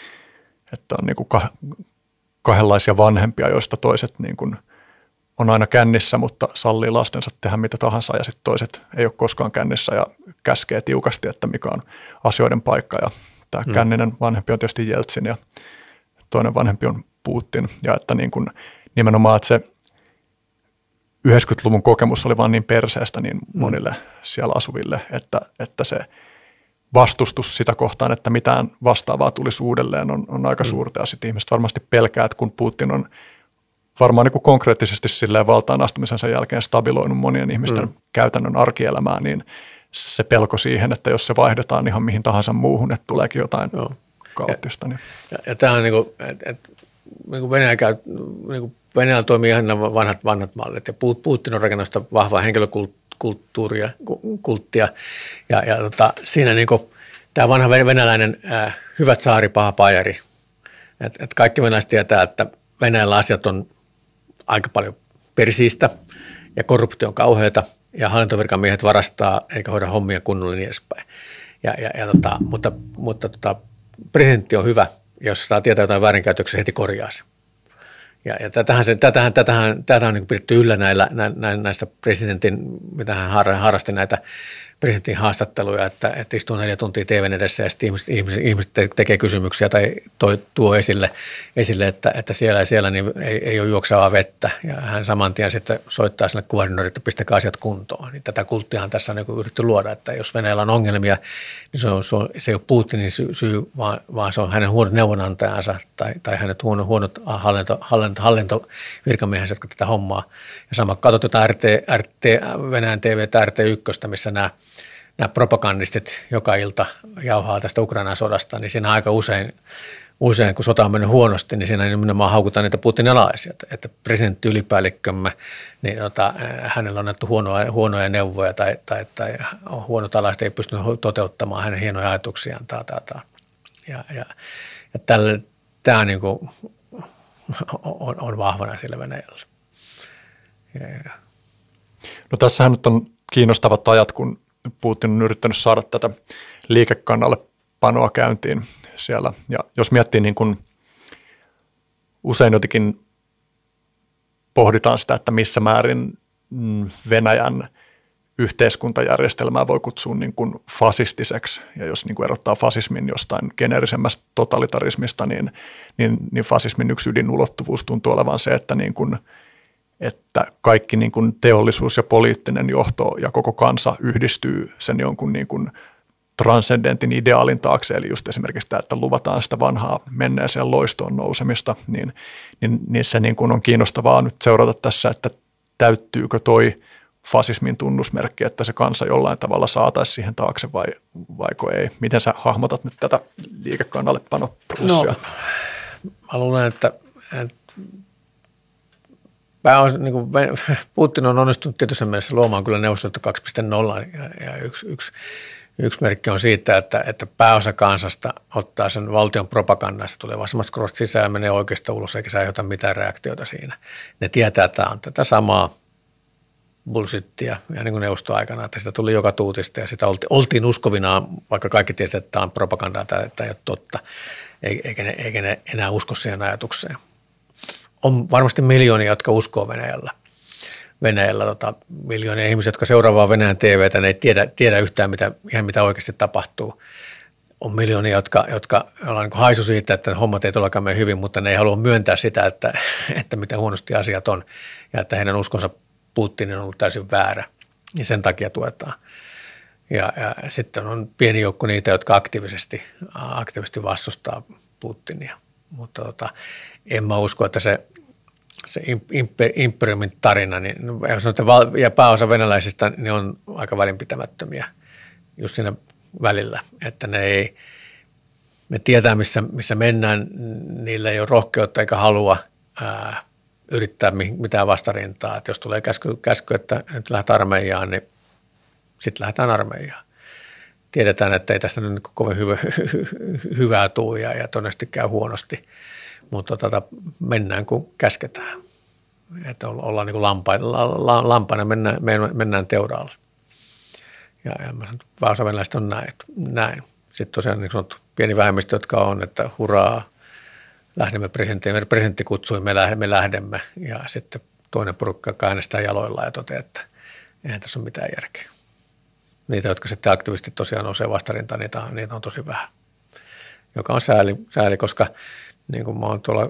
että on niin kuin kahdenlaisia vanhempia, joista toiset niin kuin on aina kännissä, mutta sallii lastensa tehdä mitä tahansa, ja sitten toiset ei ole koskaan kännissä ja käskee tiukasti, että mikä on asioiden paikka. Ja tämä mm. känninen vanhempi on tietysti Jeltsin ja toinen vanhempi on Putin, ja että niin kuin nimenomaan, että se yhdeksänkymmentäluvun kokemus oli vaan niin perseestä niin monille mm. siellä asuville, että, että se vastustus sitä kohtaan, että mitään vastaavaa tulisi uudelleen, on, on aika mm. suurta. Ja sitten ihmiset varmasti pelkää, että kun Putin on varmaan niin kuin konkreettisesti silleen valtaan astumisensa jälkeen stabiloinut monien ihmisten mm. käytännön arkielämää, niin se pelko siihen, että jos se vaihdetaan ihan mihin tahansa muuhun, että tuleekin jotain Joo. kaoottista. Niin. Ja, ja tämä on niin kuin, että et, niin Venäjä käy, niin kuin Venäjällä toimii ihan nämä vanhat, vanhat mallit, ja Putin on rakentanut sitä vahvaa henkilökulttuuria, kulttia, ja, ja tota, siinä niin kuin, tämä vanha venäläinen ää, hyvä tsaari, paha pajari, että et kaikki venäläiset tietää, että Venäjällä asiat on aika paljon persiistä, ja korruptio on kauheata, ja hallintovirkamiehet varastaa, eikä hoida hommia kunnolla niin edespäin. Ja, ja, ja tota, mutta mutta tota, presidentti on hyvä, jos saa tietää jotain väärinkäytöksiä, heti korjaa se. Ja, ja tätähän, se, tätähän, tätähän, tätähän on niin pidetty yllä näillä, nä, näissä presidentin, mitä hän harrasti näitä presidentin haastatteluja, että, että istuu neljä tuntia T V:n edessä ja sitten ihmiset, ihmiset, ihmiset tekee kysymyksiä tai toi, tuo esille, esille että, että siellä ja siellä niin ei, ei ole juoksevaa vettä. Ja hän saman tien sitten soittaa sille kuvernöörille, että pistäkää asiat kuntoon. Niin tätä kulttiahan tässä on niin yritetty luoda, että jos Venäjällä on ongelmia, niin se, on, se, on, se ei ole Putinin syy, syy vaan, vaan se on hänen huonot neuvonantajansa tai, tai hänet huono, huonot hallinto, hallinto, hallintovirkamiehensä, jotka tätä hommaa. Ja sama katsot jotain R T, R T, Venäjän T V tai R T yksi, missä nämä nämä propagandistit joka ilta jauhaa tästä Ukrainan sodasta, niin siinä aika usein, usein kun sota on mennyt huonosti, niin siinä nimenomaan haukutaan niitä Putinin alaisia, että presidentti ylipäällikkömme, niin tota, hänellä on annettu huonoja, huonoja neuvoja tai, tai, tai huonot alaiset ei pystynyt toteuttamaan hänen hienoja ajatuksiaan. Ta, ta, ta. Ja, ja, ja tälle, tämä niin kuin on, on vahvana siellä Venäjällä. Ja, ja. No tässähän nyt on kiinnostavat ajat, kun Putin on yrittänyt saada tätä liikekannalle panoa käyntiin siellä. Ja jos miettii, niin kuin usein jotenkin pohditaan sitä, että missä määrin Venäjän yhteiskuntajärjestelmää voi kutsua niin kuin fasistiseksi. Ja jos niin kuin erottaa fasismin jostain geneerisemmästä totalitarismista, niin, niin, niin fasismin yksi ydinulottuvuus tuntuu olevan se, että niin kuin että kaikki niin kuin teollisuus ja poliittinen johto ja koko kansa yhdistyy sen jonkun niin kuin transcendentin ideaalin taakse, eli just esimerkiksi tämä, että luvataan sitä vanhaa menneeseen loistoon nousemista, niin, niin, niin se niin kuin on kiinnostavaa nyt seurata tässä, että täyttyykö toi fasismin tunnusmerkki, että se kansa jollain tavalla saataisiin siihen taakse vai vaiko ei. Miten sä hahmotat nyt tätä liikekannallepanoprosessia? No, mä luulen, että, että Pääos, niin kuin Putin on onnistunut tietyssä mielessä luomaan kyllä Neuvostoliitto kaksi piste nolla ja, ja yksi, yksi, yksi merkki on siitä, että, että pääosa kansasta ottaa sen valtion propagandasta, tulee vasemmasta korosta sisään ja menee oikeasta ulos eikä se aiheuta mitään reaktiota siinä. Ne tietää, että tämä on tätä samaa bullshittia ja niin kuin neuvostoaikana, että sitä tuli joka tuutista ja sitä oltiin, oltiin uskovinaan, vaikka kaikki tiesi, että tämä on propagandaa tai että ei ole totta, eikä ne, eikä ne enää usko siihen ajatukseen. On varmasti miljoonia, jotka uskoo Venäjällä. Venäjällä tota, miljoonia ihmisiä, jotka seuraavaa Venäjän T V:tä, ne ei tiedä, tiedä yhtään, mitä, ihan mitä oikeasti tapahtuu. On miljoonia, jotka, jotka ollaan niin haisu siitä, että hommat ei todellakaan mene hyvin, mutta ne ei halua myöntää sitä, että, että miten huonosti asiat on ja että heidän uskonsa Putinin on ollut täysin väärä. Ja sen takia tuetaan. Ja, ja sitten on pieni joukko niitä, jotka aktiivisesti, aktiivisesti vastustaa Putinia. Mutta tota, en mä usko, että se, se imperiumin tarina, niin, ja pääosa venäläisistä niin on aika välinpitämättömiä just siinä välillä, että ne ei, ne tietää missä, missä mennään, niillä ei ole rohkeutta eikä halua ää, yrittää mitään vastarintaa, että jos tulee käsky, käsky että nyt lähdetään armeijaan, niin sitten lähdetään armeijaan. Tiedetään, että ei tästä nyt kovin hyvä, hyvää tule ja, ja todennäköisesti käy huonosti, mutta tota, mennään kun käsketään. Että ollaan niin kuin lampa, lampaina, mennään, mennään teuraalle. Ja, ja mä sanon, että valtaosa venäläistä on näin, näin. Sitten tosiaan niin sanottu pieni vähemmistö, jotka on, että hurraa, lähdemme presidenttiin, presidentti kutsui, me lähdemme, me lähdemme. Ja sitten toinen porukka äänestää jaloillaan ja toteaa, että eihän tässä ole mitään järkeä. Niitä, jotka sitten aktiivisesti tosiaan nousee vastarintaan, niitä, niitä on tosi vähän. Joka on sääli, sääli koska niin kuin mä oon tuolla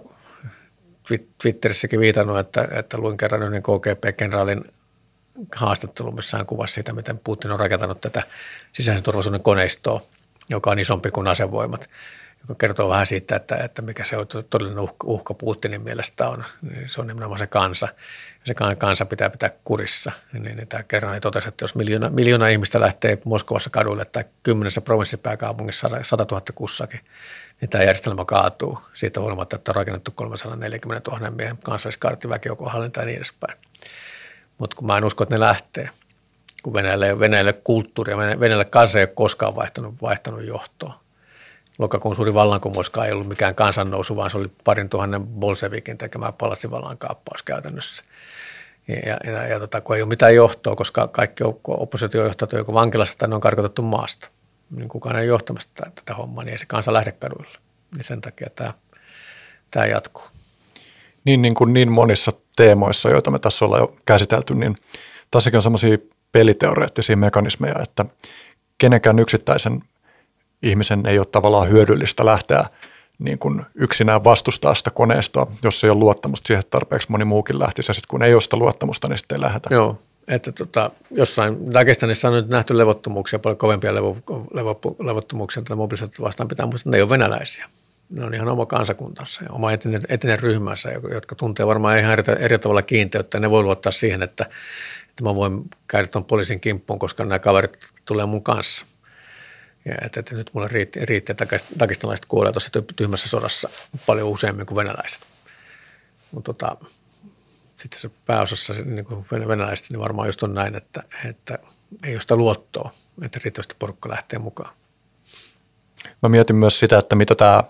Twitterissäkin viitannut, että, että luin kerran yhden K G B-kenraalin haastattelun, missä hän kuvasi sitä, miten Putin on rakentanut tätä sisäisen turvallisuuden koneistoa, joka on isompi kuin asevoimat, joka kertoo vähän siitä, että, että mikä se on todellinen uhka, uhka Putinin mielestä on. Se on nimenomaan se kansa, ja se kansa pitää pitää kurissa. Niin, niin tämä kerran totesi, että jos miljoona, miljoona ihmistä lähtee Moskovassa kaduille tai kymmenessä provinssipääkaupungissa satatuhatta kussakin, niin tämä järjestelmä kaatuu siitä huolimatta, että on rakennettu kolmesataaneljäkymmentätuhatta miehen kansalliskaartin väkijoukkohallinta ja niin edespäin. Mutta kun mä en usko, että ne lähtee, kun Venäjälle, Venäjälle kulttuuri ja Venäjälle kansa ei ole koskaan vaihtanut, vaihtanut johtoa. Lokakuun suuri vallankumouskaan ei ollut mikään kansannousu, vaan se oli parin tuhannen bolsevikin tekemään palatsivallan kaappaus käytännössä. Ja, ja, ja tota, kun ei ole mitään johtoa, koska kaikki oppositiojohtajat on joko vankilassa tai ne on karkotettu maasta. Niin kukaan ei ole johtamassa tätä, tätä hommaa, niin ei se kansa lähde kaduille. Niin sen takia tämä, tämä jatkuu. Niin, niin kuin niin monissa teemoissa, joita me tässä ollaan jo käsitelty, niin tässäkin on sellaisia peliteoreettisia mekanismeja, että kenenkään yksittäisen ihmisen ei ole tavallaan hyödyllistä lähteä niin kuin yksinään vastustaa sitä koneistoa, jos ei ole luottamusta siihen, että tarpeeksi moni muukin lähtisi, ja sitten kun ei ole sitä luottamusta, niin sitten ei lähdetä. Joo, että tota, jossain Dagestanissa on nyt nähty levottomuuksia, paljon kovempia levo, levo, levottomuuksia tätä mobilisaatiota vastaan pitää, mutta ne ei ole venäläisiä. Ne on ihan oma kansakuntansa ja oma etinen, etinen ryhmänsä, jotka tuntee varmaan ihan eri, eri tavalla kiinteyttä. Ne voi luottaa siihen, että, että mä voin käydä tuon poliisin kimppuun, koska nämä kaverit tulee mun kanssa. Ja että, että nyt mulle riitti, riitti että dagestanilaiset kuolee tuossa tyhmässä sodassa paljon useammin kuin venäläiset. Mutta tota, sitten se pääosassa niin kuin venäläiset, niin varmaan just on näin, että, että ei ole sitä luottoa, että riittävästi porukka lähtee mukaan. Mä mietin myös sitä, että mitä tämä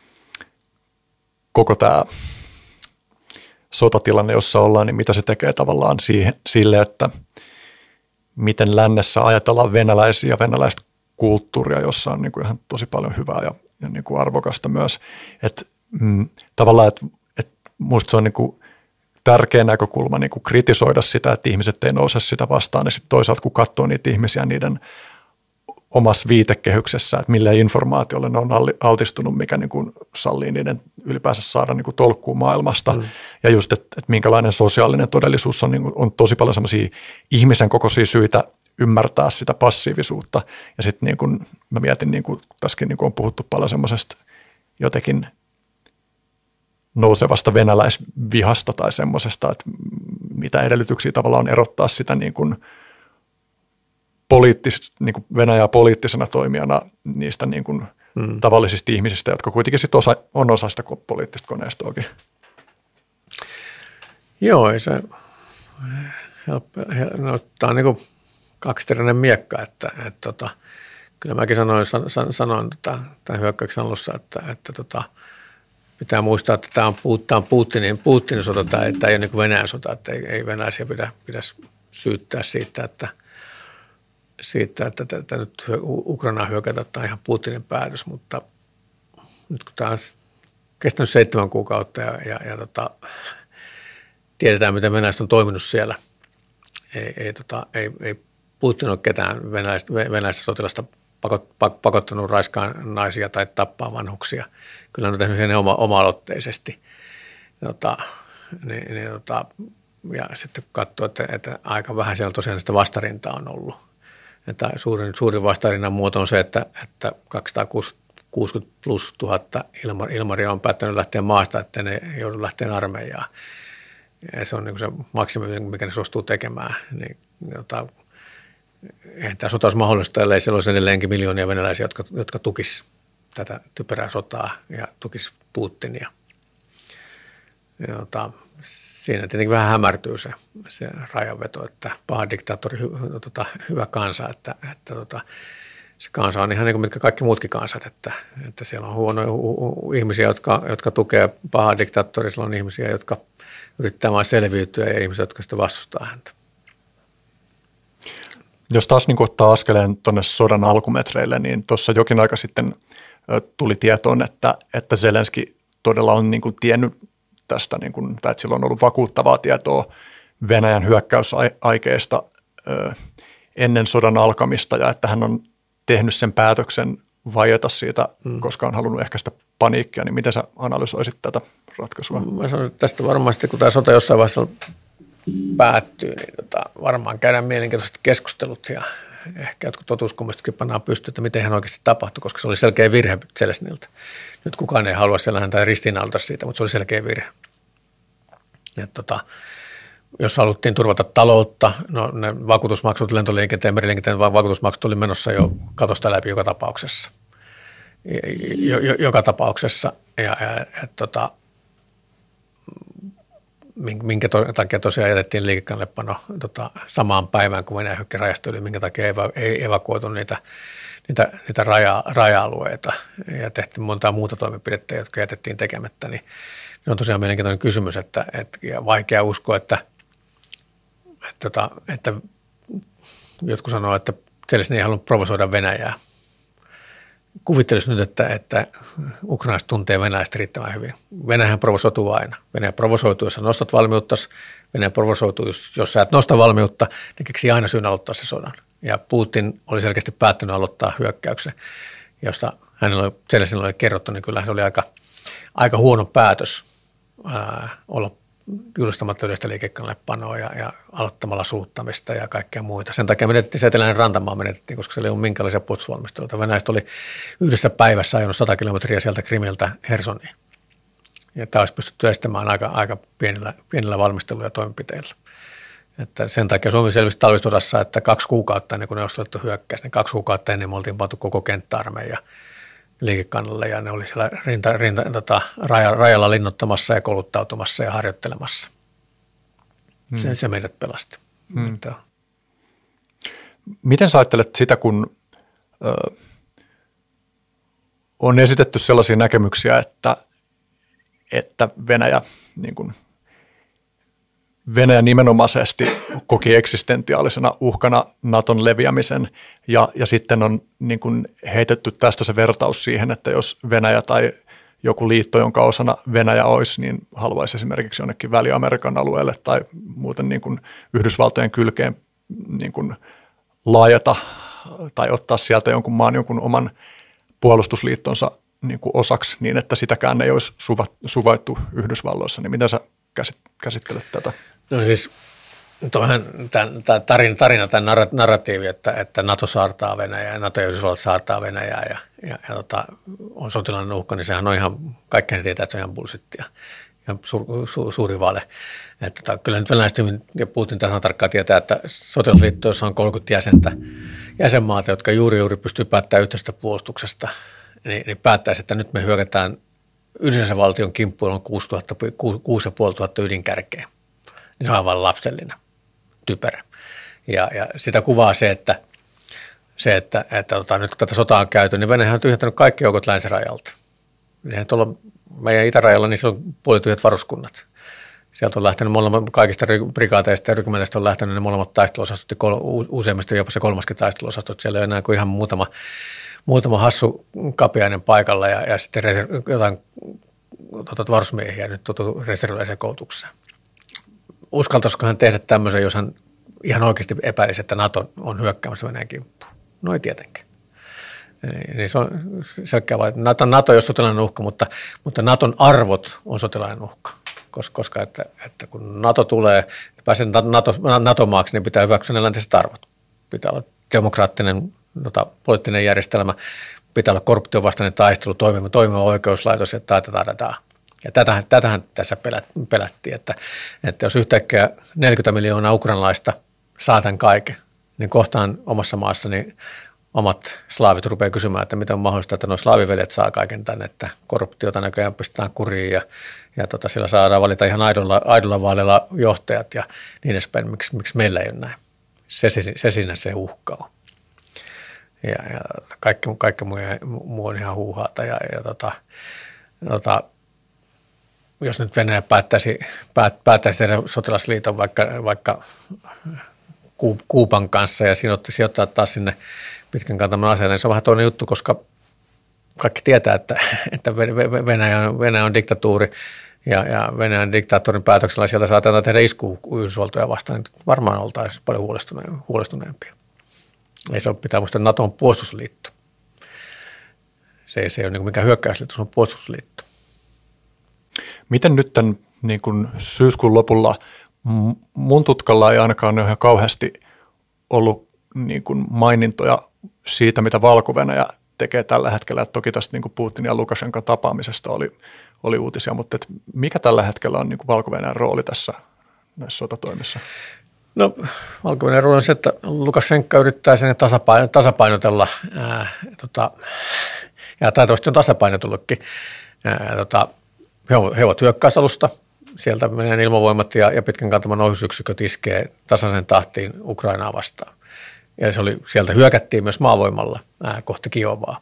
koko tämä sotatilanne, jossa ollaan, niin mitä se tekee tavallaan siihen, sille, että miten lännessä ajatellaan venäläisiä ja venäläistä kulttuuria, jossa on niin kuin ihan tosi paljon hyvää ja, ja niin kuin arvokasta myös. Et, mm, tavallaan, että et musta se on niin kuin tärkeä näkökulma niin kuin kritisoida sitä, että ihmiset ei nouse sitä vastaan, ja sitten toisaalta kun katsoo niitä ihmisiä niiden omassa viitekehyksessä, että millä informaatiolle ne on altistunut, mikä niin kuin sallii niiden ylipäänsä saada niin kuin tolkkua maailmasta. Mm. Ja just, että, että minkälainen sosiaalinen todellisuus on, niin kuin, on tosi paljon semmoisia ihmisen kokoisia syitä ymmärtää sitä passiivisuutta. Ja sitten niin kuin mä mietin, niin kuin tässäkin niin kuin on puhuttu paljon semmoisesta jotenkin nousevasta venäläisvihasta tai semmoisesta, että mitä edellytyksiä tavallaan on erottaa sitä niin kuin poliittis, niin kuin Venäjää poliittisena toimijana niistä niin kuin hmm. tavallisista ihmisistä, jotka kuitenkin sit osa, on osa sitä poliittista koneistoakin. Joo, ei se, no, tämä on niin kuin kaksiteräinen miekka, että, että tota, kyllä mäkin sanoin, san, sanoin tota, tämän hyökkäyksen alussa, että, että tota, pitää muistaa, että tämä on, tämä on Putinin, Putinin sota, tämä ei, tämä ei ole niin kuin Venäjän sota, että ei, ei venäläisiä pidä, pidä syyttää siitä, että siitä, että tätä nyt Ukrainaa hyökätä, tämä on ihan Putinin päätös, mutta nyt kun tämä on kestänyt seitsemän kuukautta ja, ja, ja tota, tiedetään, miten venäläiset on toiminut siellä, ei, ei, tota, ei, ei Putin ole ketään venäläistä, venäläistä sotilasta pakot, pakottanut raiskaan naisia tai tappaa vanhuksia. Kyllä on tehnyt sen oma, oma-aloitteisesti. Tota, niin, niin, tota, ja sitten kun katsoo, että, että aika vähän siellä tosiaan sitä vastarintaa on ollut. Että suurin, suurin vastarinnan muoto on se, että, että kaksisataakuusikymmentä plus tuhatta ilma, ilmaria on päättänyt lähteä maasta, että ne joudu lähteä armeijaan. Ja se on niin kuin se maksimi, mikä ne suostuu tekemään. Niin, jota, eihän tämä sota olisi mahdollista, ellei siellä olisi edelleenkin miljoonia venäläisiä, jotka, jotka tukisivat tätä typerää sotaa ja tukisivat Putinia. Ja, jota, siinä tietenkin vähän hämärtyy se, se rajanveto, että paha diktaattori, hy, tota, hyvä kansa, että, että tota, se kansa on ihan niin kuin mitkä kaikki muutkin kansat, että, että siellä on huonoja ihmisiä, jotka, jotka tukee pahaa diktaattoria, siellä on ihmisiä, jotka yrittää vain selviytyä ja ihmisiä, jotka sitä vastustaa häntä. Jos taas niin ottaa askeleen tuonne sodan alkumetreille, niin tuossa jokin aika sitten tuli tietoon, että, että Zelenski todella on niin kuin tiennyt tästä, niin kuin, tai että sillä on ollut vakuuttavaa tietoa Venäjän hyökkäysaikeesta ö, ennen sodan alkamista ja että hän on tehnyt sen päätöksen vaieta siitä, mm. koska on halunnut ehkäistä paniikkia, niin miten sä analysoisit tätä ratkaisua? Mä sanoisin, että tästä varmasti, kun tämä sota jossain vaiheessa päättyy, niin tota, varmaan käydään mielenkiintoiset keskustelut ja ehkä jotkut totuuskommisetkin pannaan pystyyn, että miten hän oikeasti tapahtui, koska se oli selkeä virhe Zelensniltä. Nyt kukaan ei halua siellä häntä ristiinnaulita siitä, mutta se oli selkeä virhe. Ja tota, jos haluttiin turvata taloutta, no ne vakuutusmaksut, lentoliikenteen ja meriliikenteen vakuutusmaksut oli menossa jo katosta läpi joka tapauksessa. Jo, jo, joka tapauksessa. Ja, ja, ja tota, minkä to, takia tosiaan jätettiin liikekannallepano tota, samaan päivään, kun Venäjä hyökkäsi rajasta yli, minkä takia ei, ei evakuoitu niitä, niitä, niitä raja, raja-alueita ja tehtiin montaa muuta toimenpidettä, jotka jätettiin tekemättä, niin, niin on tosiaan mielenkiintoinen kysymys, että, että ja vaikea uskoa, että, että, että, että jotkut sanoo, että Zelenskyy ei halunnut provosoida Venäjää. Kuvittelisi nyt, että, että ukrainalaiset tuntee venäläistä riittävän hyvin. Venäjähän provosoituu aina. Venäjä provosoituu, jos sä nostat valmiutta. Venäjä provosoituu, jos, jos sä et nosta valmiutta, niin keksii aina syyn aloittaa se sodan. Ja Putin oli selkeästi päättänyt aloittaa hyökkäyksen, josta hänellä oli, Zelenskillä oli kerrottu, niin kyllä se oli aika, aika huono päätös ää, olla julistamatta yleistä liikekannallepanoa ja, ja aloittamalla suuttamista ja kaikkea muita. Sen takia menetettiin se eteläinen rantamaa menetettiin, koska siellä ei ollut minkälaisia puolustusvalmisteluita. Venäjästä oli yhdessä päivässä ajanut sata kilometriä sieltä Krimiltä Hersoniin. Ja tämä olisi pystytty estämään aika, aika pienillä, pienillä valmisteluilla ja toimenpiteillä. Että sen takia Suomi selvisi talvisodassa, että kaksi kuukautta ennen kuin Neuvostoliitto hyökkäsi, niin kaksi kuukautta ennen me oltiin pantu koko kenttäarmeija liikekannalle ja ne oli siellä rinta, rinta, tota, raja, rajalla linnottamassa ja kouluttautumassa ja harjoittelemassa. Hmm. Se, se meidät pelasti. Hmm. Miten sä ajattelet sitä, kun ö, on esitetty sellaisia näkemyksiä, että, että Venäjä, niin kuin, Venäjä nimenomaisesti koki eksistentiaalisena uhkana Naton leviämisen ja, ja sitten on niin kuin heitetty tästä se vertaus siihen, että jos Venäjä tai joku liitto, jonka osana Venäjä olisi, niin haluaisi esimerkiksi jonnekin Väli-Amerikan alueelle tai muuten niin kuin Yhdysvaltojen kylkeen niin kuin laajata tai ottaa sieltä jonkun maan jonkun oman puolustusliittonsa niin kuin osaksi niin, että sitäkään ei olisi suvaittu Yhdysvalloissa. Niin miten sä käsittelet tätä? No siis tämä tarina, tarina, tämä narratiivi, että, että NATO saartaa Venäjää ja NATO ja Yhdysvallat saartaa Venäjää ja, ja, ja tota, on sotilainen uhka, niin sehän on ihan, kaikkeen se tietää, että se on ihan bullshittia. Ihan su, su, suuri vale. Että, tota, kyllä nyt venäläiset ja Putin tasan tarkkaan tietää, että sotilasliitto, jossa on kolmekymmentä jäsentä, jäsenmaata, jotka juuri juuri pystyy päättämään yhteisestä puolustuksesta, niin, niin päättäisi, että nyt me hyökätään yhdessä valtion kimppuun on kuusi tuhatta viisisataa ydinkärkeä. Niin se on aivan lapsellinen, typerä. Ja, ja sitä kuvaa se, että, se, että, että tota, nyt kun tätä sotaa on käyty, niin Venäjä on tyhjentänyt kaikki joukot länsirajalta. Sehän tuolla meidän itärajalla, niin siellä on puolityhjät varuskunnat. Sieltä on lähtenyt molemmat, kaikista prikaateista ja rykimenteistä on lähtenyt ne molemmat taisteluosastot, useimmista jopa se kolmaskin taisteluosastot. Siellä ei enää kuin ihan muutama, muutama hassu kapiainen paikalla ja, ja sitten reser- jotain tota, varusmiehiä nyt tuotu reserviläiseen koulutukseen. Uskaltaisiko hän tehdä tämmöisen, jos hän ihan oikeasti epäilisi, että NATO on hyökkäämässä Venäjän kimppuun? No ei tietenkään. Niin se on selkeä vain, että NATO ei ole sotilainen uhka, mutta, mutta Naton arvot on sotilainen uhka. Koska, koska että, että kun NATO tulee, pääsee NATO, NATO-maaksi, niin pitää hyväksyä ne läntiset arvot. Pitää olla demokraattinen tota, poliittinen järjestelmä, pitää olla korruptiovastainen taistelu, toimiva, toimiva oikeuslaitos ja taitataan. Ja tätähän, tätähän tässä pelättiin, että, että jos yhtäkkiä neljäkymmentä miljoonaa ukrainalaista saa tämän kaiken, niin kohtaan omassa maassa niin omat slaavit rupeaa kysymään, että miten on mahdollista, että nuo slaaviveljet saa kaiken tänne, että korruptiota näköjään pistetään kuriin ja, ja tota, sillä saadaan valita ihan aidolla, aidolla vaaleilla johtajat ja niin edespäin. Miksi, miksi meillä ei ole näin? Se, se, se siinä se uhka on. Ja, ja kaikki, kaikki muu, muu on ihan huuhaata ja, ja tota, tota, jos nyt Venäjä päättäisi, päät, päättäisi tehdä sotilasliiton vaikka, vaikka Kuuban kanssa ja siinä sijoittaa taas sinne pitkän kantaman aseen, niin se on vähän toinen juttu, koska kaikki tietää, että, että Venäjä, on, Venäjä on diktatuuri ja, ja Venäjän diktaattorin päätöksellä sieltä saatetaan tehdä isku Yhdysvaltoja vastaan, niin varmaan oltaisiin paljon huolestuneen, huolestuneempia. Ei se ole, pitää muistaa, että NATO on puolustusliitto. Se ei, se ei ole niin mikään hyökkäysliitto, se on puolustusliitto. Miten nyt tämän niin kuin syyskuun lopulla mun tutkalla ei ainakaan ole ihan kauheasti ollut niin kuin mainintoja siitä, mitä Valko-Venäjä tekee tällä hetkellä. Et toki tästä niin kuin Putinin ja Lukashenkan tapaamisesta oli, oli uutisia, mutta et mikä tällä hetkellä on niin kuin Valko-Venäjän rooli tässä näissä sotatoimissa? No Valko-Venäjän rooli on se, että Lukashenka yrittää sen tasapaino, tasapainotella ää, tota, ja taitavasti on tasapainotullutkin. Ää, tota, he, he ovat hyökkäysalusta. Sieltä Venäjän ilmavoimat ja, ja pitkän kantaman ohjusyksiköt iskee tasaisen tahtiin Ukrainaa vastaan. Ja se oli, sieltä hyökättiin myös maavoimalla ää, kohti Kiovaa.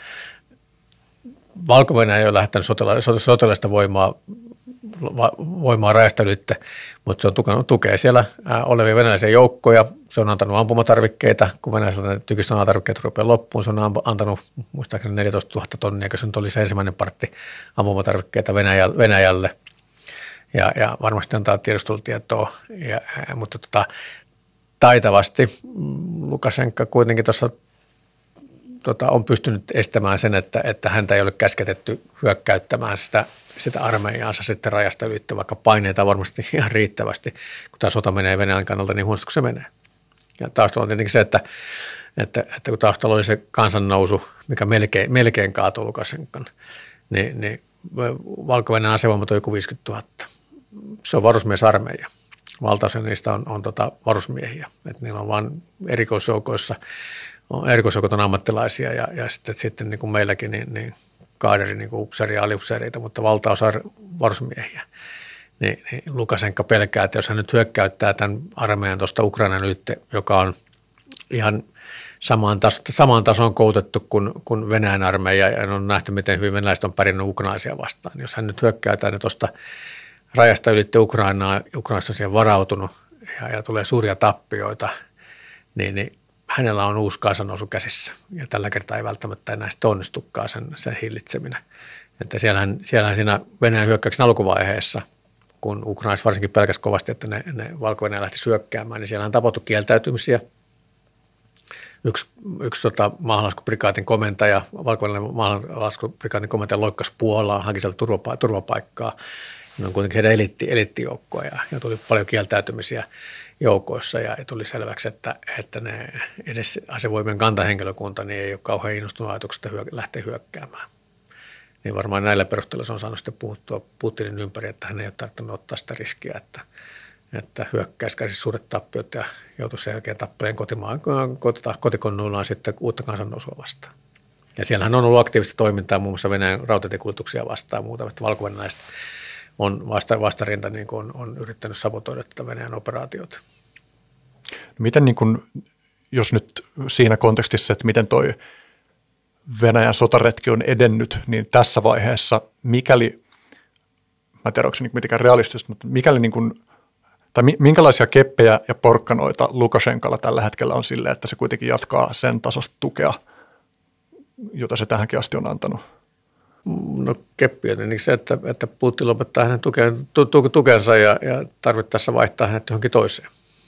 Valko-Venäjä ei ole lähettänyt sotela, sotilaista voimaa, voimaa rajasta ylitte, mutta se on tukenut, tukee siellä ää, olevia venäläisiä joukkoja. Se on antanut ampumatarvikkeita, kun venäläiset tykistötarvikkeet rupeaa loppuun. Se on antanut muistaakseni neljätoistatuhatta tonnia, kun se nyt oli se ensimmäinen partti ampumatarvikkeita Venäjälle. Venäjälle. Ja, ja varmasti antaa tiedustelutietoa, ja, mutta tota, taitavasti Lukashenka kuitenkin tuossa tota, on pystynyt estämään sen, että, että häntä ei ole käsketetty hyökkäyttämään sitä, sitä armeijaansa sitten rajasta ylittä, vaikka paineita on varmasti ihan riittävästi, kun tämä sota menee Venäjän kannalta niin huonosti kuin se menee. Ja taustalla on tietenkin se, että, että, että kun taustalla oli se kansannousu, mikä melkein, melkein kaatui Lukashenkan, niin, niin Valko-Venäjän asevoimat on joku viisikymmentätuhatta. Se on varusmiesarmeija. Valtaosa niistä on, on tota varusmiehiä. Et niillä on vain erikoisjoukoissa, on erikoisjoukot on ammattilaisia ja, ja sitten, sitten niin kuin meilläkin niin, niin kaaderi, niin kuin upseeria ja aliupseereita, mutta valtaosa varusmiehiä. Niin, niin Lukashenka pelkää, että jos hän nyt hyökkäyttää tämän armeijan tuosta Ukrainan ylitse, joka on ihan samaan, taso, samaan tasoon koulutettu kuin, kuin Venäjän armeija ja on nähty, miten hyvin venäläiset on pärjännyt ukrainaisia vastaan. Jos hän nyt hyökkäätää ne tuosta rajasta ylitte Ukrainaa, Ukrainasta on siihen varautunut ja, ja tulee suuria tappioita, niin, niin hänellä on uusi kansannousu käsissä. Ja tällä kertaa ei välttämättä enää sitten onnistukaan sen, sen hillitseminen. Että siellähän, siellähän siinä Venäjän hyökkäyksen alkuvaiheessa, kun Ukrainassa varsinkin pelkäsi kovasti, että ne, ne Valko-Venäjä lähti syökkäämään, niin siellähän tapahtui kieltäytymisiä. Yksi, yksi tota, maahanlaskuprikaatin komentaja, Valko-Venäjän maahanlaskuprikaatin komentaja loikkasi Puolaan, haki sieltä turvapa- turvapaikkaa. Ne on kuitenkin heidän eliitti, eliittijoukkoja ja, ja tuli paljon kieltäytymisiä joukoissa ja tuli selväksi, että, että ne edes asevoimien kantahenkilökunta niin ei ole kauhean innostunut ajatuksesta hyö, lähteä hyökkäämään. Niin varmaan näillä perusteella se on saanut sitten puhuttua Putinin ympäri, että hän ei ole tarvinnut ottaa sitä riskiä, että, että hyökkäisi kärsisi suuret tappiot ja joutuisi sen jälkeen tappeleen kotimaan, kotikonnuillaan sitten uutta kansannousua vastaan. Ja siellähän on ollut aktiivista toimintaa muun muassa Venäjän rautatiekuljetuksia vastaan ja muuta, että valko-venäläiset on vasta, vastarinta niin kuin on, on yrittänyt sabotoida tätä Venäjän operaatiota. Miten niin kuin, jos nyt siinä kontekstissa, että miten toi Venäjän sotaretki on edennyt, niin tässä vaiheessa, mikäli, mä en tiedä, onko se mitenkään realistista, mutta mikäli niin kuin, tai minkälaisia keppejä ja porkkanoita Lukashenkalla tällä hetkellä on sille, että se kuitenkin jatkaa sen tasosta tukea, jota se tähänkin asti on antanut? No keppi on niin se, että, että Putin lopettaa hänen tukeen, tu, tu, tukensa ja, ja tarvittaessa vaihtaa hänet johonkin toiseen.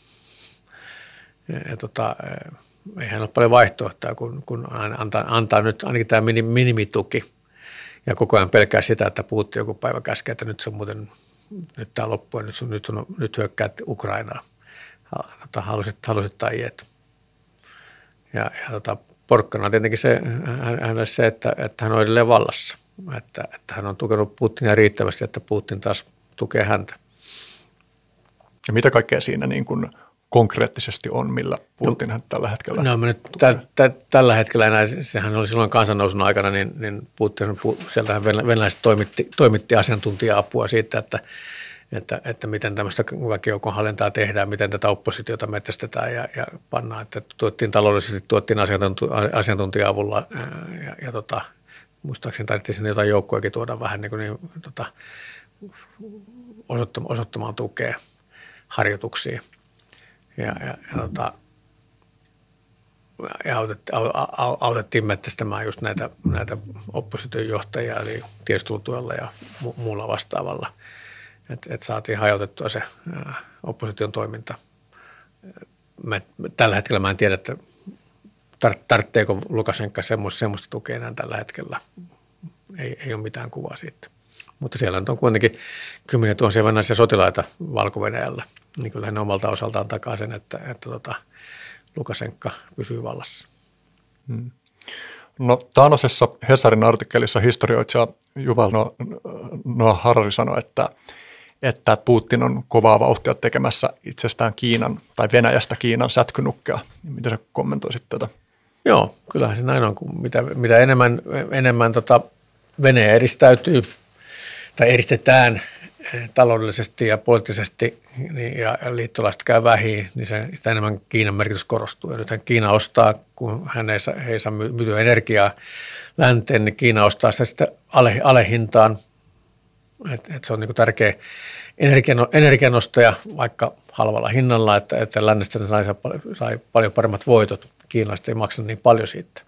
Ja, ja tota, ei hän ole paljon vaihtoehtoja, kun, kun antaa, antaa nyt ainakin tämä minimituki ja koko ajan pelkää sitä, että Putin joku päivä käskee, että nyt se on muuten, nyt tämä loppuu ja nyt, sun, nyt, on, nyt hyökkäät Ukrainaa. Halusit, halusit tai et. Ja, ja tota, porkkana on tietenkin se, hänelle se, että, että hän on edelleen vallassa. Että, että hän on tukenut Putinia riittävästi, että Putin taas tukee häntä. Ja mitä kaikkea siinä niin kuin konkreettisesti on, millä Putin hän tällä hetkellä No, no tä, tä, tällä hetkellä enää, sehän oli silloin kansannousun aikana, niin, niin Putin, sieltähän venäläiset toimitti, toimitti asiantuntija-apua siitä, että, että, että miten tämmöistä väkijoukon hallintaa tehdään, miten tätä oppositiota metsästetään ja, ja pannaan, että tuottiin taloudellisesti, tuottiin asiantuntija-avulla ja, ja, ja tota, muistaakseni taidettiin sinne jotain joukkojakin tuoda vähän niin kuin niin, tota, osoittamaan, osoittamaan tukea harjoituksiin. ja, ja, ja, tota, ja autettiin, autettiin metsästämään just näitä, näitä oppositiojohtajia, eli tiedustelutuella ja mu, muulla vastaavalla, että et saatiin hajautettua se ää, opposition toiminta. Mä, tällä hetkellä mä en tiedä, että tar- tarvitseeko Lukašenka semmoista, semmoista tukea enää tällä hetkellä. Ei, ei ole mitään kuvaa siitä. Mutta siellä on kuitenkin kymmeniä tuhansia venäläisiä sotilaita Valko-Venäjällä. Niin kyllä ne omalta osaltaan takaa sen, että, että tota, Lukašenka pysyy vallassa. Hmm. No taannoisessa Hesarin artikkelissa historioitsija Yuval Noah Harari sanoi, että, että Putin on kovaa vauhtia tekemässä itsestään Kiinan tai Venäjästä Kiinan sätkynukkea. Miten sä kommentoisit tätä? Joo, kyllähän se näin on, kun mitä, mitä enemmän, enemmän tota Venäjä eristäytyy tai eristetään taloudellisesti ja poliittisesti niin, ja liittolaiset käy vähiin, niin se, sitä enemmän Kiinan merkitys korostuu. Ja nythän Kiina ostaa, kun hän ei saa, ei saa myytyä energiaa länteen, niin Kiina ostaa sitä sitten ale, alehintaan. Et, et se on niin kuin tärkeä energian, energianostaja vaikka halvalla hinnalla, että, että lännestä sai, sai paljon paremmat voitot. Kiinalaiset ei maksa niin paljon siitä.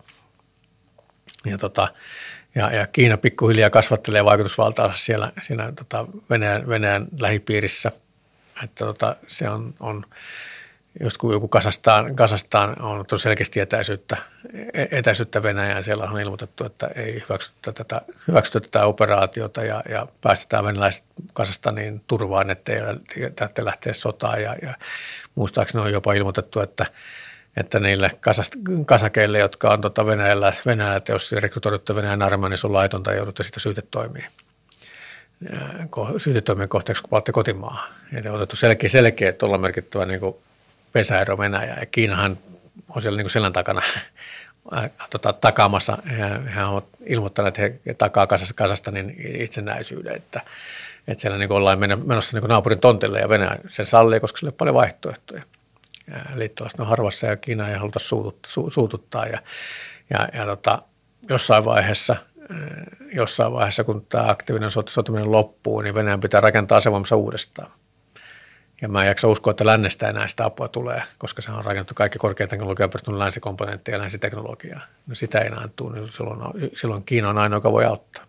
Ja, tota, ja, ja Kiina pikkuhiljaa kasvattelee vaikutusvaltaansa siellä siinä, tota, Venäjän, Venäjän lähipiirissä. Että, tota, se on, on just kun joku Kazakstan, Kazakstan on tosi selkeästi etäisyyttä, etäisyyttä Venäjään. Siellä on ilmoitettu, että ei hyväksytä tätä, hyväksytä tätä operaatiota ja, ja päästetään venäläiset Kazakstaniin turvaan, ettei täytyy lähteä sotaan. Ja, ja muistaakseni on jopa ilmoitettu, että että niille kasakeille, jotka on tota Venäjällä, Venäjällä teossa rekrytoiduttu Venäjän armeijaan, niin se on laitonta ja joudutte siitä syytetoimiin. Syytetoimien kohteeksi, kun palaatte kotimaahan. Ja on otettu selkeä, selkeä että ollaan merkittävä niin kuin pesäero Venäjä. Ja Kiinahan on siellä niin kuin selän takana tota, takaamassa. Hän on ilmoittanut, että he takaa Kazakstanin itsenäisyyden, että, että siellä niin kuin ollaan menossa niin kuin naapurin tontille ja Venäjä sen sallii, koska sillä on paljon vaihtoehtoja. Liittolaiset on harvassa ja Kiina ei haluta suututtaa, su, suututtaa ja, ja, ja tota, jossain vaiheessa, jossain vaiheessa, kun tämä aktiivinen sotiminen loppuu, niin Venäjän pitää rakentaa asevoimansa uudestaan. Ja mä en jaksa uskoa, että lännestä enää sitä apua tulee, koska se on rakennettu kaikki korkeateknologiaa perustunut länsikomponentteja ja länsiteknologiaa. No sitä ei enää tule, niin silloin, silloin Kiina on ainoa, joka voi auttaa.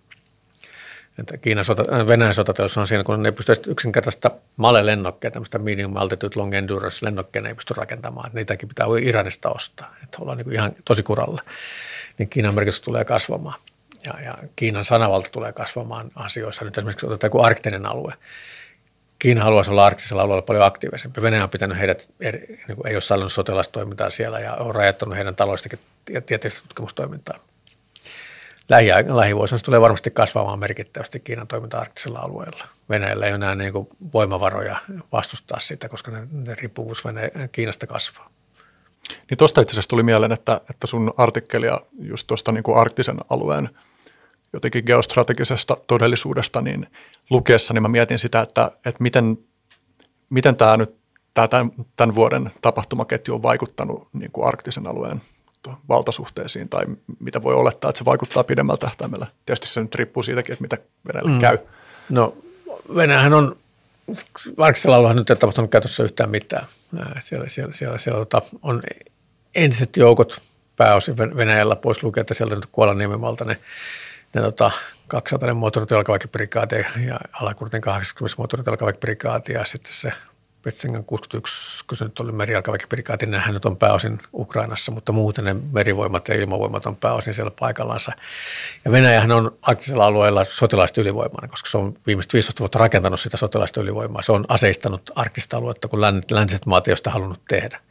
Että Kiinan sota, Venäjän sotateollisuus on siinä, kun ne ei pysty yksinkertaista male-lennokkeja, tämmöistä medium altitude long endurance lennokkeja, ne ei pysty rakentamaan. Että niitäkin pitää Iranista ostaa, että ollaan niin kuin ihan tosi kuralla. Niin Kiinan merkitys tulee kasvamaan ja, ja Kiinan sanavalta tulee kasvamaan asioissa. Nyt esimerkiksi otetaan joku arktinen alue. Kiina haluaisi olla arktisella alueella paljon aktiivisempi. Venäjä on pitänyt heidät, eri, niin kuin ei ole sallinut sotilastoimintaa siellä ja on rajoittanut heidän taloudellistakin ja tieteellistä tutkimustoimintaa. Lähivuosina se tulee varmasti kasvamaan merkittävästi Kiinan toiminta arktisella alueella. Venäjällä ei ole enää niin kuin voimavaroja vastustaa sitä, koska ne, ne riippuvuus Venäjä, Kiinasta kasvaa. Niin tuosta itse asiassa tuli mieleen, että, että sun artikkelia just tuosta niin kuin arktisen alueen jotenkin geostrategisesta todellisuudesta, niin lukiessa niin mä mietin sitä, että, että miten, miten tämä nyt tämä tämän, tämän vuoden tapahtumaketju on vaikuttanut niin kuin arktisen alueen valtasuhteisiin tai mitä voi olettaa, että se vaikuttaa pidemmällä tähtäimellä. Tietysti se nyt riippuu siitäkin, että mitä Venäjälle mm. käy. No Venäjähän on, arktisella alueella nyt ei tapahtunut käytössä yhtään mitään. Siellä, siellä, siellä, siellä on entiset joukot pääosin Venäjällä pois lukea, että sieltä nyt Kuolanniemenmalta ne, ne tota, kaksisataa moottorijalkaväkiprikaati ja Alakurtin kahdeksankymmentä moottorijalkaväkiprikaati ja sitten se Petsengan kuusikymmentäyksi, kun se nyt oli merijalkaväkiprikaati, niin hän nyt on pääosin Ukrainassa, mutta muuten ne merivoimat ja ilmavoimat on pääosin siellä paikallansa. Ja Venäjähän on arktisella alueella sotilaista ylivoimaa, koska se on viimeiset viisitoista vuotta rakentanut sitä sotilaista ylivoimaa. Se on aseistanut arktista aluetta, kun läntiset maat ei ole sitä halunnut tehdä.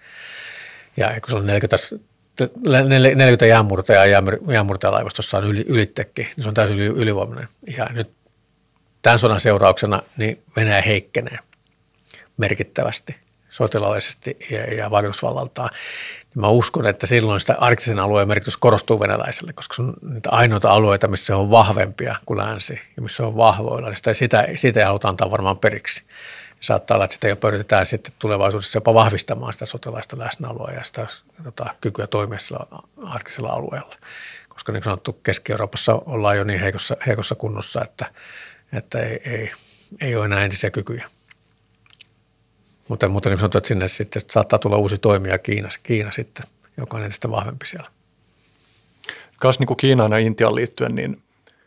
Ja kun se on neljäkymmentä jäänmurtajaa ja jäänmurtajalaivastossa on yli, ylittekin, niin se on täysin ylivoimainen. Ja nyt tämän sodan seurauksena niin Venäjä heikkenee merkittävästi sotilaallisesti ja, ja vaikutusvallaltaan. Mä uskon, että silloin sitä arktisen alueen merkitys korostuu venäläiselle, koska se on niitä ainoita alueita, missä se on vahvempia kuin länsi ja missä se on vahvoilla. Niin sitä, sitä, sitä ei haluta antaa varmaan periksi. Saattaa olla, että sitä jopa yritetään sitten tulevaisuudessa jopa vahvistamaan sitä sotilaista läsnäoloa ja sitä tota, kykyä toimia sillä arktisella alueella. Koska niin kuin sanottu, Keski-Euroopassa ollaan jo niin heikossa, heikossa kunnossa, että, että ei, ei, ei ole enää entisiä kykyjä. Mutta, mutta niin sanotaan, että sinne sitten saattaa tulla uusi toimija Kiina, Kiina sitten, joka on entistä vahvempi siellä. Kas niin kuin Kiinaan ja Intiaan liittyen, niin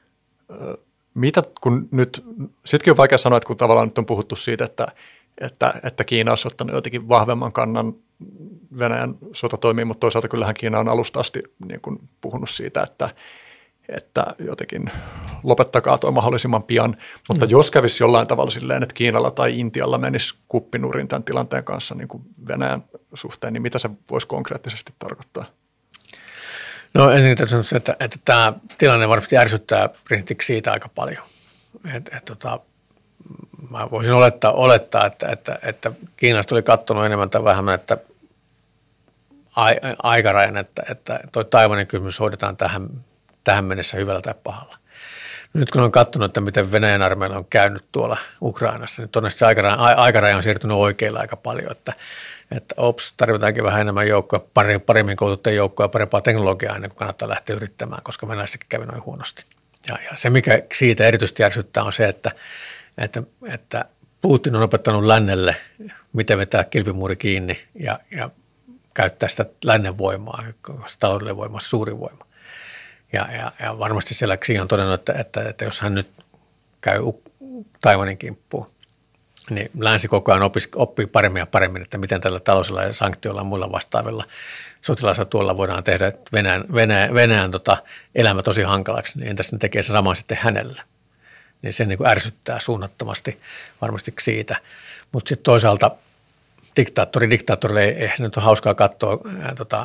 mitä kun nyt, sittenkin on vaikea sanoa, että kun tavallaan nyt on puhuttu siitä, että, että, että Kiina olisi ottanut jotenkin vahvemman kannan Venäjän sotatoimiin, mutta toisaalta kyllähän Kiina on alusta asti niin kuin puhunut siitä, että, että jotenkin lopettakaa tuo mahdollisimman pian. Mutta mm. jos kävisi jollain tavalla silleen, että Kiinalla tai Intialla menisi kuppinurin tämän tilanteen kanssa niin kuin Venäjän suhteen, niin mitä se voisi konkreettisesti tarkoittaa? No ensinnäkin täytyy sanoa, että, että tämä tilanne varmasti ärsyttää presidentiksi siitä aika paljon. Et, et, tota, mä voisin olettaa, olettaa että, että, että Kiinasta oli katsonut enemmän tai vähemmän, että ai, aikarajan, että, että toi Taiwanin kysymys hoidetaan tähän, tähän mennessä hyvällä tai pahalla. Nyt kun on katsonut, että miten Venäjän armeilla on käynyt tuolla Ukrainassa, niin todennäköisesti aikaraja, aikaraja on siirtynyt oikeilla aika paljon, että että ops, tarvitaankin vähän enemmän joukkoja, paremmin kouluttuja joukkoja, parempaa teknologiaa ennen kuin kannattaa lähteä yrittämään, koska venäläisetkin kävi noin huonosti. Ja, ja se, mikä siitä erityisesti ärsyttää, on se, että, että, että Putin on opettanut lännelle, miten vetää kilpimuuri kiinni ja, ja käyttää sitä lännen voimaa, koska taloudellinen voima on suuri voima. Ja, ja, ja varmasti siellä Xi on todennut, että, että, että jos hän nyt käy Taiwanin kimppuun, niin länsi koko ajan oppii, oppii paremmin ja paremmin, että miten tällä taloudellisella ja sanktioilla ja muilla vastaavilla sotilaisilla tuolla voidaan tehdä Venäjän, Venäjän, Venäjän tota, elämä tosi hankalaksi, niin entäs ne tekee se sama sitten hänellä. Niin se niin kuin ärsyttää suunnattomasti varmasti siitä. Mutta sitten toisaalta diktaattori, diktaattorille ei, ei nyt ole hauskaa katsoa, ää, tota,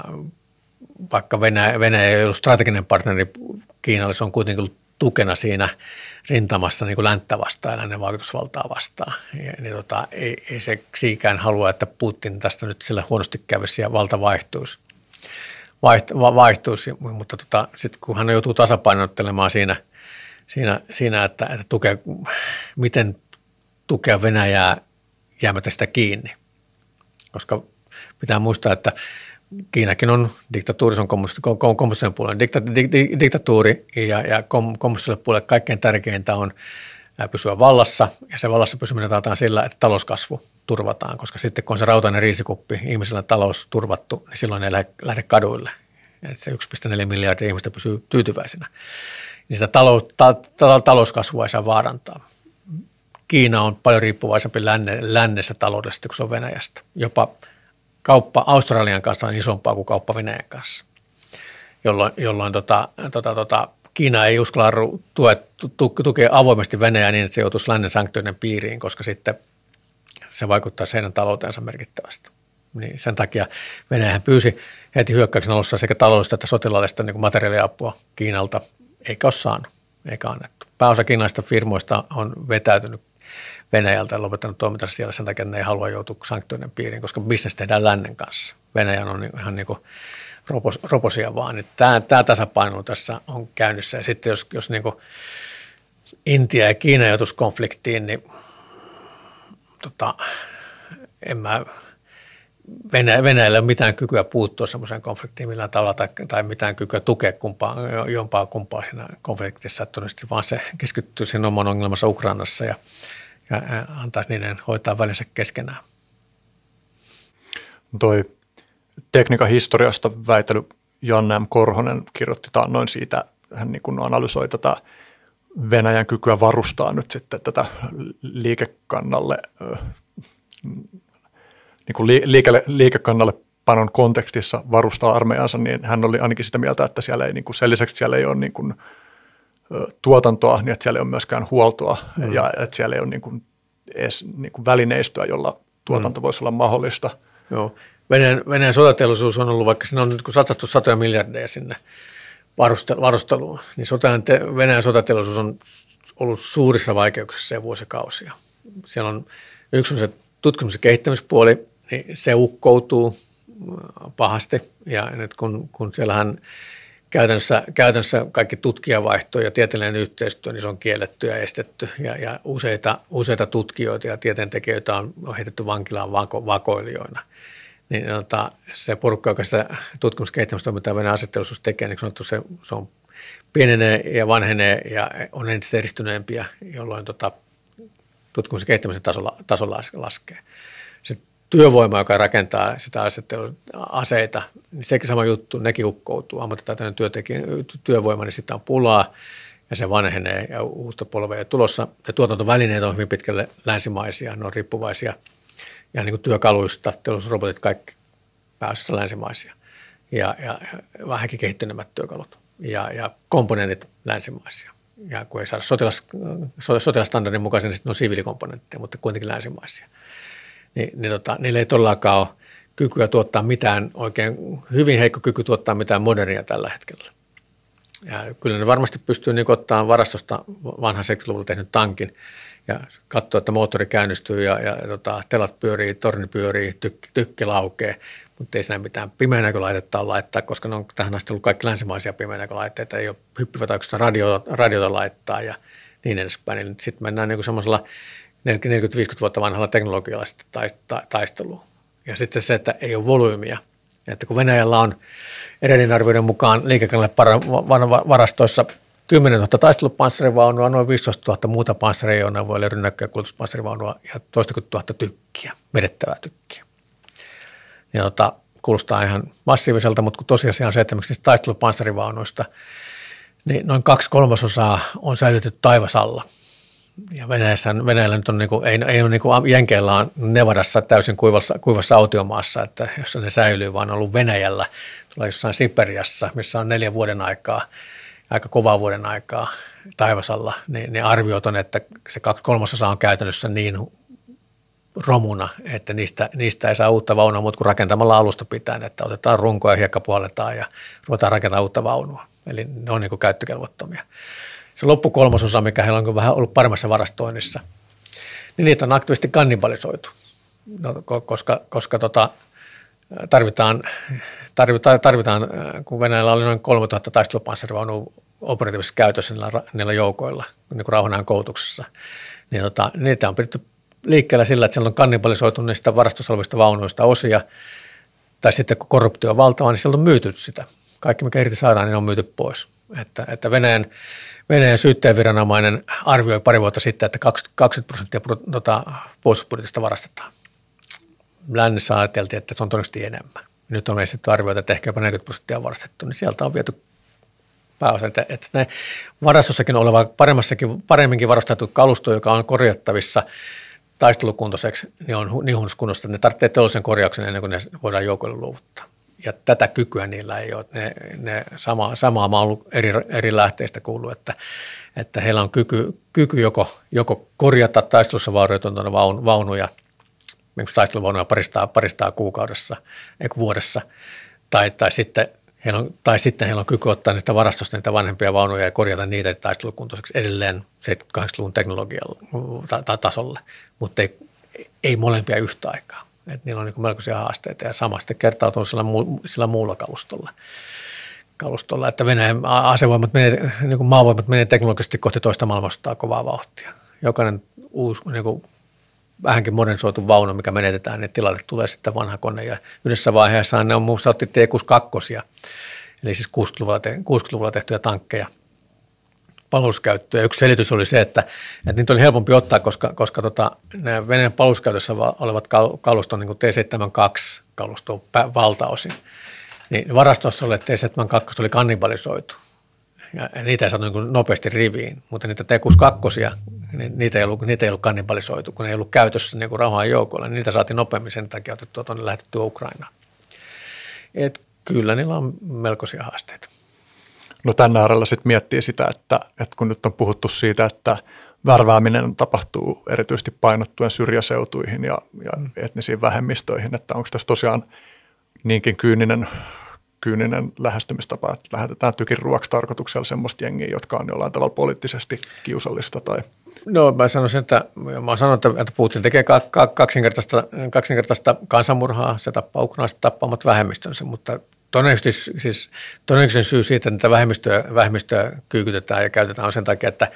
vaikka Venäjä, Venäjä ei ollut strateginen partneri Kiinalle, se on kuitenkin ollut tukena siinä rintamassa niin kuin länttä vastaan ja lännen vaikutusvaltaa vastaan. Ja, niin tota, ei, ei se Xiikään halua, että Putin tästä nyt sillä huonosti kävisi ja valta vaihtuisi. Vaiht, va, vaihtuisi mutta tota, sitten kun hän joutuu tasapainottelemaan siinä, siinä, siinä että, että tukea, miten tukea Venäjää jäämättä sitä kiinni. Koska pitää muistaa, että Kiinakin on diktatuuri, se on kommunistisen puolen dikta, di, di, diktatuuri ja, ja kommunistiselle puolelle kaikkein tärkeintä on pysyä vallassa ja se vallassa pysyminen taataan sillä, että talouskasvu turvataan, koska sitten kun on se rautainen riisikuppi, ihmisellä talous turvattu, niin silloin ei lähde, lähde kaduille. Et se yksi pilkku neljä miljardia ihmistä pysyy tyytyväisenä. Niin sitä talous, ta, ta, talouskasvua ei saa vaarantaa. Kiina on paljon riippuvaisempi länne, lännessä taloudellisesti kuin se on Venäjästä. Jopa kauppa Australian kanssa on isompaa kuin kauppa Venäjän kanssa, jolloin, jolloin tota, tota, tota, Kiina ei uskalla tue, tukea avoimesti Venäjää niin, että se joutuisi lännen sanktioiden piiriin, koska sitten se vaikuttaa heidän talouteensa merkittävästi. Niin sen takia Venäjähän pyysi heti hyökkäyksen alussa sekä taloudellista että sotilaallista niin kuin materiaaliapua Kiinalta, eikä ole saanut, eikä annettu. Pääosa kiinalaisista firmoista on vetäytynyt Venäjältä ja lopettanut toimintansa siellä sen takia, että ne ei halua joutua sanktioiden piiriin, koska business tehdään lännen kanssa. Venäjän on ihan niin kuin robos, robosia vaan. Tämä, tämä tasapaino tässä on käynnissä. Ja sitten jos, jos niin kuin Intia ja Kiina joutuisi konfliktiin, niin tota, en mä, Venäjä, Venäjällä ei ole mitään kykyä puuttua semmoiseen konfliktiin millään tavalla tai, tai mitään kykyä tukea kumpaa, jompaa kumpaa siinä konfliktissa, todennäköisesti vaan se keskittyy sen oman ongelmansa Ukrainassa ja, ja antaisi niiden hoitaa välinsä keskenään. Toi tekniikan historiasta väitellyt Janne M. Korhonen kirjoitti taannoin siitä, hän niin kuin analysoi tätä Venäjän kykyä varustaa nyt sitten tätä liikekannalle niin kuin liike, liikekannalle panon kontekstissa varustaa armeijansa, niin hän oli ainakin sitä mieltä, että siellä ei, niin kuin sen lisäksi siellä ei ole niin kuin, tuotantoa, niin että siellä ei ole myöskään huoltoa mm. ja että siellä ei ole niin kuin edes niin kuin välineistöä, jolla tuotanto mm. voisi olla mahdollista. Joo. Venäjän, Venäjän sotateollisuus on ollut, vaikka siinä on nyt satsattu satoja miljardeja sinne varusteluun, niin sotaan te, Venäjän sotateollisuus on ollut suurissa vaikeuksissa jo vuosikausia. Siellä on yksi on se tutkimus- ja kehittämispuoli, niin se ukkoutuu pahasti ja nyt kun, kun siellähän käytännössä, käytännössä kaikki tutkijavaihto ja tieteellinen yhteistyö, niin se on kielletty ja estetty ja, ja useita, useita tutkijoita ja tieteentekijöitä on, on heitetty vankilaan vako, vakoilijoina. Niin ota, se porukka, joka sitä tutkimus- ja kehittämistoimintaa Venäjän asetteluisuus tekee, niin sanottu, se, se on pienenee ja vanhenee ja on entistä eristyneempiä, jolloin tota, tutkimus- ja kehittämisen tasolla, tasolla laskee. Sitten työvoima, joka rakentaa sitä aseita, niin sekin sama juttu, nekin ukkoutuu. Ammattitaitoinen työvoima, niin sitä on pulaa ja se vanhenee ja uutta polvea tulossa. Ja tuotantovälineet on hyvin pitkälle länsimaisia, ne on riippuvaisia ja niin kuin työkaluista, teollisuusrobotit kaikki pääasiassa länsimaisia ja, ja, ja vähänkin kehittyneemmät työkalut ja, ja komponentit länsimaisia. Ja kun ei saada sotilas, sotilastandardin mukaisen, niin sitten on siviilikomponentteja, mutta kuitenkin länsimaisia. Niin, niin tota, niillä ei todellakaan ole kykyä tuottaa mitään, oikein hyvin heikko kyky tuottaa mitään modernia tällä hetkellä. Ja kyllä ne varmasti pystyy niin ottaa varastosta vanhan seitsemänkymmentäluvulla tehnyt tankin ja katsoa, että moottori käynnistyy ja, ja, ja tota, telat pyörii, torni pyörii, tyk, tykki laukee, mutta ei siinä mitään pimeänäkölaitetta ole laittaa, koska ne on tähän asti ollut kaikki länsimaisia pimeänäkölaitteita, ei ole hyppivät oikeastaan radio, radiota laittaa ja niin edespäin. Niin sitten mennään niin semmoisella neljäkymmentä viisikymmentä vuotta vanhalla teknologialla taisteluun. Ja sitten se, että ei ole volyymia. Että kun Venäjällä on edellinen arvioiden mukaan liikekannevarastoissa kymmenen tuhatta taistelupanssarivaunua, noin viisitoista tuhatta muuta panssarivaunua, eli rynnäkkö- ja kuljetuspanssarivaunua ja toistakymmentä tuhatta tykkiä, vedettävää tykkiä. Ja tota, kuulostaa ihan massiiviselta, mutta kun tosiasia on se, että niistä taistelupanssarivaunuista niin noin kaksi kolmasosaa on säilytetty taivasalla. Ja Venäjässä, Venäjällä nyt on, niin kuin, ei, ei ole niin kuin Jenkeillä on Nevadassa täysin kuivassa, kuivassa autiomaassa, että jossa ne säilyy, vaan on ollut Venäjällä, tulee jossain Siperiassa, missä on neljän vuoden aikaa, aika kovaa vuoden aikaa taivasalla, niin ne arviot on, että se kaksi kolmasosaa on käytännössä niin romuna, että niistä, niistä ei saa uutta vaunua, mutta kun rakentamalla alusta pitää, että otetaan runkoa ja hiekka puolletaan ja ruvetaan rakentamaan uutta vaunua. Eli ne on niin kuin käyttökelvottomia. Se loppukolmasosa, mikä heillä on vähän ollut paremmassa varastoinnissa, niin niitä on aktiivisesti kannibalisoitu, no, koska, koska tota, tarvitaan, tarvitaan, tarvitaan, kun Venäjällä oli noin kolmetuhatta taistelupanssarivaunua operatiivisessa käytössä niillä, niillä joukoilla, niin kuin rauhanajan koulutuksessa, niin tota, niitä on pidetty liikkeellä sillä, että siellä on kannibalisoitu niistä varastossa olevista vaunuista osia, tai sitten kun korruptio on valtava, niin siellä on myyty sitä. Kaikki, mikä irti saadaan, niin on myyty pois. Että, että Venäjän, Venäjän syyttäjäviranomainen arvioi pari vuotta sitten, että kaksikymmentä prosenttia tota, puolustusbudjetista varastetaan. Lännessä ajateltiin, että se on todennäköisesti enemmän. Nyt on esitetty arvioita, että ehkä jopa neljäkymmentä prosenttia on varastettu, niin sieltä on viety pääosa. Että, että ne varastossakin oleva paremmassakin, paremminkin varastettu kalusto, joka on korjattavissa taistelukuntoiseksi, niin on niin huonossa kunnossa, että ne tarvitsee teollisen korjauksen ennen kuin ne voidaan joukoille luovuttaa. Ja tätä kykyä niillä ei ole. Ne, ne sama, samaa mä oon ollut eri, eri lähteistä kuullut, että, että heillä on kyky, kyky joko, joko korjata taistelussa vaurioitunutta vaun, vaunuja, esimerkiksi taisteluvaunuja paristaa, paristaa kuukaudessa, eikö vuodessa, tai, tai, sitten heillä on, tai sitten heillä on kyky ottaa niitä varastosta niitä vanhempia vaunuja ja korjata niitä taistelukuntoiseksi edelleen seitsemänkymmentäkahdeksanluvun teknologialla tai tasolle, mutta ei, ei molempia yhtä aikaa. Että niillä on niin melkoisia haasteita ja sama sitten kertautunut sillä, muu, sillä muulla kalustolla. kalustolla. Että Venäjän asevoimat menee, niin kuin maavoimat menee teknologisesti kohti toista maailmansotaa kovaa vauhtia. Jokainen uusi, niin kuin vähänkin modernisoitu vaunu, mikä menetetään, niin tilalle tulee sitten vanha kone. Ja yhdessä vaiheessa ne on muussa otti T kuusikymmentäkaksi, eli siis kuusikymmentäluvulla, te, kuusikymmentäluvulla tehtyjä tankkeja palveluskäyttöön. Yksi selitys oli se, että, että niitä oli helpompi ottaa, koska, koska tota, ne Venäjän palveluskäytössä olevat kaluston, niin kuin T seitsemänkymmentäkaksi-kalusto on valtaosin, niin varastossa oli T seitsemänkymmentäkaksi oli kannibalisoitu. Ja niitä ei saatu niin nopeasti riviin, mutta niitä T kuusikymmentäkaksi, niin niitä ei ollut, niitä ei ollut kannibalisoitu, kun ne ei ollut käytössä niin rauhaan joukolla. Niin niitä saatiin nopeammin sen takia otettua tuonne lähetettyä Ukrainaan. Et kyllä niillä on melkoisia haasteita. No tämän äärellä sitten miettii sitä, että, että kun nyt on puhuttu siitä, että värvääminen tapahtuu erityisesti painottuen syrjäseutuihin ja, ja etnisiin vähemmistöihin, että onko tässä tosiaan niinkin kyyninen, kyyninen lähestymistapa, että lähetetään tykin ruoaksi tarkoituksella semmoista jengiä, jotka on jollain tavalla poliittisesti kiusallista tai... No mä sanoisin, että, mä sanon, että Putin tekee kaksinkertaista, kaksinkertaista kansanmurhaa, se tappaa ukrainalaiset tappaamat vähemmistönsä, mutta todennäköisesti siis todennäköisen syy siitä, että vähemmistöä, vähemmistöä kyykytetään ja käytetään on sen takia, että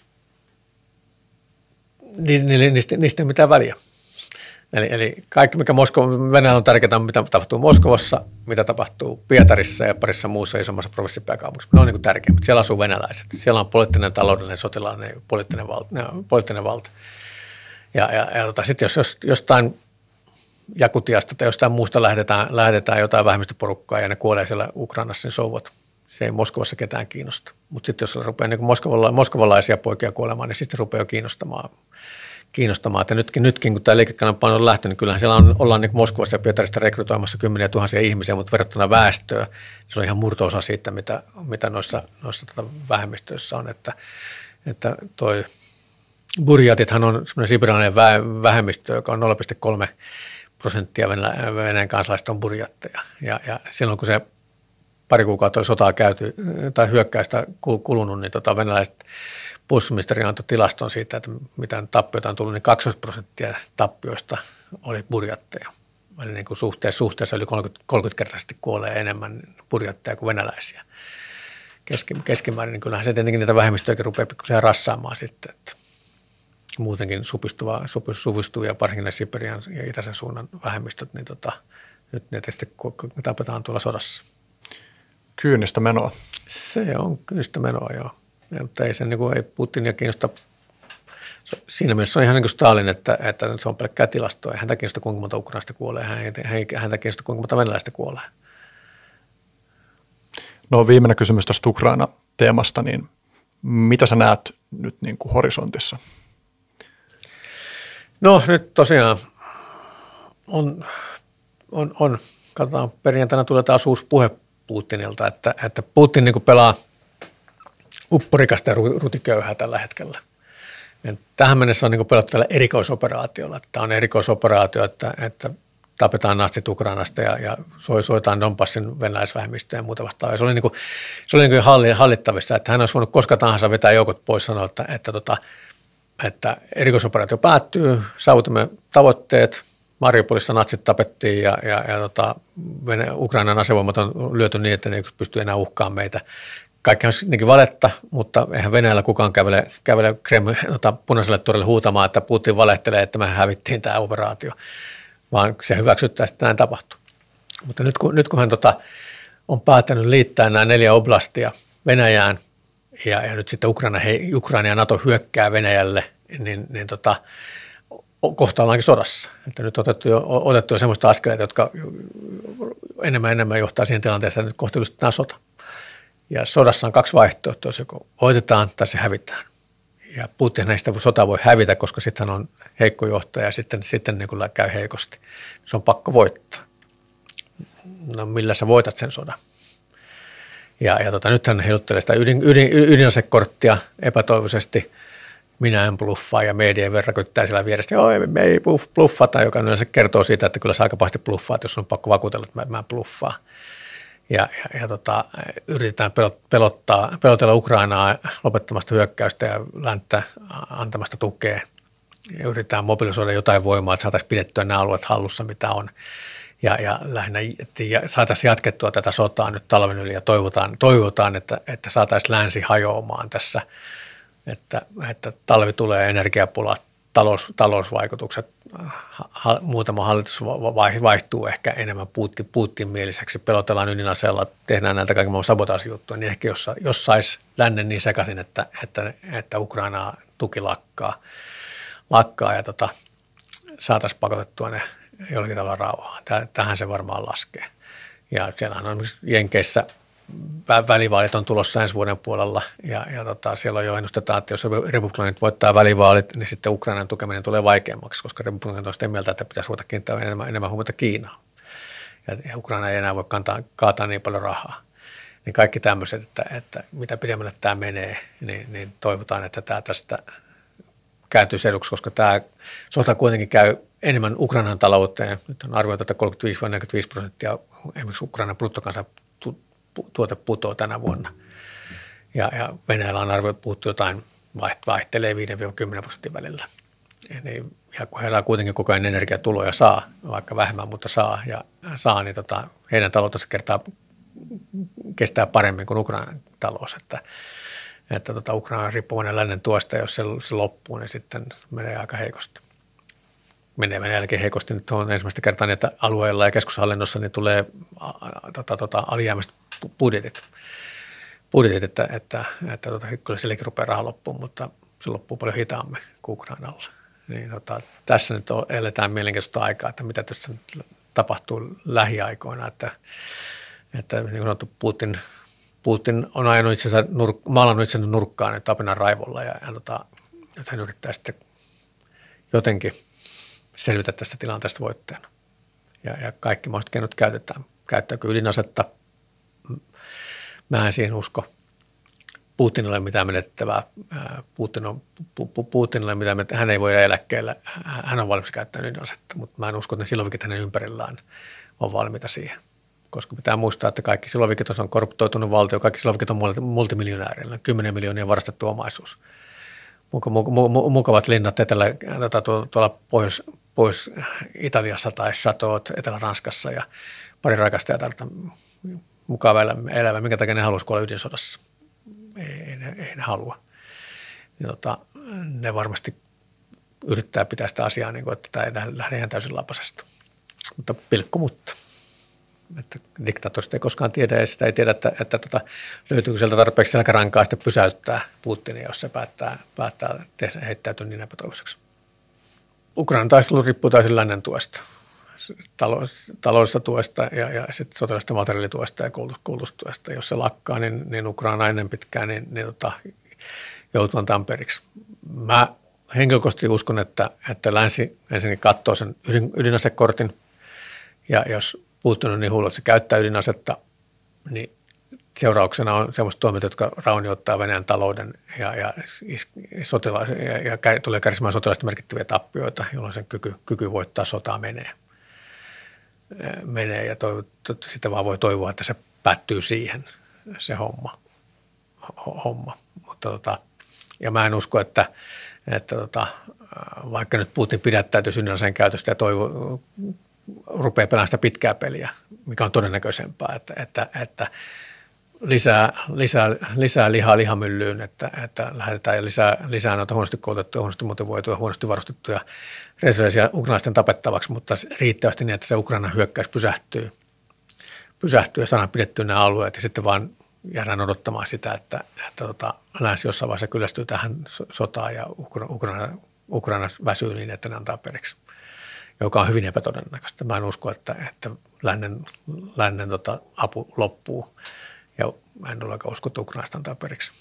niistä, niistä ei ole mitään väliä. Eli, eli kaikki, mikä Moskova, Venäjällä on tärkeää, mitä tapahtuu Moskovassa, mitä tapahtuu Pietarissa ja parissa muussa isommassa provinssipääkaupungissa. Ne on niin kuin tärkeimmät. Siellä asuu venäläiset. Siellä on poliittinen, taloudellinen, sotilaallinen, poliittinen valta. Poliittinen valta. Ja, ja, ja tota, sitten jos, jos jostain Jakutiasta tai jostain muusta lähdetään, lähdetään jotain vähemmistöporukkaa ja ne kuolee siellä Ukrainassa, niin souvot. Se ei Moskovassa ketään kiinnosta. Mutta sitten jos rupeaa niin moskovala, moskovalaisia poikia kuolemaan, niin sitten se rupeaa kiinnostamaan. kiinnostamaan. Että nytkin, nytkin, kun tämä liikekannallepano on lähtenyt, niin kyllähän siellä on, ollaan niin Moskovassa ja Pietarista rekrytoimassa kymmeniä tuhansia ihmisiä, mutta verrattuna väestöön, niin se on ihan murto-osa siitä, mitä, mitä noissa, noissa tota vähemmistöissä on. Että, että toi burjatithan on semmoinen sibirialainen vähemmistö, joka on nolla pilkku kolme prosenttia Venäjän kansalaista on burjatteja. Ja, ja silloin, kun se pari kuukautta oli sotaa käyty tai hyökkäystä kulunut, niin tota venäläiset puolustusministeri antoi tilaston siitä, että mitä tappioita on tullut, niin kaksikymmentä prosenttia tappioista oli burjatteja. Eli niin kuin suhteessa, suhteessa yli kolmekymmentä-kertaisesti kuolee enemmän burjatteja kuin venäläisiä keskimäärin. Niin kyllähän se tietenkin niitä vähemmistöjä rupeaa pikkuhiljaa rassaamaan sitten, että muutenkin supistuu, supistuu ja varsinkin ne Siperian ja itäisen suunnan vähemmistöt, niin tota, nyt ne tietysti tapetaan tuolla sodassa. Kyynistä menoa. Se on kyynistä menoa, joo. Ja, mutta ei, se, niin kuin, ei Putinia kiinnosta. Siinä mielessä se on ihan niin kuin Stalin, että, että se on pelkkää tilastoa. Ei häntä kiinnosta, kuinka monta Ukrainasta kuolee. Hän ei häntä kiinnosta, kuinka monta venäläistä kuolee. No viimeinen kysymys tästä Ukraina-teemasta, niin mitä sä näet nyt niin kuin horisontissa? No nyt tosiaan on, on, on. Katsotaan, perjantaina tulee taas uusi puhe Putinilta, että, että Putin niin kuin pelaa upporikasta ja rutiköyhää tällä hetkellä. Ja tähän mennessä on niin kuin pelattu tällä erikoisoperaatiolla. Tämä on erikoisoperaatio, että, että tapetaan nastit Ukrainasta ja, ja soitaan Donbassin venäläisvähemmistöjä ja muuta vastaan. Ja se oli, niin kuin, se oli niin kuin hallittavissa, että hän olisi voinut koska tahansa vetää joukot pois sanoa, että, että, että, että erikoisoperaatio päättyy, saavutimme tavoitteet, Mariupolissa natsit tapettiin ja, ja, ja tota, Ukrainan asevoimat on lyöty niin, että ne ei pysty enää uhkaamaan meitä. Kaikki on tietenkin valetta, mutta eihän Venäjällä kukaan kävele, kävele Kreml, tota, punaiselle torille huutamaan, että Putin valehtelee, että me hävittiin tämä operaatio, vaan se hyväksyttäisiin, että näin tapahtuu. Mutta nyt kun, nyt kun hän tota, on päättänyt liittää nämä neljä oblastia Venäjään ja, ja nyt sitten Ukraina, hei, Ukraina ja NATO hyökkää Venäjälle, niin, niin tota, kohta ollaankin sodassa. Että nyt on otettu jo, otettu jo semmoista askeleita, jotka enemmän enemmän johtaa siihen tilanteeseen, että nyt kohta ylistetään sota. Ja sodassa on kaksi vaihtoehtoa, joko voitetaan tai se hävitään. Ja Putin näistä sota voi hävitä, koska sitten hän on heikko johtaja ja sitten, sitten niin kuin käy heikosti. Se on pakko voittaa. No millä sä voitat sen sodan? Ja, ja tota, nyt hän heiluttelee sitä ydin, ydin, ydinasekorttia epätoivoisesti. Minä en bluffaa ja media verrakyttää siellä vieressä. Joo, me ei bluffata, joka yleensä kertoo siitä, että kyllä sä aika pahasti bluffaat, jos on pakko vakuutella, että mä, mä bluffaan. Ja, ja, ja tota, yritetään pelottaa, pelotella Ukrainaa lopettamasta hyökkäystä ja länttä antamasta tukea. Ja yritetään mobilisoida jotain voimaa, että saataisiin pidettyä nämä alueet hallussa, mitä on. Ja, ja lähinnä että saataisiin jatkettua tätä sotaa nyt talven yli ja toivotaan, toivotaan että, että saataisiin länsi hajoamaan tässä, että, että talvi tulee, energiapula, talous, talousvaikutukset, ha, muutama hallitus vaihtuu ehkä enemmän Putin, Putin mieliseksi, pelotellaan ydinaseella, tehdään näiltä kaiken maailman sabotaasijuttuja, niin ehkä jos, jos saisi lännen niin sekaisin, että, että, että Ukrainaa tuki lakkaa, lakkaa ja tota, saataisiin pakotettua ne jollakin tavalla rauhaan. Tähän se varmaan laskee. Ja siellähän on esimerkiksi Jenkeissä välivaalit on tulossa ensi vuoden puolella ja, ja tota, siellä on jo ennustetaan, että jos republikaanit voittaa välivaalit, niin sitten Ukrainan tukeminen tulee vaikeammaksi, koska republikaanit on sitä mieltä, että pitäisi ruveta kiinnittää enemmän, enemmän huomiota Kiinaan. Ja, ja Ukraina ei enää voi kantaa, kaataa niin paljon rahaa. Niin kaikki tämmöiset, että, että mitä pidemmälle tämä menee, niin, niin toivotaan, että tämä tästä kääntyisi eduksi, koska tämä sota kuitenkin käy enemmän Ukrainan talouteen. Nyt on arvioitu, että kolmekymmentäviisi–neljäkymmentäviisi prosenttia esimerkiksi Ukrainan bruttokansantuote putoaa tänä vuonna. Ja, ja Venäjällä on arvioitu, puhuttu jotain, vaihtelee viisi–kymmenen prosentin välillä. Eli, ja kun he saa kuitenkin koko ajan energiatuloja, saa, vaikka vähemmän, mutta saa, ja saa, niin tota, heidän taloutensa kertaa kestää paremmin kuin Ukrainan talous, että että tota, Ukraina on riippuvainen lännen tuosta, ja jos se, se loppuu, niin sitten menee aika heikosti. Menee Venäjälläkin heikosti. Nyt on ensimmäistä kertaa niin, että alueilla ja keskushallinnossa niin tulee a, a, tota, tota, alijäämäiset budjetit, budjetit että, että, että tota, kyllä silläkin rupeaa raha loppuun, mutta se loppuu paljon hitaammin kuin Ukrainalla. niin tota, tässä nyt on, eletään mielenkiintoista aikaa, että mitä tässä nyt tapahtuu lähiaikoina, että, että niin kuin sanottu, Putin, Putin on ajanut itsensä, nur, maalannut itsensä nurkkaan nyt apinan raivolla ja, ja tota, nyt hän yrittää sitten jotenkin selvitä tästä tilanteesta voittajana. Ja, ja kaikki mahdolliset keinot käytetään. Käyttääkö ydinasetta? Mä en siihen usko. Putinilla ei ole mitään menettävää. Putin on, Putinilla ei mitään menettävää. Hän ei voi eläkkeellä. Hän on valmis käyttämään ydinasetta, mutta mä en usko, että ne silovikit hänen ympärillään on valmiita siihen. Koska pitää muistaa, että kaikki silovikit on korruptoitunut valtio, kaikki silovikit on multimiljonäärillä, kymmenen miljoonia varastettu omaisuus. Mukavat linnat etelä, tuolla pohjois, pohjois Italiassa tai Chateaut Etelä-Ranskassa ja pari rakastajaa tarvitaan mukava elämä. Minkä takia ne haluaisi kuolla ydinsodassa? Ei, ei, ei ne halua. Ja tota, ne varmasti yrittää pitää sitä asiaa, niin kuin, että tämä ei lähde ihan täysin lapasesta. Mutta pilkku mutta. Että diktaattorista ei koskaan tiedä ja sitä ei tiedä, että, että tota, löytyykö sieltä tarpeeksi selkärankaa sitten pysäyttää Putinia, jos se päättää, päättää tehdä, heittäytyä niin epätoivoiseksi. Ukrainan taistelu riippuu täysin lännen tuesta, talous, taloudellisesta tuesta ja, ja sitten sotilaisten materiaalituesta ja koulutustuesta. Jos se lakkaa, niin, niin Ukraina ennen pitkään niin, niin tota, joutuu tamperiksi. Mä henkilökohtaisesti uskon, että, että länsi ensinnäkin katsoo sen ydin, ydinasekortin ja jos Putin on niin hullu, että se käyttää ydinasetta, niin seurauksena on sellaiset toimet, jotka raunioittaa Venäjän talouden ja, ja, sotila, ja, ja tulee kärsimään sotilaisten merkittäviä tappioita, jolloin sen kyky, kyky voittaa sotaa menee. menee ja toiv- sitä vaan voi toivoa, että se päättyy siihen, se homma. homma. Mutta, tota, ja mä en usko, että, että tota, vaikka nyt Putin pidättäytyy ydinaseen käytöstä ja toivoo, rupeaa pelaamaan sitä pitkää peliä, mikä on todennäköisempää, että, että, että lisää, lisää, lisää lihaa lihamyllyyn, että, että lähdetään ja lisää, lisää noita huonosti koulutettuja, huonosti motivoituja, huonosti varustettuja reserviläisiä ukrainalaisten tapettavaksi, mutta riittävästi niin, että se Ukrainan hyökkäys pysähtyy, pysähtyy ja saadaan pidettyä nämä alueet ja sitten vaan jäädään odottamaan sitä, että, että tota, länsi jossain vaiheessa kyllästyy tähän sotaan ja Ukraina, Ukraina väsyy niin, että ne antaa periksi, joka on hyvin epätodennäköistä. Mä en usko, että, että lännen, lännen tota, apu loppuu ja en olekaan usko, että Ukrainasta antaa periksi.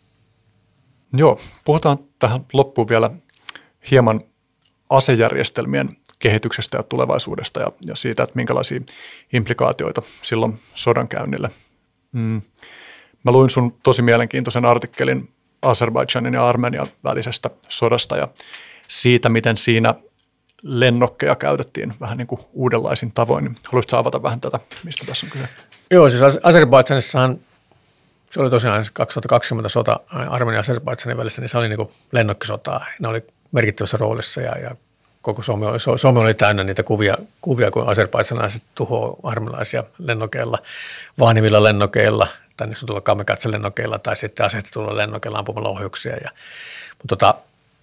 Joo, puhutaan tähän loppuun vielä hieman asejärjestelmien kehityksestä ja tulevaisuudesta ja, ja siitä, että minkälaisia implikaatioita silloin sodankäynnille. Mm. Mä luin sun tosi mielenkiintoisen artikkelin Azerbaidžanin ja Armenian välisestä sodasta ja siitä, miten siinä lennokkeja käytettiin vähän niin kuin uudenlaisin tavoin. Haluaisitko avata vähän tätä, mistä tässä on kyse? Joo, siis Azerbaidžanissahan se oli tosiaan kaksituhattakaksikymmentä sota Armenian ja Azerbaidžanin välissä, niin se oli niin kuin lennokkisotaa. Ne oli merkittävässä roolissa ja, ja koko Suomi oli, Suomi oli täynnä niitä kuvia, kuvia kun azerbaidžanilaiset tuhoaa armenialaisia lennokeilla, vaanivilla lennokeilla, tai niin sanotulla kamikaze-lennokeilla, tai sitten aseistetulla lennokeilla ampumalla ohjuksia. Ja, mutta tota,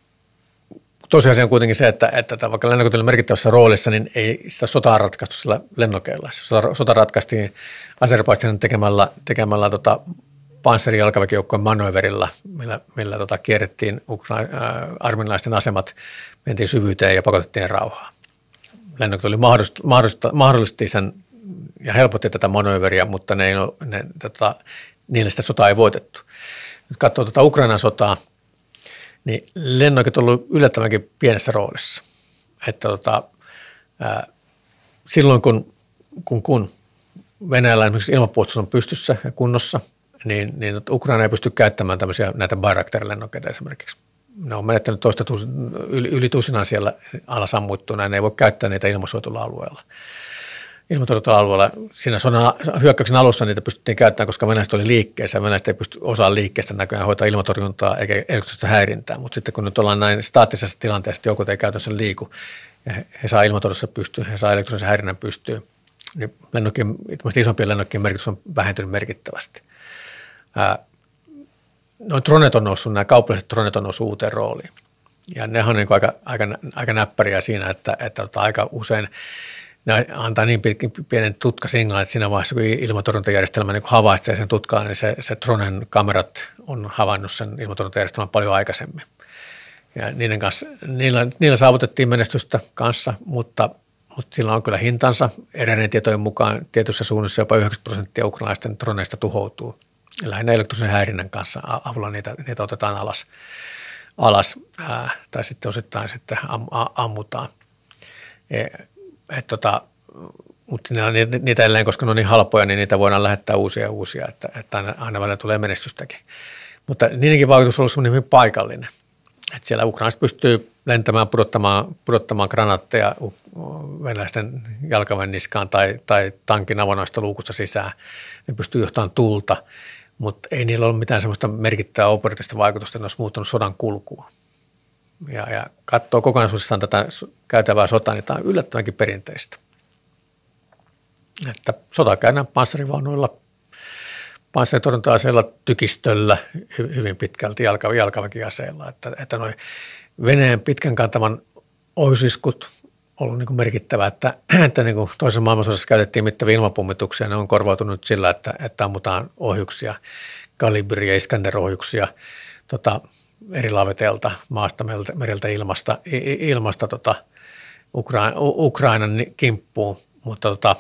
tosiasia on kuitenkin se, että, että vaikka lennokit oli merkittävässä roolissa, niin ei sitä sotaa ratkaistu sillä lennokeilla. Sota, sota ratkaistiin Azerbaidžanin tekemällä, tekemällä tota, panssarijalkaväkijoukkojen manööverillä, millä, millä tota, kierrettiin Ukra- äh, armenialaisten asemat, mentiin syvyyteen ja pakotettiin rauhaa. Lennokit oli mahdollista, mahdollista, mahdollisti sen ja helpotti tätä manööveriä, mutta ne ei, ne, tota, niille sitä sotaa ei voitettu. Nyt katsoo tuota Ukrainan sotaa, niin lennokit on ollut yllättävänkin pienessä roolissa. Että tota, ää, silloin kun, kun, kun Venäjällä esimerkiksi ilmapuolustus on pystyssä ja kunnossa, niin, niin Ukraina ei pysty käyttämään tämmöisiä näitä Bayraktar-lennokeita esimerkiksi. Ne on menettänyt toista yli, yli tusinaan siellä alas ammuttuina, ne ei voi käyttää niitä ilmasuotulla alueella. Ilmatorjutulla alueella siinä sodan hyökkäyksen alussa niitä pystyttiin käyttämään, koska venäläiset oli liikkeessä. Venäläiset ei pysty osaan liikkeestä näköjään hoitaa ilmatorjuntaa eikä elektronista häirintää, mutta sitten kun nyt ollaan näin staattisessa tilanteessa, että joukot ei käytännössä liiku ja he, he saa ilmatorjussa pystyyn, he saa elektronisen häirinnän pystyyn, niin lennokkien, isompien lennokkien merkitys on vähentynyt merkittävästi. Ää, noin dronet on noussut, nämä kaupalliset dronet on noussut uuteen rooliin. Ja ne on niin aika, aika, aika näppäriä siinä, että, että, että aika usein ne antaa niin pienen tutkasignaalin, että siinä vaiheessa, kun ilmatorjuntajärjestelmä niin kun havaitsee sen tutkaan, niin se, se dronen kamerat on havainnut sen ilmatorjuntajärjestelmän paljon aikaisemmin. ja niiden kanssa, niillä, niillä saavutettiin menestystä kanssa, mutta, mutta sillä on kyllä hintansa. Eräiden tietojen mukaan tietyissä suunnissa jopa yhdeksänkymmentä prosenttia ukrainalaisten droneista tuhoutuu. Lähinnä elektronisen häirinnän kanssa avulla niitä, niitä otetaan alas, alas ää, tai sitten osittain sitten am, a, ammutaan. E, et, tota, mutta niitä, niitä edelleen, koska ne on niin halpoja, niin niitä voidaan lähettää uusia ja uusia, että, että aina, aina välillä tulee menestystäkin. Mutta niidenkin vaikutus on ollut semmoinen hyvin paikallinen. Että siellä Ukrainassa pystyy lentämään, pudottamaan, pudottamaan granaatteja venäläisten jalkaväen niskaan tai, tai tankin avonaista luukusta sisään. Ne pystyy johtamaan tuulta, mutta ei niillä ole mitään semmoista merkittävää operatiivista vaikutusta, että ne olisi muuttanut sodan kulkua. Ja, ja katsoo kokonaisuudessaan tätä käytävää sotaa, niin tämä on yllättävänkin perinteistä. Että sota käydään panssarivaunuilla, panssaritorjunta-aseilla, tykistöllä, hyvin pitkälti jalka, jalkaväkiaseilla. Että, että noi Venäjän pitkän kantaman ohjusiskut on ollut niin kuin merkittävä, että, että niin kuin toisessa maailmansodassa käytettiin mittavia ilmapommituksia, ne on korvautunut sillä, että, että ammutaan ohjuksia, Kalibri- ja Iskander-ohjuksia tota, eri lavetelta, maasta, mereltä, ilmasta, ilmasta tota, Ukra- Ukrainan kimppuun, mutta tota,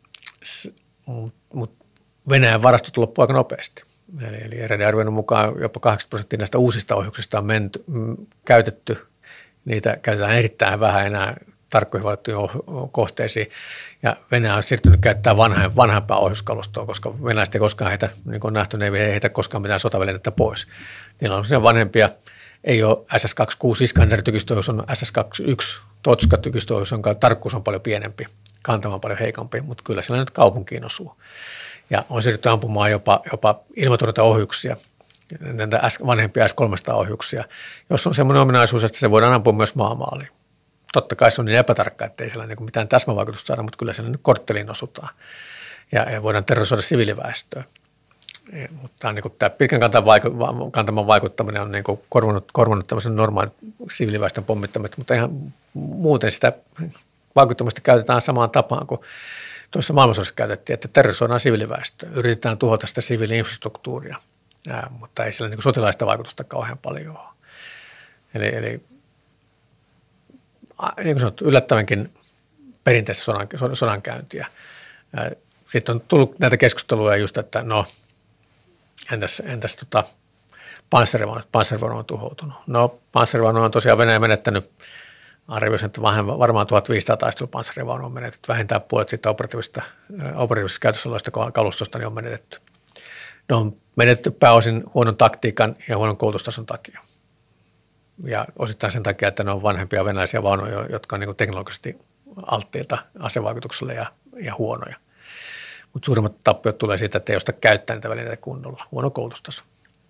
mutta Venäjän varastot loppuivat aika nopeasti. Eli, eli eräiden arvioinnin mukaan jopa kahdeksankymmentä prosenttia näistä uusista ohjuksista on menty, m, käytetty. Niitä käytetään erittäin vähän enää tarkkoihin valittuihin kohteisiin. Ja Venäjä on siirtynyt käyttämään vanha, vanhempaa ohjuskalustoa, koska venäläiset ei koskaan heitä, niin kuin on nähty, ne ei heitä koskaan mitään sotavälineitä pois. Niillä on siinä vanhempia, ei ole S S kaksikymmentäkuusi Iskander-tykistöohjus, on S S kaksikymmentäyksi Totska-tykistöohjus, jonka tarkkuus on paljon pienempi, kantama on paljon heikompi, mutta kyllä siellä nyt kaupunkiin osuu. Ja on siirrytty ampumaan jopa, jopa ilmatorjuntaohjuksia, näitä vanhempia S kolmesataa-ohjuksia, jos on semmoinen ominaisuus, että se voidaan ampua myös maamaaliin. Totta kai se on niin epätarkka, että ei siellä niin mitään täsmävaikutusta saada, mutta kyllä siellä nyt kortteliin osutaan ja, ja voidaan terrorisoida siviiliväestöä. Ja, mutta tämä, niin kuin, tämä pitkän kantaman vaikuttaminen on niin kuin korvannut, korvannut tämmöisen normaalin siviiliväestön pommittamista, mutta ihan muuten sitä vaikuttamista käytetään samaan tapaan kuin tuossa maailmansodassa käytettiin, että terrorisoidaan siviiliväestöä, yritetään tuhota sitä siviili-infrastruktuuria, ja, mutta ei sillä niin kuin sotilaista vaikutusta kauhean paljon ole. Eli, eli niin kuin sanottu, yllättävänkin perinteistä sodan, sodankäyntiä. Sitten on tullut näitä keskusteluja just, että no entäs, entäs tota, panssarivaunut, panssarivaunu on tuhoutunut. No panssarivaunu on tosiaan Venäjä menettänyt, arvioisin, että varmaan tuhatviisisataa taistelupanssarivaunua on menetetty. Vähintään puolet siitä operatiivisesta, operatiivisessa käytössä olevasta kalustosta niin on menetetty. Ne on menetetty pääosin huonon taktiikan ja huonon koulutustason takia. Ja osittain sen takia, että ne on vanhempia venäläisiä vaunuja, jotka on niin kuin teknologisesti alttiilta asevaikutukselle ja, ja huonoja. Mutta suurimmat tappiot tulee siitä, että ei osta käyttää niitä välineitä kunnolla. Huono koulutustaso.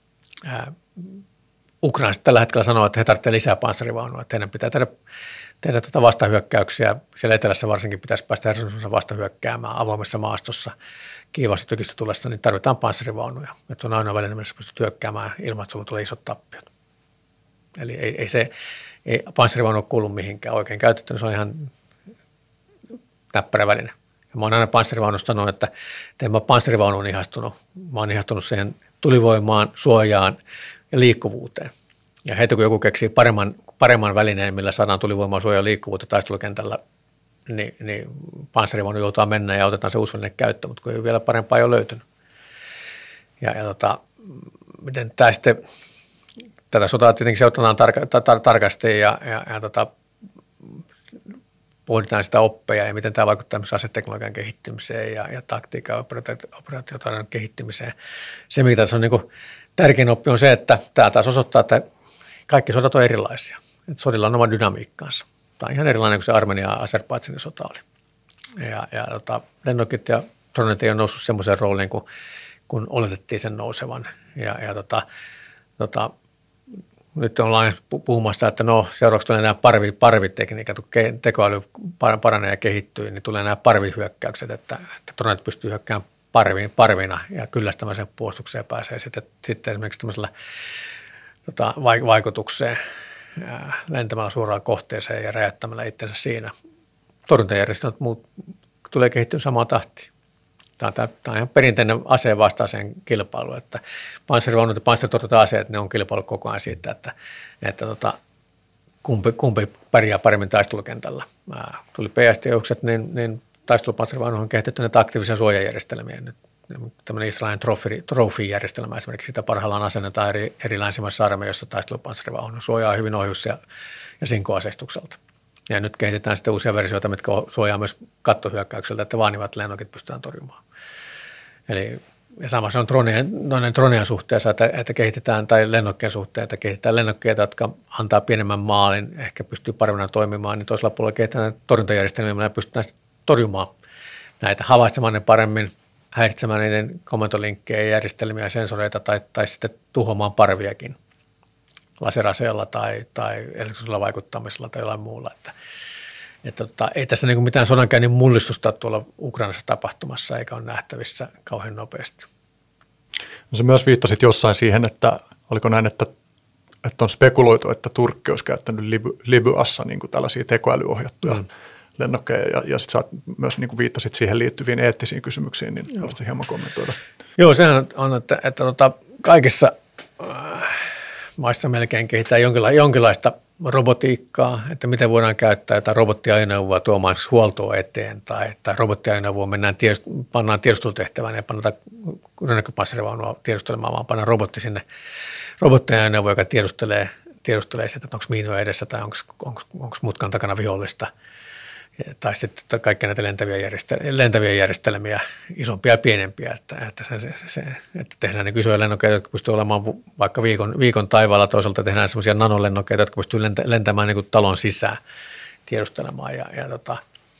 Ukrainasta tällä hetkellä sanoo, että he tarvitsevat lisää panssarivaunuja, että heidän pitää tehdä, tehdä tuota vastahyökkäyksiä. Siellä etelässä varsinkin pitäisi päästä Hersonissa vastahyökkäämään avoimessa maastossa kiivasti tykistä tulesta, niin tarvitaan panssarivaunuja. Että se on ainoa väline, missä pystyy hyökkäämään ilman, että sulla tulee isot tappiot. Eli ei, ei se ei panssarivaunu ole kuulu mihinkään oikein käytetty, niin se on ihan näppärä väline. Ja mä oon aina panssarivaunusta sanonut, että en mä panssarivaunuun ihastunut. Mä oon ihastunut siihen tulivoimaan, suojaan ja liikkuvuuteen. Ja heti kun joku keksii paremman, paremman välineen, millä saadaan tulivoimaa, suojaa ja liikkuvuutta taistelukentällä, niin, niin panssarivaunu joutuu mennä ja otetaan se uusi väline käyttöön, mutta kun ei vielä parempaa ei ole löytynyt. Ja, ja tota, miten tämä sitten, tätä sotaa tietenkin seurataan tarka, tar, tarkasti ja, ja, ja tota, pohditaan sitä oppeja ja miten tämä vaikuttaa myös aseteknologian kehittymiseen ja, ja taktiikan ja operaatiotaidon kehittymiseen. Se, mikä tässä on niin kuin tärkein oppi on se, että tämä taas osoittaa, että kaikki sodat on erilaisia. Että sodilla on oma dynamiikkaansa. Tämä on ihan erilainen kuin se Armenia ja Azerbaidžanin sota oli. Ja, ja tota, lennokit ja dronit ei ole noussut semmoiseen rooliin, kun, kun oletettiin sen nousevan. Ja, ja tota, tota, nyt ollaan puhumassa, että no seuraavaksi tulee nämä parvi, parvitekniikat, kun tekoäly paranee ja kehittyy, niin tulee nämä parvihyökkäykset, että, että dronit pystyy hyökkäämään parviin, parvina ja kyllästämään sen puolustukseen pääsee sitten, sitten esimerkiksi tämmöisellä tota, vaikutukseen lentämällä suoraan kohteeseen ja räjäyttämällä itsensä siinä. Torjuntajärjestelmät muut tulee kehittyä samaan tahtiin. Tämä on, tämä on ihan perinteinen aseen vastaiseen kilpailu, että panssarivaunut ja panssaritorjunta-aseet, ne on kilpailu koko ajan siitä, että, että tota, kumpi, kumpi pärjää paremmin taistelukentällä. Tuli P S T-joukset, niin, niin taistelupanssarivaunuihin on kehitetty näitä aktiivisia suojajärjestelmiä. Nyt tämmöinen israelin trophy-järjestelmä esimerkiksi, sitä parhaillaan asennetaan eri, eri länsimaisissa armeijoissa taistelupanssarivaunu. Suojaa hyvin ohjus- ja, ja sinkoaseistukselta. Ja nyt kehitetään sitten uusia versioita, mitkä suojaa myös kattohyökkäykseltä, että vaanivat lennokit pystytään torjumaan. Eli ja sama se on Tronian, Tronian suhteessa, että, että kehitetään, tai lennokkien suhteen, että kehitetään lennokkeita, jotka antaa pienemmän maalin, ehkä pystyy paremmin toimimaan, niin toisella puolella kehitetään torjuntajärjestelmiä, millä pystytään torjumaan näitä, havaitsemaan ne paremmin, häiritsemään niiden komentolinkkejä, järjestelmiä ja sensoreita, tai, tai sitten tuhoamaan parviakin laseraseella tai, tai elektrisellä vaikuttamisella tai jollain muulla. Että, että, että, ei tässä niin mitään sodankäynnin mullistusta tuolla Ukrainassa tapahtumassa, eikä ole nähtävissä kauhean nopeasti. No sä myös viittasit jossain siihen, että oliko näin, että, että on spekuloitu, että Turkki olisi käyttänyt Liby, Libyassa niin kuin tällaisia tekoälyohjattuja mm. lennokkeja, ja, ja sitten sä myös niin kuin viittasit siihen liittyviin eettisiin kysymyksiin, niin haluaisin hieman kommentoida. Joo, sehän on, että, että, että tota, kaikissa äh, maissa melkein kehitetään jonkinla, jonkinlaista robotiikkaa, että miten voidaan käyttää jotain robottiajoneuvoa tuomaan huoltoa eteen, tai, tai robottiajoneuvoa mennään tiedust, pannaan tiedustelutehtävään ja pannaan rynnäkköpanssarivaunua tiedustelemaan, vaan pannaan robotti sinne, robottiajoneuvo, joka tiedustelee, tiedustelee sitä, että onko miinoja edessä tai onko mutkan takana vihollista. Tai sitten kaikkia näitä lentäviä järjestelmiä, lentäviä järjestelmiä isompia ja pienempiä, että, että, se, se, se, että tehdään niin isoja lennokkeita, jotka pystyy olemaan vaikka viikon, viikon taivaalla, toisaalta tehdään semmoisia nanolennokkeita, jotka pystyy lentä, lentämään niin kuin talon sisään tiedustelemaan. Ja, ja tota,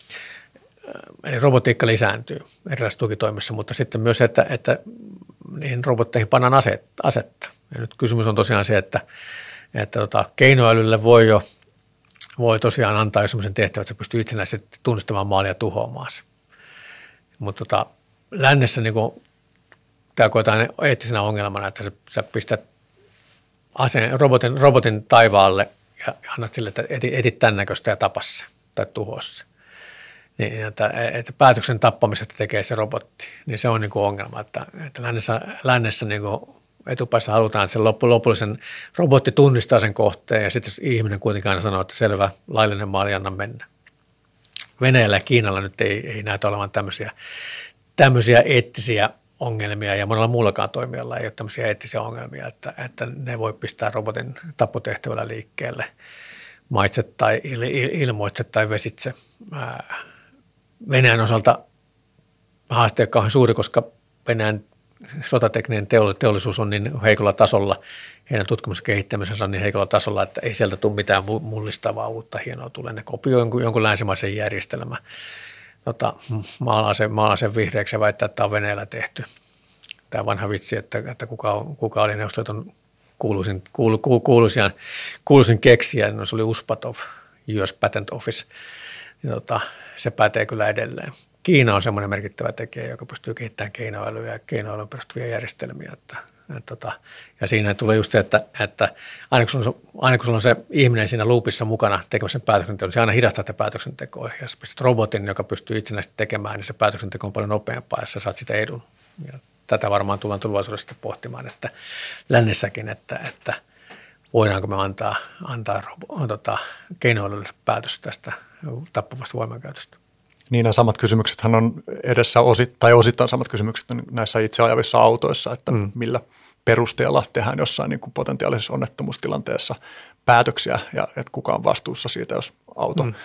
eli robotiikka lisääntyy erilaisissa tukitoimissa, mutta sitten myös, että, että niihin robotteihin pannaan aset, asetta. Ja nyt kysymys on tosiaan se, että, että tota, keinoälylle voi jo voi tosiaan antaa jo sellaisen tehtävän, että se pystyy itsenäisesti tunnistamaan maalia ja tuhoamaan se. Mutta tota, lännessä niin tämä koetaan eettisenä ongelmana, että sä, sä pistät aseen, robotin, robotin taivaalle ja annat sille, että etit tämän näköistä ja tapa se tai tuhoa se. Niin, että, että päätöksen tappamisesta tekee se robotti, niin se on niin kuin ongelma, että, että lännessä, lännessä niin kuin etupäässä halutaan, että se lopullisen robotti tunnistaa sen kohteen ja sitten ihminen kuitenkin aina sanoo, että selvä, laillinen maali, anna mennä. Venäjällä ja Kiinalla nyt ei, ei näytä olevan tämmöisiä, tämmöisiä eettisiä ongelmia ja monella muullakaan toimijalla ei ole tämmöisiä eettisiä ongelmia, että, että ne voi pistää robotin tappotehtävällä liikkeelle maitse tai il, il, ilmoitse tai vesitse. Venäjän osalta haaste on kauhean suuri, koska Venäjän sotatekninen teollisuus on niin heikolla tasolla, heidän tutkimus- ja kehittämisensä on niin heikolla tasolla, että ei sieltä tule mitään mullistavaa uutta hienoa tule. Ne kopioi jonkun, jonkun länsimaisen järjestelmän. Tota, maalaa, sen, maalaa sen vihreäksi ja väittää, että tämä on Venäjällä tehty. Tämä vanha vitsi, että, että kuka, kuka oli Neuvostoliiton kuuluisin, kuulu, kuuluisin, kuuluisin keksijä, no se oli Uspatov, U S Patent Office. Ja tota, se pätee kyllä edelleen. Kiina on semmoinen merkittävä tekijä, joka pystyy kehittämään keinoälyä ja keinoälyyn perustuvia järjestelmiä. Että, että, että, ja siinä tulee just se, että, että aina, kun on, aina kun sulla on se ihminen siinä loopissa mukana tekemässä sen päätöksenteon, niin se aina hidastaa sitä päätöksentekoa. Ja jos pistät robotin, joka pystyy itsenäisesti tekemään, niin se päätöksenteko on paljon nopeampaa ja sä saat sitä edun. Ja tätä varmaan tullaan tulevaisuudessa pohtimaan, että lännessäkin, että, että voidaanko me antaa, antaa tota, keinoälylle päätös tästä tappavasta voimankäytöstä. Niin nämä samat kysymyksethän on edessä, osit, tai osittain samat kysymykset näissä itse ajavissa autoissa, että mm. millä perusteella tehdään jossain niin kuin potentiaalisessa onnettomuustilanteessa päätöksiä ja että kuka on vastuussa siitä, jos auto mm.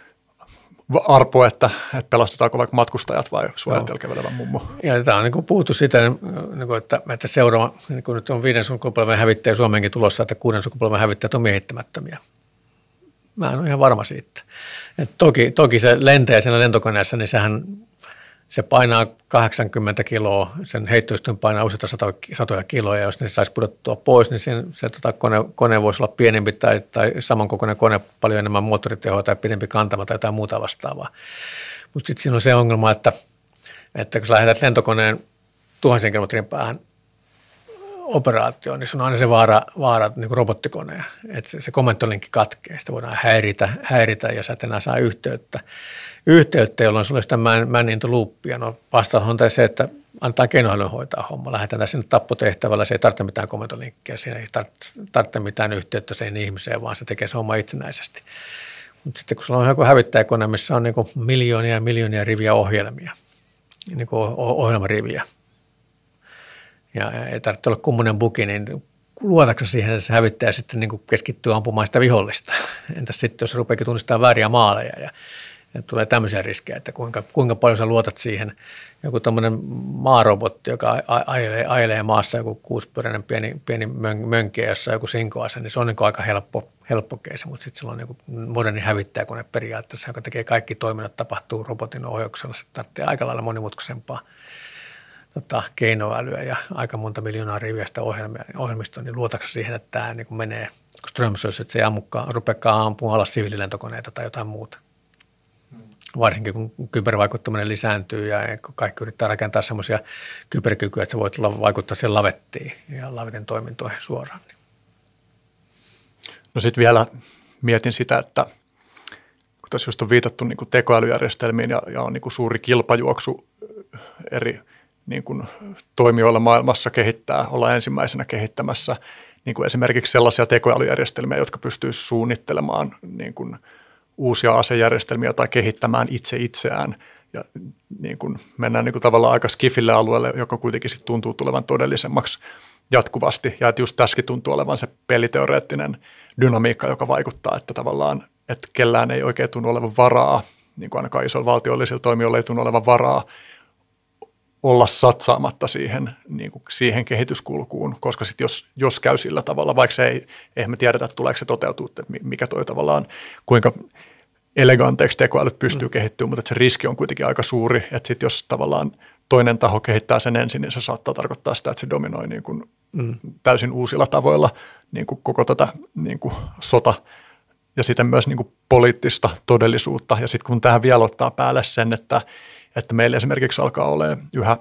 arpoo, että, että pelastetaanko vaikka matkustajat vai suojatella kävelevä mummo. Ja tämä on niin kuin puhuttu siitä, että, että seuraava, niin kuin nyt on viiden sukupolven hävittäjä Suomeenkin tulossa, että kuuden sukupolven hävittäjät on miehittämättömiä. Mä en ole ihan varma siitä. Et toki, toki se lentäjä siinä lentokoneessa, niin sehän se painaa kahdeksankymmentä kiloa, sen heittoistuin painaa useita satoja, satoja kiloja, ja jos ne saisi pudottua pois, niin sen, se tota, kone, kone voisi olla pienempi tai, tai samankokoinen kone, paljon enemmän moottoritehoa tai pidempi kantama tai jotain muuta vastaavaa. Mutta sitten siinä on se ongelma, että, että kun sä lähetät lentokoneen tuhansien kilometrin päähän operaatioon, niin se on aina se vaara, vaara niin kuin robottikoneen, että se, se komentolinkki katkee, sitä voidaan häiritä, häiritä ja sä et enää saa yhteyttä, yhteyttä jolloin sulla on sitä man, man in the loopia. No vastaus on se, että antaa keinoälyn hoitaa homma. Lähdetään sinne tappotehtävällä, se ei tarvitse mitään komentolinkkiä, siinä ei tarvitse mitään yhteyttä siihen ihmiseen, vaan se tekee se homma itsenäisesti. Mutta sitten kun sulla on joku hävittäjäkone, missä on niin kuin miljoonia ja miljoonia riviä ohjelmia, niin kuin ohjelmariviä, ja ei tarvitse olla kummonen bugi, niin luotatko siihen, että se hävittäjä sitten niin kuin keskittyy ampumaan sitä vihollista? Entäs sitten, jos se rupeakin tunnistamaan vääriä maaleja ja, ja tulee tämmöisiä riskejä, että kuinka, kuinka paljon sä luotat siihen. Joku tämmöinen maarobotti, joka ajelee, ajelee maassa joku kuuspyöräinen pieni, pieni mönkiä, jossa on joku sinkoase, niin se on niin kuin aika helppo, helppo keisi, mutta sitten sillä on niin kuin moderni hävittäjäkone periaatteessa, joka tekee kaikki toiminnot, tapahtuu robotin ohjauksella. Se tarvitsee aika lailla monimutkaisempaa Tota, keinoälyä ja aika monta miljoonaa riviä sitä ohjelmistoa, niin luotatko siihen, että tämä niin menee Strömsössä, että se ei ammukaan, rupeakaan ampumaan alas siviililentokoneita tai jotain muuta. Hmm. Varsinkin kun kybervaikuttaminen lisääntyy ja kaikki yrittää rakentaa semmoisia kyberkykyjä, että sä voit vaikuttaa siihen lavettiin ja lavetin toimintoihin suoraan. No sitten vielä mietin sitä, että kun tässä just on viitattu niin kuin tekoälyjärjestelmiin ja, ja on niin kuin suuri kilpajuoksu eri niin kuin toimijoilla maailmassa kehittää, olla ensimmäisenä kehittämässä niin kuin esimerkiksi sellaisia tekoälyjärjestelmiä, jotka pystyisivät suunnittelemaan niin kuin uusia asejärjestelmiä tai kehittämään itse itseään. Ja niin kuin mennään niin kuin tavallaan aika skifille alueelle, joka kuitenkin sit tuntuu tulevan todellisemmaksi jatkuvasti. Ja että just tässäkin tuntuu olevan se peliteoreettinen dynamiikka, joka vaikuttaa, että tavallaan että kellään ei oikein tunnu olevan varaa, niin kuin ainakaan isoilla valtiollisilla toimijoilla ei tunnu olevan varaa, olla satsaamatta siihen, niin kuin siihen kehityskulkuun, koska sitten jos, jos käy sillä tavalla, vaikka se ei, eihän me tiedetä, että tuleeko se toteutuu, että mikä toi tavallaan, kuinka eleganteeksi tekoälyt pystyy mm. kehittymään, mutta se riski on kuitenkin aika suuri, että sitten jos tavallaan toinen taho kehittää sen ensin, niin se saattaa tarkoittaa sitä, että se dominoi niin kuin mm. täysin uusilla tavoilla niin kuin koko tätä niin kuin sota ja sitten myös niin kuin poliittista todellisuutta. Ja sitten kun tähän vielä ottaa päälle sen, että että meillä esimerkiksi alkaa olemaan yhä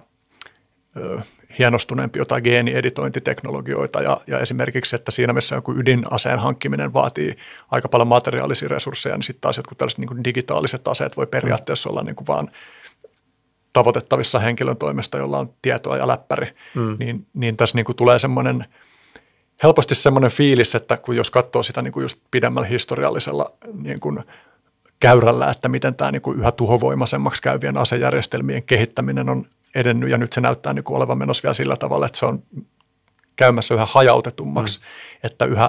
ö, hienostuneempi jotain geenieditointiteknologioita ja, ja esimerkiksi, että siinä missä joku ydinaseen hankkiminen vaatii aika paljon materiaalisia resursseja, niin sitten taas jotkut tällaiset niin kuin digitaaliset aseet voi periaatteessa olla niin kuin vaan tavoitettavissa henkilön toimesta, jolla on tietoa ja läppäri, mm. niin, niin tässä niin kuin tulee semmoinen helposti semmoinen fiilis, että kun jos katsoo sitä niin kuin just pidemmällä historiallisella niin kuin käyrällä, että miten tämä niin kuin yhä tuhovoimaisemmaksi käyvien asejärjestelmien kehittäminen on edennyt ja nyt se näyttää niin kuin olevan menossa vielä sillä tavalla, että se on käymässä yhä hajautetummaksi, mm. että yhä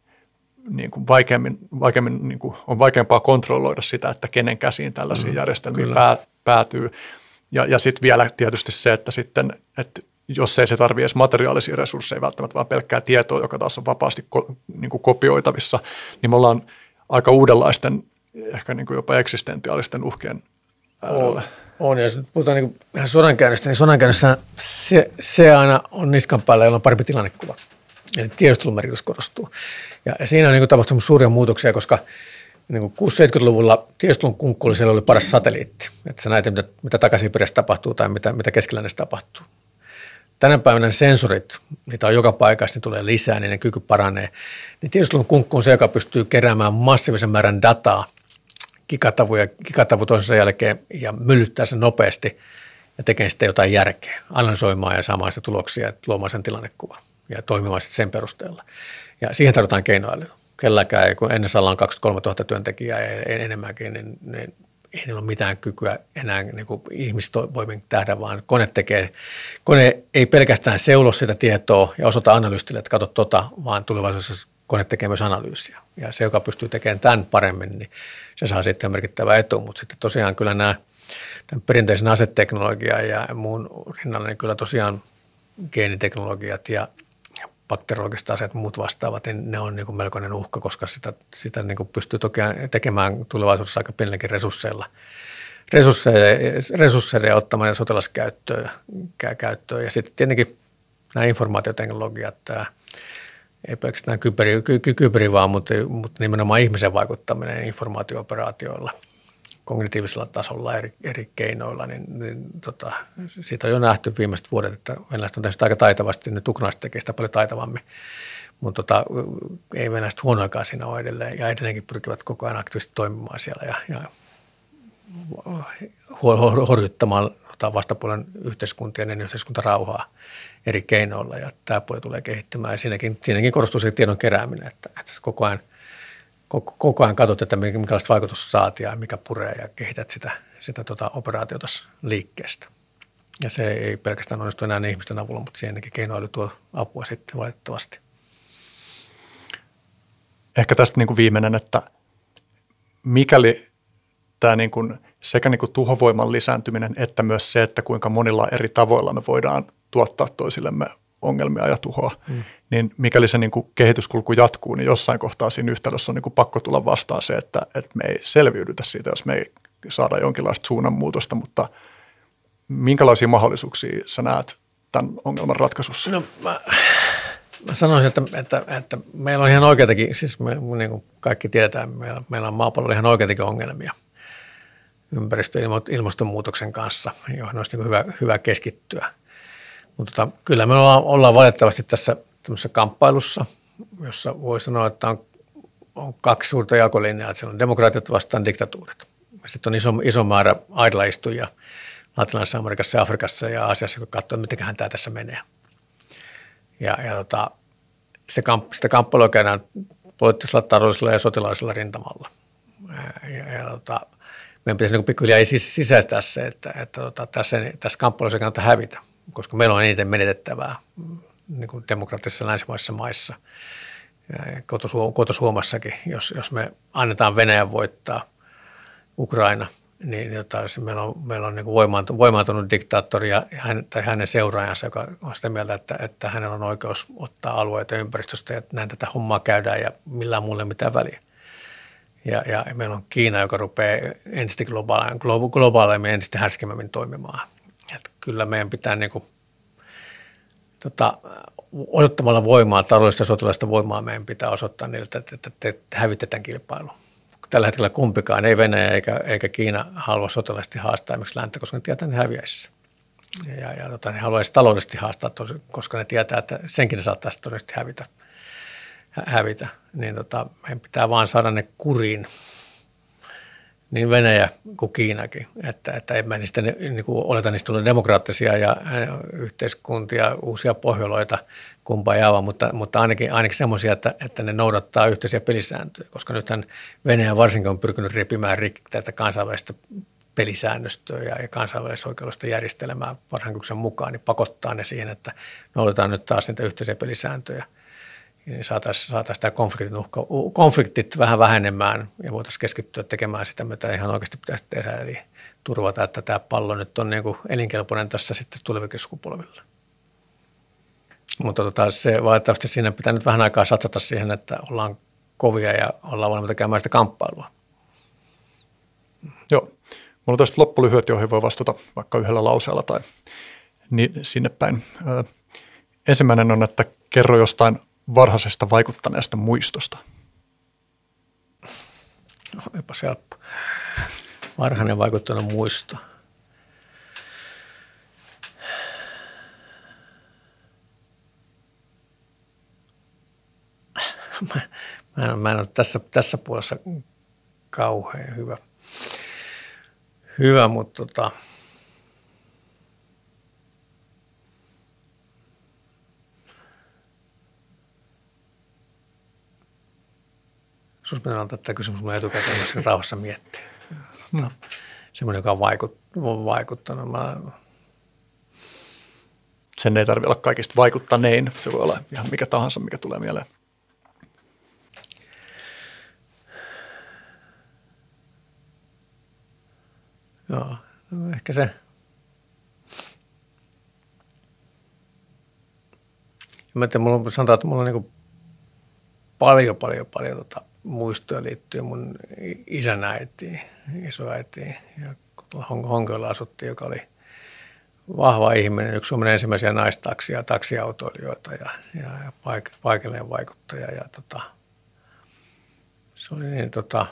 niin kuin vaikeammin, vaikeammin niin kuin on vaikeampaa kontrolloida sitä, että kenen käsiin tällaisia mm. järjestelmiä pää, päätyy. Ja, ja sitten vielä tietysti se, että sitten, että jos ei se tarvitse edes materiaalisia resursseja, välttämättä vaan pelkkää tietoa, joka taas on vapaasti ko, niin kuin kopioitavissa, niin me ollaan aika uudenlaisten ehkä niin kuin jopa eksistentiaalisten uhkien äärellä. On, ja jos nyt puhutaan niin ihan sodankäynnistä, niin sodankäynnissä se, se aina on niskan päällä, jolla on parempi tilannekuva. Eli tiedustelumerkitys korostuu. Ja, ja siinä on niin kuin tapahtunut suuria muutoksia, koska niin kuin kuusikymmentä-seitsemänkymmentäluvulla tiedustelun kunkkuilla siellä oli paras satelliitti. Että sä näet, mitä, mitä takaisinperässä tapahtuu tai mitä, mitä keskilännessä tapahtuu. Tänä päivänä sensorit, niitä on joka paikassa, ne tulee lisää, niin ne kyky paranee. Niin tiedustelun kunkku on se, joka pystyy keräämään massiivisen määrän dataa, gigatavu ja gigatavu toisensa jälkeen ja myllyttää sen nopeasti ja tekee sitten jotain järkeä, analysoimaan ja saamaan sitä tuloksia, että luomaan sen tilannekuvan ja toimimaan sitten sen perusteella. Ja siihen tarvitaan keinoälyä. Kelläkään, kun ennen Salla on kaksikymmentäkolme tuhatta työntekijää ja enemmänkin, niin, niin ei niillä ole mitään kykyä enää niin kuin ihmisvoimin tehdä, vaan kone tekee, kone ei pelkästään seulo sitä tietoa ja osoita analystille, että katso tota, vaan tulevaisuudessa kone tekee myös analyysiä. Ja se, joka pystyy tekemään tämän paremmin, niin se saa sitten merkittävää etua, mutta sitten tosiaan kyllä nämä tämän perinteisen aseteknologian ja muun rinnalla, niin kyllä tosiaan geeniteknologiat ja bakteriologiset aseet, muut vastaavat, niin ne on niin kuin melkoinen uhka, koska sitä, sitä niin kuin pystyy toki tekemään tulevaisuudessa aika pienelläkin resursseilla. Resursseja, resursseja ottamaan sotilaskäyttöön käyttöön. Ja sitten tietenkin nämä informaatioteknologiat, tämä, ei pelkästään kyberi, ky, ky, kyberi vaan, mutta, mutta nimenomaan ihmisen vaikuttaminen informaatio-operaatioilla, kognitiivisella tasolla eri, eri keinoilla, niin, niin tota, siitä on jo nähty viimeiset vuodet, että venäläiset on tehnyt aika taitavasti, ne ukrainalaiset tekee sitä paljon taitavammin, mutta tota, ei venäläiset huonoakaan siinä ole edelleen, ja edelleenkin pyrkivät koko ajan aktiivisesti toimimaan siellä ja, ja horjuttamaan horjuttaa vastapuolen yhteiskuntien ja yhteiskuntarauhaa eri keinoilla, ja tämä puoli tulee kehittymään, ja siinäkin, siinäkin korostuu se tiedon kerääminen, että, että koko ajan, koko, koko ajan katsot, että minkälaista vaikutusta saat ja mikä puree, ja kehität sitä, sitä tota operaatiota liikkeestä. Ja se ei pelkästään onnistu enää ihmisten avulla, mutta siihenkin keinoilu tuo apua sitten valitettavasti. Ehkä tästä niin kuin viimeinen, että mikäli tämä niin kuin sekä niin kuin tuhovoiman lisääntyminen että myös se, että kuinka monilla eri tavoilla me voidaan tuottaa toisillemme ongelmia ja tuhoa, mm. niin mikäli se niin kuin kehityskulku jatkuu, niin jossain kohtaa siinä yhtälössä on niin kuin pakko tulla vastaan se, että, että me ei selviydytä siitä, jos me ei saada jonkinlaista suunnanmuutosta, mutta minkälaisia mahdollisuuksia sä näet tämän ongelman ratkaisussa? No mä, mä sanoisin, että, että, että meillä on ihan oikeitakin, siis me, niin kuin kaikki tiedetään, meillä, meillä on maapallolla ihan oikeitakin ongelmia ympäristö- ja ilmastonmuutoksen kanssa, joihin olisi niin hyvä, hyvä keskittyä. Mutta tota, kyllä me ollaan, ollaan valitettavasti tässä tämmöisessä kamppailussa, jossa voi sanoa, että on, on kaksi suurta jakolinjaa, että siellä on demokraatiat vastaan diktatuurit. Sitten on iso, iso määrä aidlaistujia Latinalaisessa Amerikassa ja Afrikassa ja Aasiassa, kun katsoo, mitenköhän tämä tässä menee. Ja, ja tota, se kamp, sitä kamppailua käydään poliittisella, taloudellisella ja sotilaallisella rintamalla. Ja, ja, ja tota, meidän pitäisi niin pikkuhiljaa sisäistää se, että, että tota, tässä, tässä kamppailussa ei kannata hävitä, koska meillä on eniten menetettävää niin kuin demokraattisissa länsimaisissa maissa, Koto-Suomessakin, jos, jos me annetaan Venäjän voittaa Ukraina, niin jota, meillä on, meillä on niin kuin voimaantunut diktaattori ja hän, tai hänen seuraajansa, joka on sitä mieltä, että, että hänellä on oikeus ottaa alueita ympäristöstä ja näin tätä hommaa käydään ja millään muulle mitään väliä. Ja, ja meillä on Kiina, joka rupeaa entistä globaaleimmin, entistä härskemämmin toimimaan. Että kyllä meidän pitää niin kuin, tota, odottamalla voimaa, taloudellista ja sotilaista voimaa meidän pitää osoittaa niiltä, että, että te hävitetään kilpailun. Tällä hetkellä kumpikaan, ei Venäjä eikä, eikä Kiina halua sotilaisesti haastaa esimerkiksi länttä, koska ne tietää, että ne häviäisi. Ja, ja tota, ne haluaisi taloudellisesti haastaa, koska ne tietää, että senkin ne saattaisi todellisesti hävitä. hävitä. Niin tota, meidän pitää vaan saada ne kuriin, niin Venäjä kuin Kiinakin, että, että emme niistä niin kuin oleta niistä tulee demokraattisia ja yhteiskuntia, uusia pohjoloita kumpaa jäävä, mutta, mutta ainakin, ainakin semmoisia, että, että ne noudattaa yhteisiä pelisääntöjä, koska nythän Venäjä varsinkin on pyrkinyt repimään rikki tätä kansainvälistä pelisäännöstöä ja, ja kansainvälisoikeudellista järjestelmää parhaan kykseen mukaan, niin pakottaa ne siihen, että noudataan nyt taas niitä yhteisiä pelisääntöjä. Niin saataisiin saataisi tämä konfliktit, uhka, konfliktit vähän vähenemään ja voitaisiin keskittyä tekemään sitä, mitä ihan oikeasti pitäisi tehdä, eli turvata, että tämä pallo nyt on niin kuin elinkelpoinen tässä sitten tuleville sukupolville. Mutta tota, se valitettavasti siinä pitää nyt vähän aikaa satsata siihen, että ollaan kovia ja ollaan valmiita käymään sitä kamppailua. Joo. Mulla on tästä loppulyhyet, joihin voi vastata vaikka yhdellä lauseella tai niin sinne päin. Ö, ensimmäinen on, että kerro jostain varhaisesta vaikuttaneesta muistosta. No, epäs helppo. Varhainen vaikuttanut muisto. Mä, mä, en, mä en ole tässä, tässä puolessa kauhean hyvä. Hyvä, mutta tota, jos pitää antaa tämä kysymys mun etukäteen rauhassa miettiä. Hmm. Semmoinen, joka on vaikut, vaikuttanut. Mä... Sen ei tarvitse olla kaikista vaikuttanein. Se voi olla ihan mikä tahansa, mikä tulee mieleen. Joo, no ehkä se. Mä tiedän, mulla on sanotaan, että mulla on niin paljon, paljon, paljon tota muistoja liittyen mun isänäitiin, isoäitiin, ja Honkoilla asuttiin, joka oli vahva ihminen, yksi Suomen ensimmäisiä naistaksia, taksiautoilijoita ja, ja, ja paik- paikallinen vaikuttaja. Ja tota, se oli niin, tota,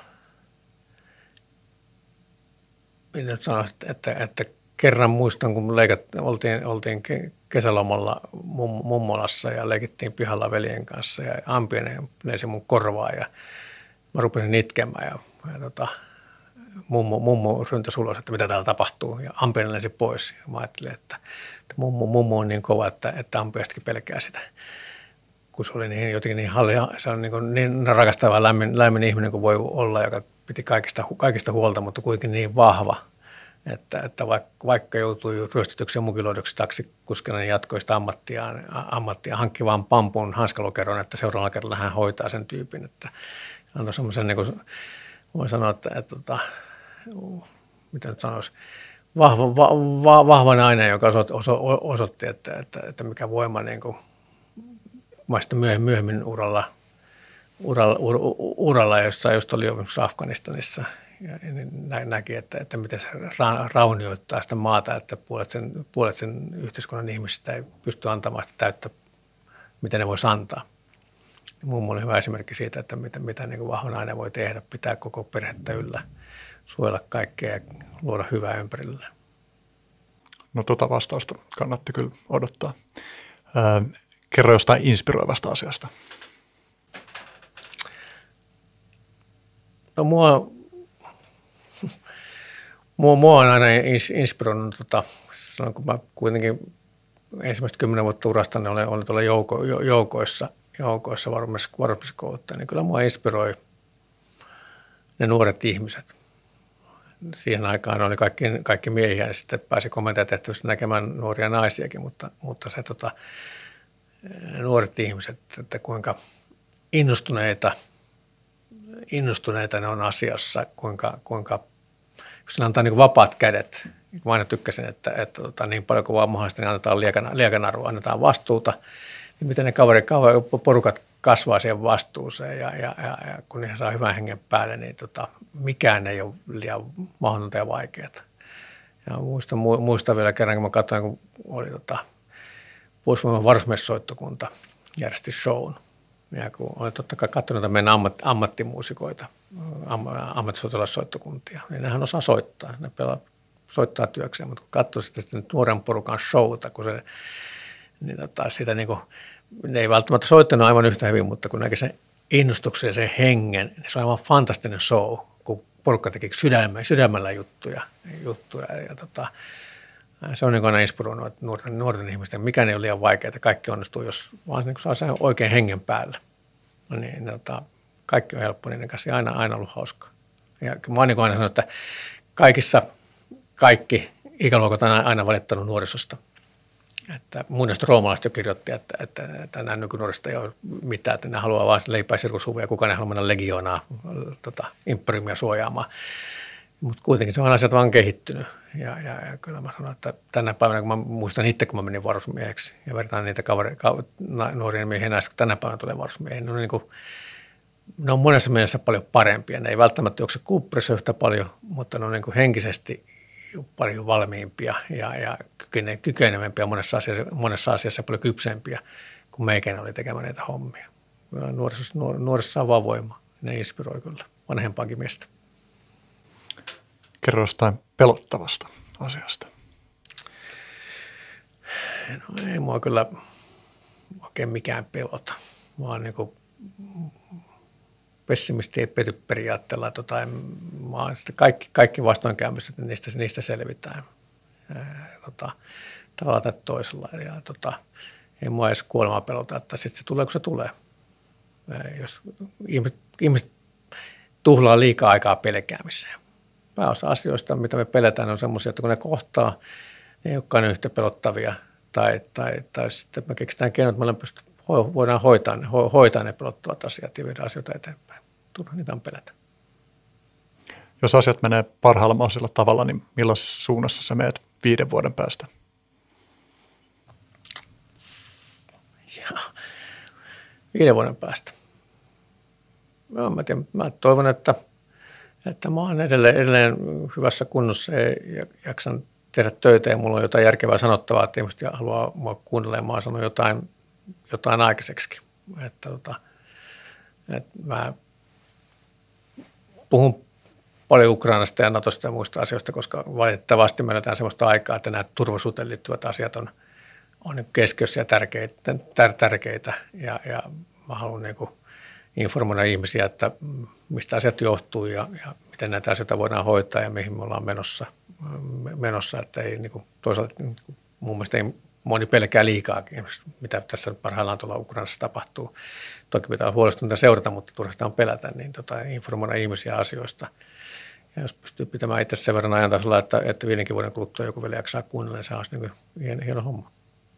minä nyt sanoisin, että, että kerran muistan, kun leikat, oltiin, oltiin kesälomalla mum, mummolassa ja leikittiin pihalla veljen kanssa ja ampiainen lensi mun korvaa ja mä rupesin itkemään ja, ja tota, mummo, mummo ryntäsi ulos, että mitä täällä tapahtuu, ja ampiainen lensi pois. Ja mä ajattelin, että, että mummo, mummo on niin kova, että, että ampiaistakin pelkää sitä. Kun se oli niin, jotenkin niin, halli, se on niin, niin rakastava, lämmin, lämmin ihminen kuin voi olla, joka piti kaikista, kaikista huolta, mutta kuitenkin niin vahva, että, että vaikka, vaikka joutui ryöstetyksi ja mukiloiduksi taksikuskina, niin jatkoi sitä ammattiaan, ammattia, hankki vaan pampun hanskalokeron, että seuraavalla kerralla hän hoitaa sen tyypin. Että antoi semmoisen, niin kuin voin sanoa, että, että, että mitä nyt sanoisi, vahva, va, va, vahva nainen, joka osoitti, osoitti että, että, että mikä voima niin kuin, sitten myöhemmin, myöhemmin uralla, uralla, ur, uralla, jossa just oli jo Afganistanissa, ja nä, näki, että, että miten se ra, raunioittaa sitä maata, että puolet sen, puolet sen yhteiskunnan ihmisistä ei pysty antamaan sitä täyttä, mitä ne voisi antaa. Mummo oli hyvä esimerkki siitä, että mitä, mitä niin kuin vahva nainen voi tehdä, pitää koko perhettä yllä, suojella kaikkea ja luoda hyvää ympärillä. No tuota vastausta kannatti kyllä odottaa. Ää, kerro jostain inspiroivasta asiasta. No mua, mua, mua on aina inspiroinut, tota, silloin kun mä kuitenkin ensimmäistä kymmenen vuotta urasta niin olen, olen tuolla jouko, joukoissa, joukoissa varusmieskouluttajana, niin kyllä mua inspiroi ne nuoret ihmiset. Siihen aikaan oli kaikki, kaikki miehiä ja sitten pääsi komentajatehtävissä näkemään nuoria naisiakin, mutta, mutta se tota, nuoret ihmiset, että kuinka innostuneita, innostuneita ne on asiassa, kuinka, kuinka jos ne antaa niin kuin vapaat kädet. Mä aina tykkäsin, että, että tota, niin paljon kuin vaan mahdollista, niin annetaan liekanarvoa, annetaan vastuuta, niin miten ne kaveri, kaveri, porukat kasvaa siihen vastuuseen ja, ja, ja, ja kun ne saa hyvän hengen päälle, niin tota, mikään ei ole liian mahdotonta ja vaikeaa. Ja muistan, muistan vielä kerran, kun mä katsoin, kun oli tota, Puolustusvoiman varusmiessoittokunta järjesti shown. Ja kun olen totta kai katsonut meidän ammat, ammattimuusikoita, am, ammattisotilassoittokuntia, niin nehän osaa soittaa. Ne pelaa, soittaa työkseen, mutta kun katsoo sitten nuoren porukan showta, kun se, niin tota, sitä niin kuin, ne ei välttämättä soittanut aivan yhtä hyvin, mutta kun näki sen innostuksen ja sen hengen, niin se on aivan fantastinen show, kun porukka teki sydämellä, sydämellä juttuja. juttuja ja tota, se on niin aina inspiroinut, että nuorten, nuorten ihmisten, mikään ei ole liian vaikeaa, kaikki onnistuu, jos vaan niin saa sen oikein hengen päällä. No niin, tota, kaikki on helppo niiden kanssa ja aina, aina ollut hauskaa. Ja mä oon niin aina sanonut, että kaikissa kaikki ikäluokat on aina valittanut nuorisosta. Että mun mielestä roomalaiset jo kirjoitti, että, että, että nämä nykynuorista ei ole mitään, että ne haluaa vain leipää sirkushuvia, kukaan ei halua mennä legioonaa, tota, imperiumia suojaamaan. Mutta kuitenkin se on asiat vaan kehittynyt. Ja, ja, ja kyllä mä sanon, että tänä päivänä, kun mä muistan itse, kun mä menin varusmieheksi ja vertaan niitä kaveri, ka, nuoria miehiä näistä, kun tänä päivänä tulee varusmiehiä, ne on, niin kuin, ne on monessa mielessä paljon parempia. Ne ei välttämättä juokse kuppurissa yhtä paljon, mutta ne on niin kuin henkisesti paljon valmiimpia ja, ja kykenevämpiä monessa asiassa, monessa asiassa paljon kypsempiä kuin meikäinen oli tekemään näitä hommia. Nuorissa, nuorissa on vaan voima. Ne inspiroi kyllä vanhempaakin miestä. Kerro jostain pelottavasta asiasta. No ei mua kyllä oikein mikään pelota. Mä oon niin kuin pessimisti ei pety periaatteella. Tota, mä oon kaikki, kaikki vastoinkäymiset, niistä, niistä selvitään tota, tavallaan tai toisella. Ja, tota, ei mua edes kuolemaa pelota, että sitten se tulee, kun se tulee. Jos ihmiset, ihmiset tuhlaa liikaa aikaa pelkäämiseen. Pääosa asioista, mitä me pelätään, on semmoisia, että kun ne kohtaa, ne ei olekaan yhtä pelottavia. Tai, tai, tai sitten me keksitään keinot, että me pysty, voidaan hoitaa ne, hoitaa ne pelottavat asiat ja viedä asioita eteenpäin. Turha niitä on pelätä. Jos asiat menee parhaalla mahdollisella tavalla, niin millaisessa suunnassa sä meet viiden vuoden päästä? Ja, viiden vuoden päästä. No, mä, tiedän, mä toivon, että Että mä oon edelleen, edelleen hyvässä kunnossa ja jaksan tehdä töitä ja mulla on jotain järkevää sanottavaa, että ihmiset haluaa mua kuunnella ja mä oon sanonut jotain, jotain aikaiseksi. Että, tota, että mä puhun paljon Ukrainasta ja Natosta ja muista asioista, koska valitettavasti meillä on sellaista aikaa, että nämä turvallisuuteen liittyvät asiat on, on keskiössä ja tärkeitä, tär, tärkeitä ja, ja mä haluan niin kuin informoida ihmisiä, että mistä asiat johtuu ja, ja miten näitä asioita voidaan hoitaa ja mihin me ollaan menossa. menossa että ei, niin kuin, toisaalta niin kuin, mun mielestä ei moni pelkää liikaakin, mitä tässä parhaillaan tuolla Ukrainassa tapahtuu. Toki pitää olla huolestunutta seurata, mutta turhastaan pelätä, niin tota, informoida ihmisiä asioista. Ja jos pystyy pitämään itse sen verran ajan tasolla, että, että viidenkin vuoden kuluttua joku vielä jaksaa kuunnella, niin se olisi niin hieno, hieno homma.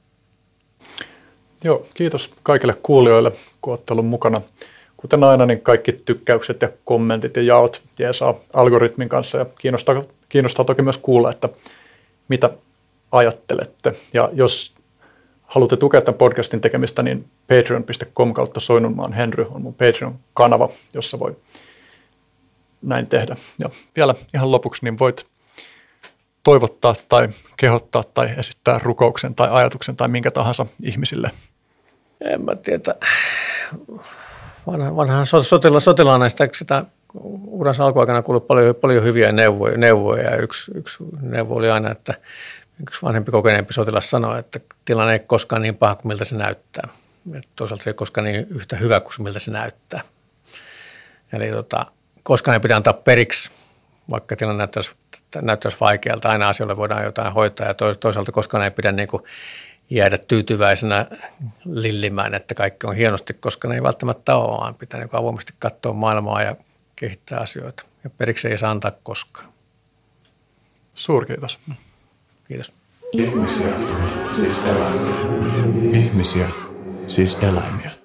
Joo, kiitos kaikille kuulijoille, kun olette olleet mukana. Kuten aina, niin kaikki tykkäykset ja kommentit ja jaot jeesaa algoritmin kanssa ja kiinnostaa, kiinnostaa toki myös kuulla, että mitä ajattelette. Ja jos haluatte tukea tämän podcastin tekemistä, niin patreon piste com kautta Soinnunmaan Henry on mun Patreon-kanava, jossa voi näin tehdä. Ja vielä ihan lopuksi, niin voit toivottaa tai kehottaa tai esittää rukouksen tai ajatuksen tai minkä tahansa ihmisille. En mä tiedä. Vanhan, vanhan sotila, sotilaana sitä, sitä uransa alkuaikana kuului paljon, paljon hyviä neuvoja, neuvoja ja yksi, yksi neuvo oli aina, että yksi vanhempi kokeneempi sotilas sanoi, että tilanne ei koskaan niin paha kuin miltä se näyttää. Et toisaalta se ei koskaan niin yhtä hyvä kuin miltä se näyttää. Eli tota, koskaan ei pidä antaa periksi, vaikka tilanne näyttäisi, näyttäisi vaikealta. Aina asioille voidaan jotain hoitaa ja toisaalta koskaan ei pidä niin kuin jäädä tyytyväisenä lillimään, että kaikki on hienosti, koska ne ei välttämättä ole, vaan pitää niin kuin avoimesti katsoa maailmaa ja kehittää asioita. Ja periksi ei saa antaa koskaan. Suurkiitos. Kiitos. Ihmisiä, siis eläimiä. Ihmisiä, siis eläimiä.